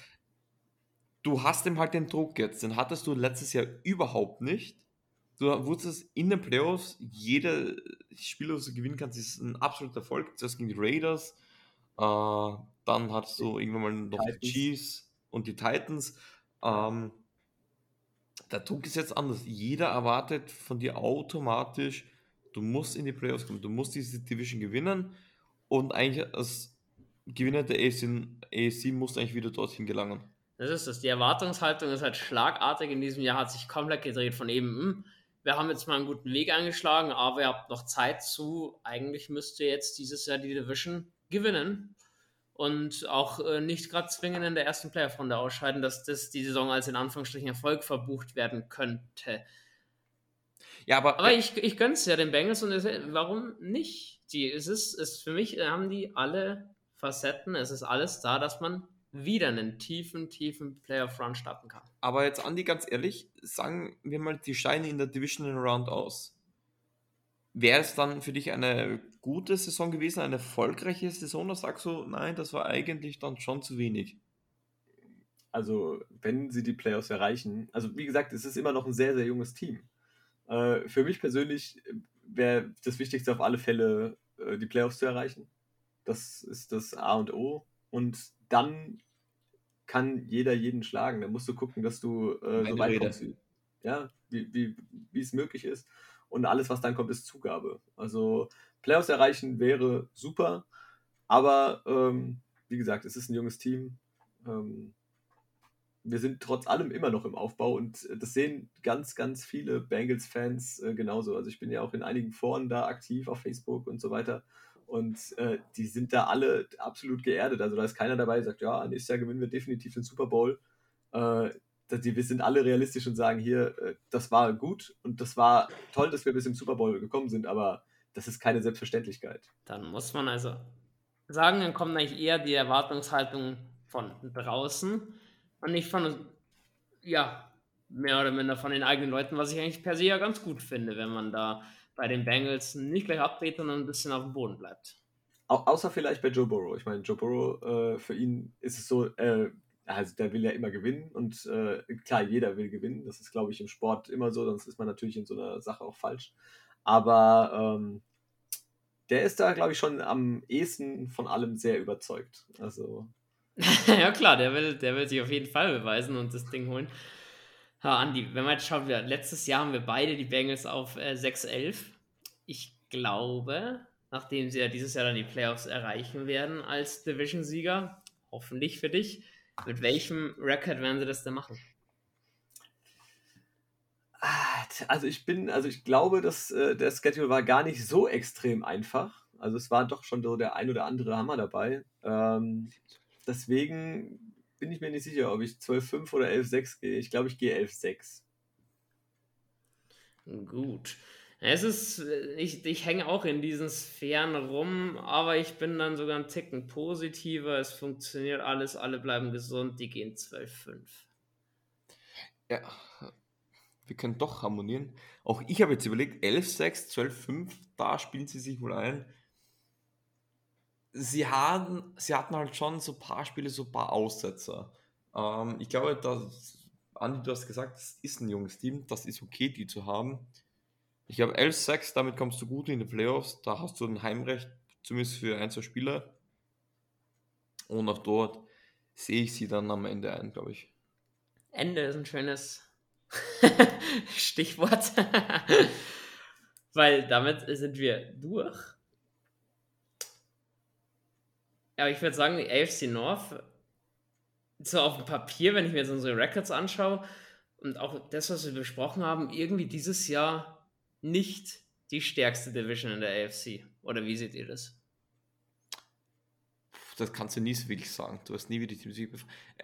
du hast ihm halt den Druck jetzt, den hattest du letztes Jahr überhaupt nicht. Du wusstest in den Playoffs, jeder Spieler, das du gewinnen kannst, ist ein absoluter Erfolg. Zuerst gegen die Raiders, äh, dann hattest du irgendwann mal noch die Titans. Chiefs und die Titans. Ähm, der Druck ist jetzt anders. Jeder erwartet von dir automatisch, du musst in die Playoffs kommen, du musst diese Division gewinnen und eigentlich als Gewinner der A F C musst du eigentlich wieder dorthin gelangen. Das ist es. Die Erwartungshaltung ist halt schlagartig in diesem Jahr, hat sich komplett gedreht von eben, hm, wir haben jetzt mal einen guten Weg eingeschlagen, aber ihr habt noch Zeit zu, eigentlich müsst ihr jetzt dieses Jahr die Division gewinnen und auch äh, nicht gerade zwingend in der ersten Playoff-Runde ausscheiden, dass das die Saison als in Anführungsstrichen Erfolg verbucht werden könnte. Ja, aber, Aber ja, ich, ich gönn's ja den Bengals und es, warum nicht? Die, es ist, es für mich haben die alle Facetten, es ist alles da, dass man wieder einen tiefen, tiefen Playoff-Run starten kann. aber jetzt, Andi, ganz ehrlich, sagen wir mal die Steine in der Divisional Round aus. Wäre es dann für dich eine gute Saison gewesen, eine erfolgreiche Saison, oder sagst du, nein, das war eigentlich dann schon zu wenig? Also, wenn sie die Playoffs erreichen, also wie gesagt, es ist immer noch ein sehr, sehr junges Team. Äh, für mich persönlich wäre das Wichtigste auf alle Fälle, äh, die Playoffs zu erreichen. Das ist das A und O. Und dann kann jeder jeden schlagen. Dann musst du gucken, dass du äh, so Meine weit Rede. kommst, wie, ja, wie, wie, wie es möglich ist. Und alles, was dann kommt, ist Zugabe. Also Playoffs erreichen wäre super, aber ähm, wie gesagt, es ist ein junges Team. Ähm, wir sind trotz allem immer noch im Aufbau und das sehen ganz, ganz viele Bengals-Fans äh, genauso. Also ich bin ja auch in einigen Foren da aktiv auf Facebook und so weiter und äh, die sind da alle absolut geerdet. Also da ist keiner dabei, der sagt, ja, nächstes Jahr gewinnen wir definitiv den Super Bowl. Äh, die, wir sind alle realistisch und sagen hier, äh, das war gut und das war toll, dass wir bis im Super Bowl gekommen sind, aber das ist keine Selbstverständlichkeit. Dann muss man also sagen, dann kommt eigentlich eher die Erwartungshaltung von draußen und nicht von, ja, mehr oder minder von den eigenen Leuten, was ich eigentlich per se ja ganz gut finde, wenn man da bei den Bengals nicht gleich abdreht, sondern ein bisschen auf dem Boden bleibt. Au außer vielleicht bei Joe Burrow. Ich meine, Joe Burrow, äh, für ihn ist es so, äh, also der will ja immer gewinnen und äh, klar, jeder will gewinnen. Das ist, glaube ich, im Sport immer so, sonst ist man natürlich in so einer Sache auch falsch. Aber ähm, der ist da, glaube ich, schon am ehesten von allem sehr überzeugt. Also, Ja klar, der will, der will sich auf jeden Fall beweisen und das Ding holen. Ja, Andi, wenn man jetzt schaut, wir, letztes Jahr haben wir beide die Bengals auf äh, sechs elf. Ich glaube, nachdem sie ja dieses Jahr dann die Playoffs erreichen werden als Division-Sieger, hoffentlich für dich, mit welchem Record werden sie das denn machen? ah, t- also ich bin, also ich glaube, dass äh, der Schedule war gar nicht so extrem einfach. Also es war doch schon so der ein oder andere Hammer dabei. Ähm, deswegen bin ich mir nicht sicher, ob ich zwölf fünf oder elf sechs gehe. Ich glaube, ich gehe elf sechs. Gut. Es ist, äh, ich, ich hänge auch in diesen Sphären rum, aber ich bin dann sogar einen Ticken positiver. Es funktioniert alles, alle bleiben gesund, die gehen zwölf fünf. Ja, wir können doch harmonieren. Auch ich habe jetzt überlegt, elf sechs, zwölf fünf, da spielen sie sich wohl ein. sie hatten, sie hatten halt schon so ein paar Spiele, so ein paar Aussetzer. Ähm, ich glaube, dass, Andi, du hast gesagt, das ist ein junges Team, das ist okay, die zu haben. Ich glaube, elf sechs, damit kommst du gut in die Playoffs, da hast du ein Heimrecht, zumindest für ein, zwei Spieler. Und auch dort sehe ich sie dann am Ende ein, glaube ich. Ende ist ein schönes Stichwort. Weil damit sind wir durch. Aber ich würde sagen, die A F C North, so auf dem Papier, wenn ich mir jetzt unsere Records anschaue und auch das, was wir besprochen haben, irgendwie dieses Jahr nicht die stärkste Division in der A F C. Oder wie seht ihr das? Das kannst du nie so wirklich sagen. Du hast nie wieder die Musik.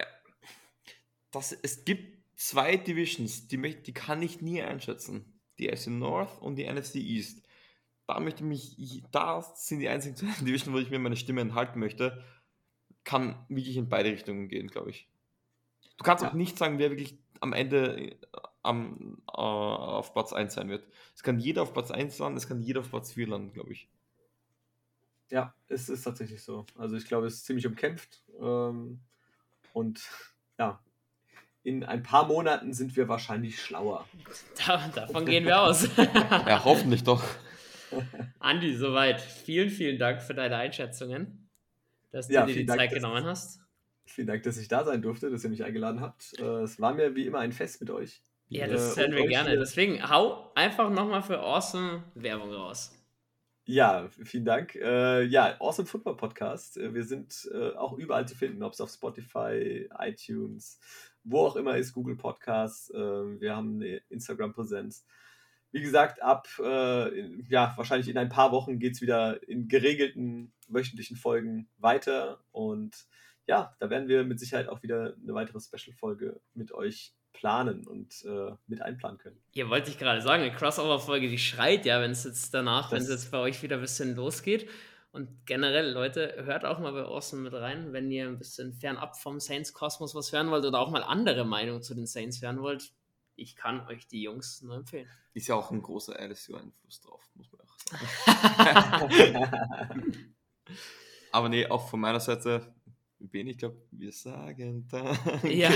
Das, es gibt zwei Divisions, die, möcht- die kann ich nie einschätzen. Die A F C North und die N F C East. Da möchte ich mich, da sind die einzigen zwei Divisions, wo ich mir meine Stimme enthalten möchte. Kann wirklich in beide Richtungen gehen, glaube ich. Du kannst Ja. auch nicht sagen, wer wirklich am Ende äh, am, äh, auf Platz eins sein wird. Es kann jeder auf Platz eins landen, es kann jeder auf Platz vier landen, glaube ich. Ja, es ist tatsächlich so. Also ich glaube, es ist ziemlich umkämpft. Ähm, und ja, in ein paar Monaten sind wir wahrscheinlich schlauer. Da, davon gehen wir aus. Ja, hoffentlich doch. Andi, soweit. Vielen, vielen Dank für deine Einschätzungen, dass Ja, du dir die vielen Dank, Zeit dass- genommen hast. Vielen Dank, dass ich da sein durfte, dass ihr mich eingeladen habt. Äh, es war mir wie immer ein Fest mit euch. Ja, das Äh, hören und wir euch gerne. hier- Deswegen hau einfach nochmal für Awesome Werbung raus. Ja, vielen Dank. Äh, ja, Awesome Football Podcast. Äh, Wir sind äh, auch überall zu finden, ob es auf Spotify, iTunes, wo auch immer ist, Google Podcasts. Äh, wir haben eine Instagram-Präsenz. Wie gesagt, ab, äh, in, ja, wahrscheinlich in ein paar Wochen geht es wieder in geregelten wöchentlichen Folgen weiter. Und ja, da werden wir mit Sicherheit auch wieder eine weitere Special-Folge mit euch planen und äh, mit einplanen können. Hier wollte ich gerade sagen, eine Crossover-Folge, die schreit ja, wenn es jetzt danach, wenn es Das- jetzt bei euch wieder ein bisschen losgeht. Und generell, Leute, hört auch mal bei Awesome mit rein, wenn ihr ein bisschen fernab vom Saints-Kosmos was hören wollt oder auch mal andere Meinungen zu den Saints hören wollt. Ich kann euch die Jungs nur empfehlen. Ist ja auch ein großer L S U-Einfluss drauf, muss man auch sagen. Aber nee, auch von meiner Seite, Ben, ich glaube, wir sagen Danke. Ja.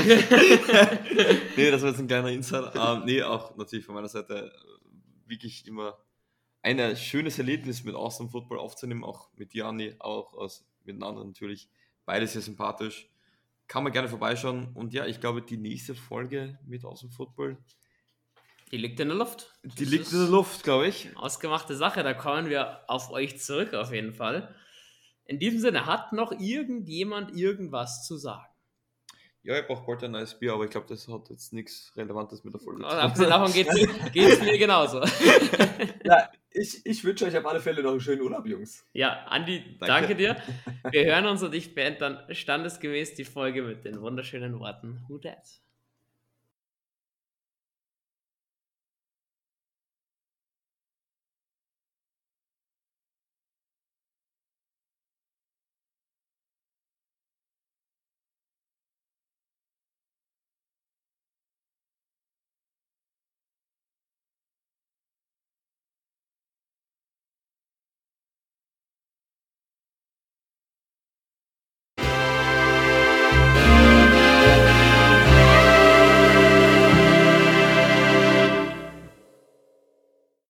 Nee, das war jetzt ein kleiner Insider. Ähm, nee, auch natürlich von meiner Seite äh, wirklich immer ein schönes Erlebnis mit Awesome Football aufzunehmen, auch mit dir, Andi, auch aus, mit den anderen natürlich. Beide sehr sympathisch. Kann man gerne vorbeischauen. Und ja, ich glaube, die nächste Folge mit Awesome Football, Die liegt in der Luft. die Das liegt ist in der Luft, glaube ich. Ausgemachte Sache, da kommen wir auf euch zurück auf jeden Fall. In diesem Sinne, hat noch irgendjemand irgendwas zu sagen? Ja, ich brauche bald ein neues Bier, aber ich glaube, das hat jetzt nichts Relevantes mit der Folge Und abgesehen davon geht es mir genauso. Ja, ich, ich wünsche euch auf alle Fälle noch einen schönen Urlaub, Jungs. Ja, Andi, danke. Danke. dir. Wir hören uns und ich beende dann standesgemäß die Folge mit den wunderschönen Worten Who Dat?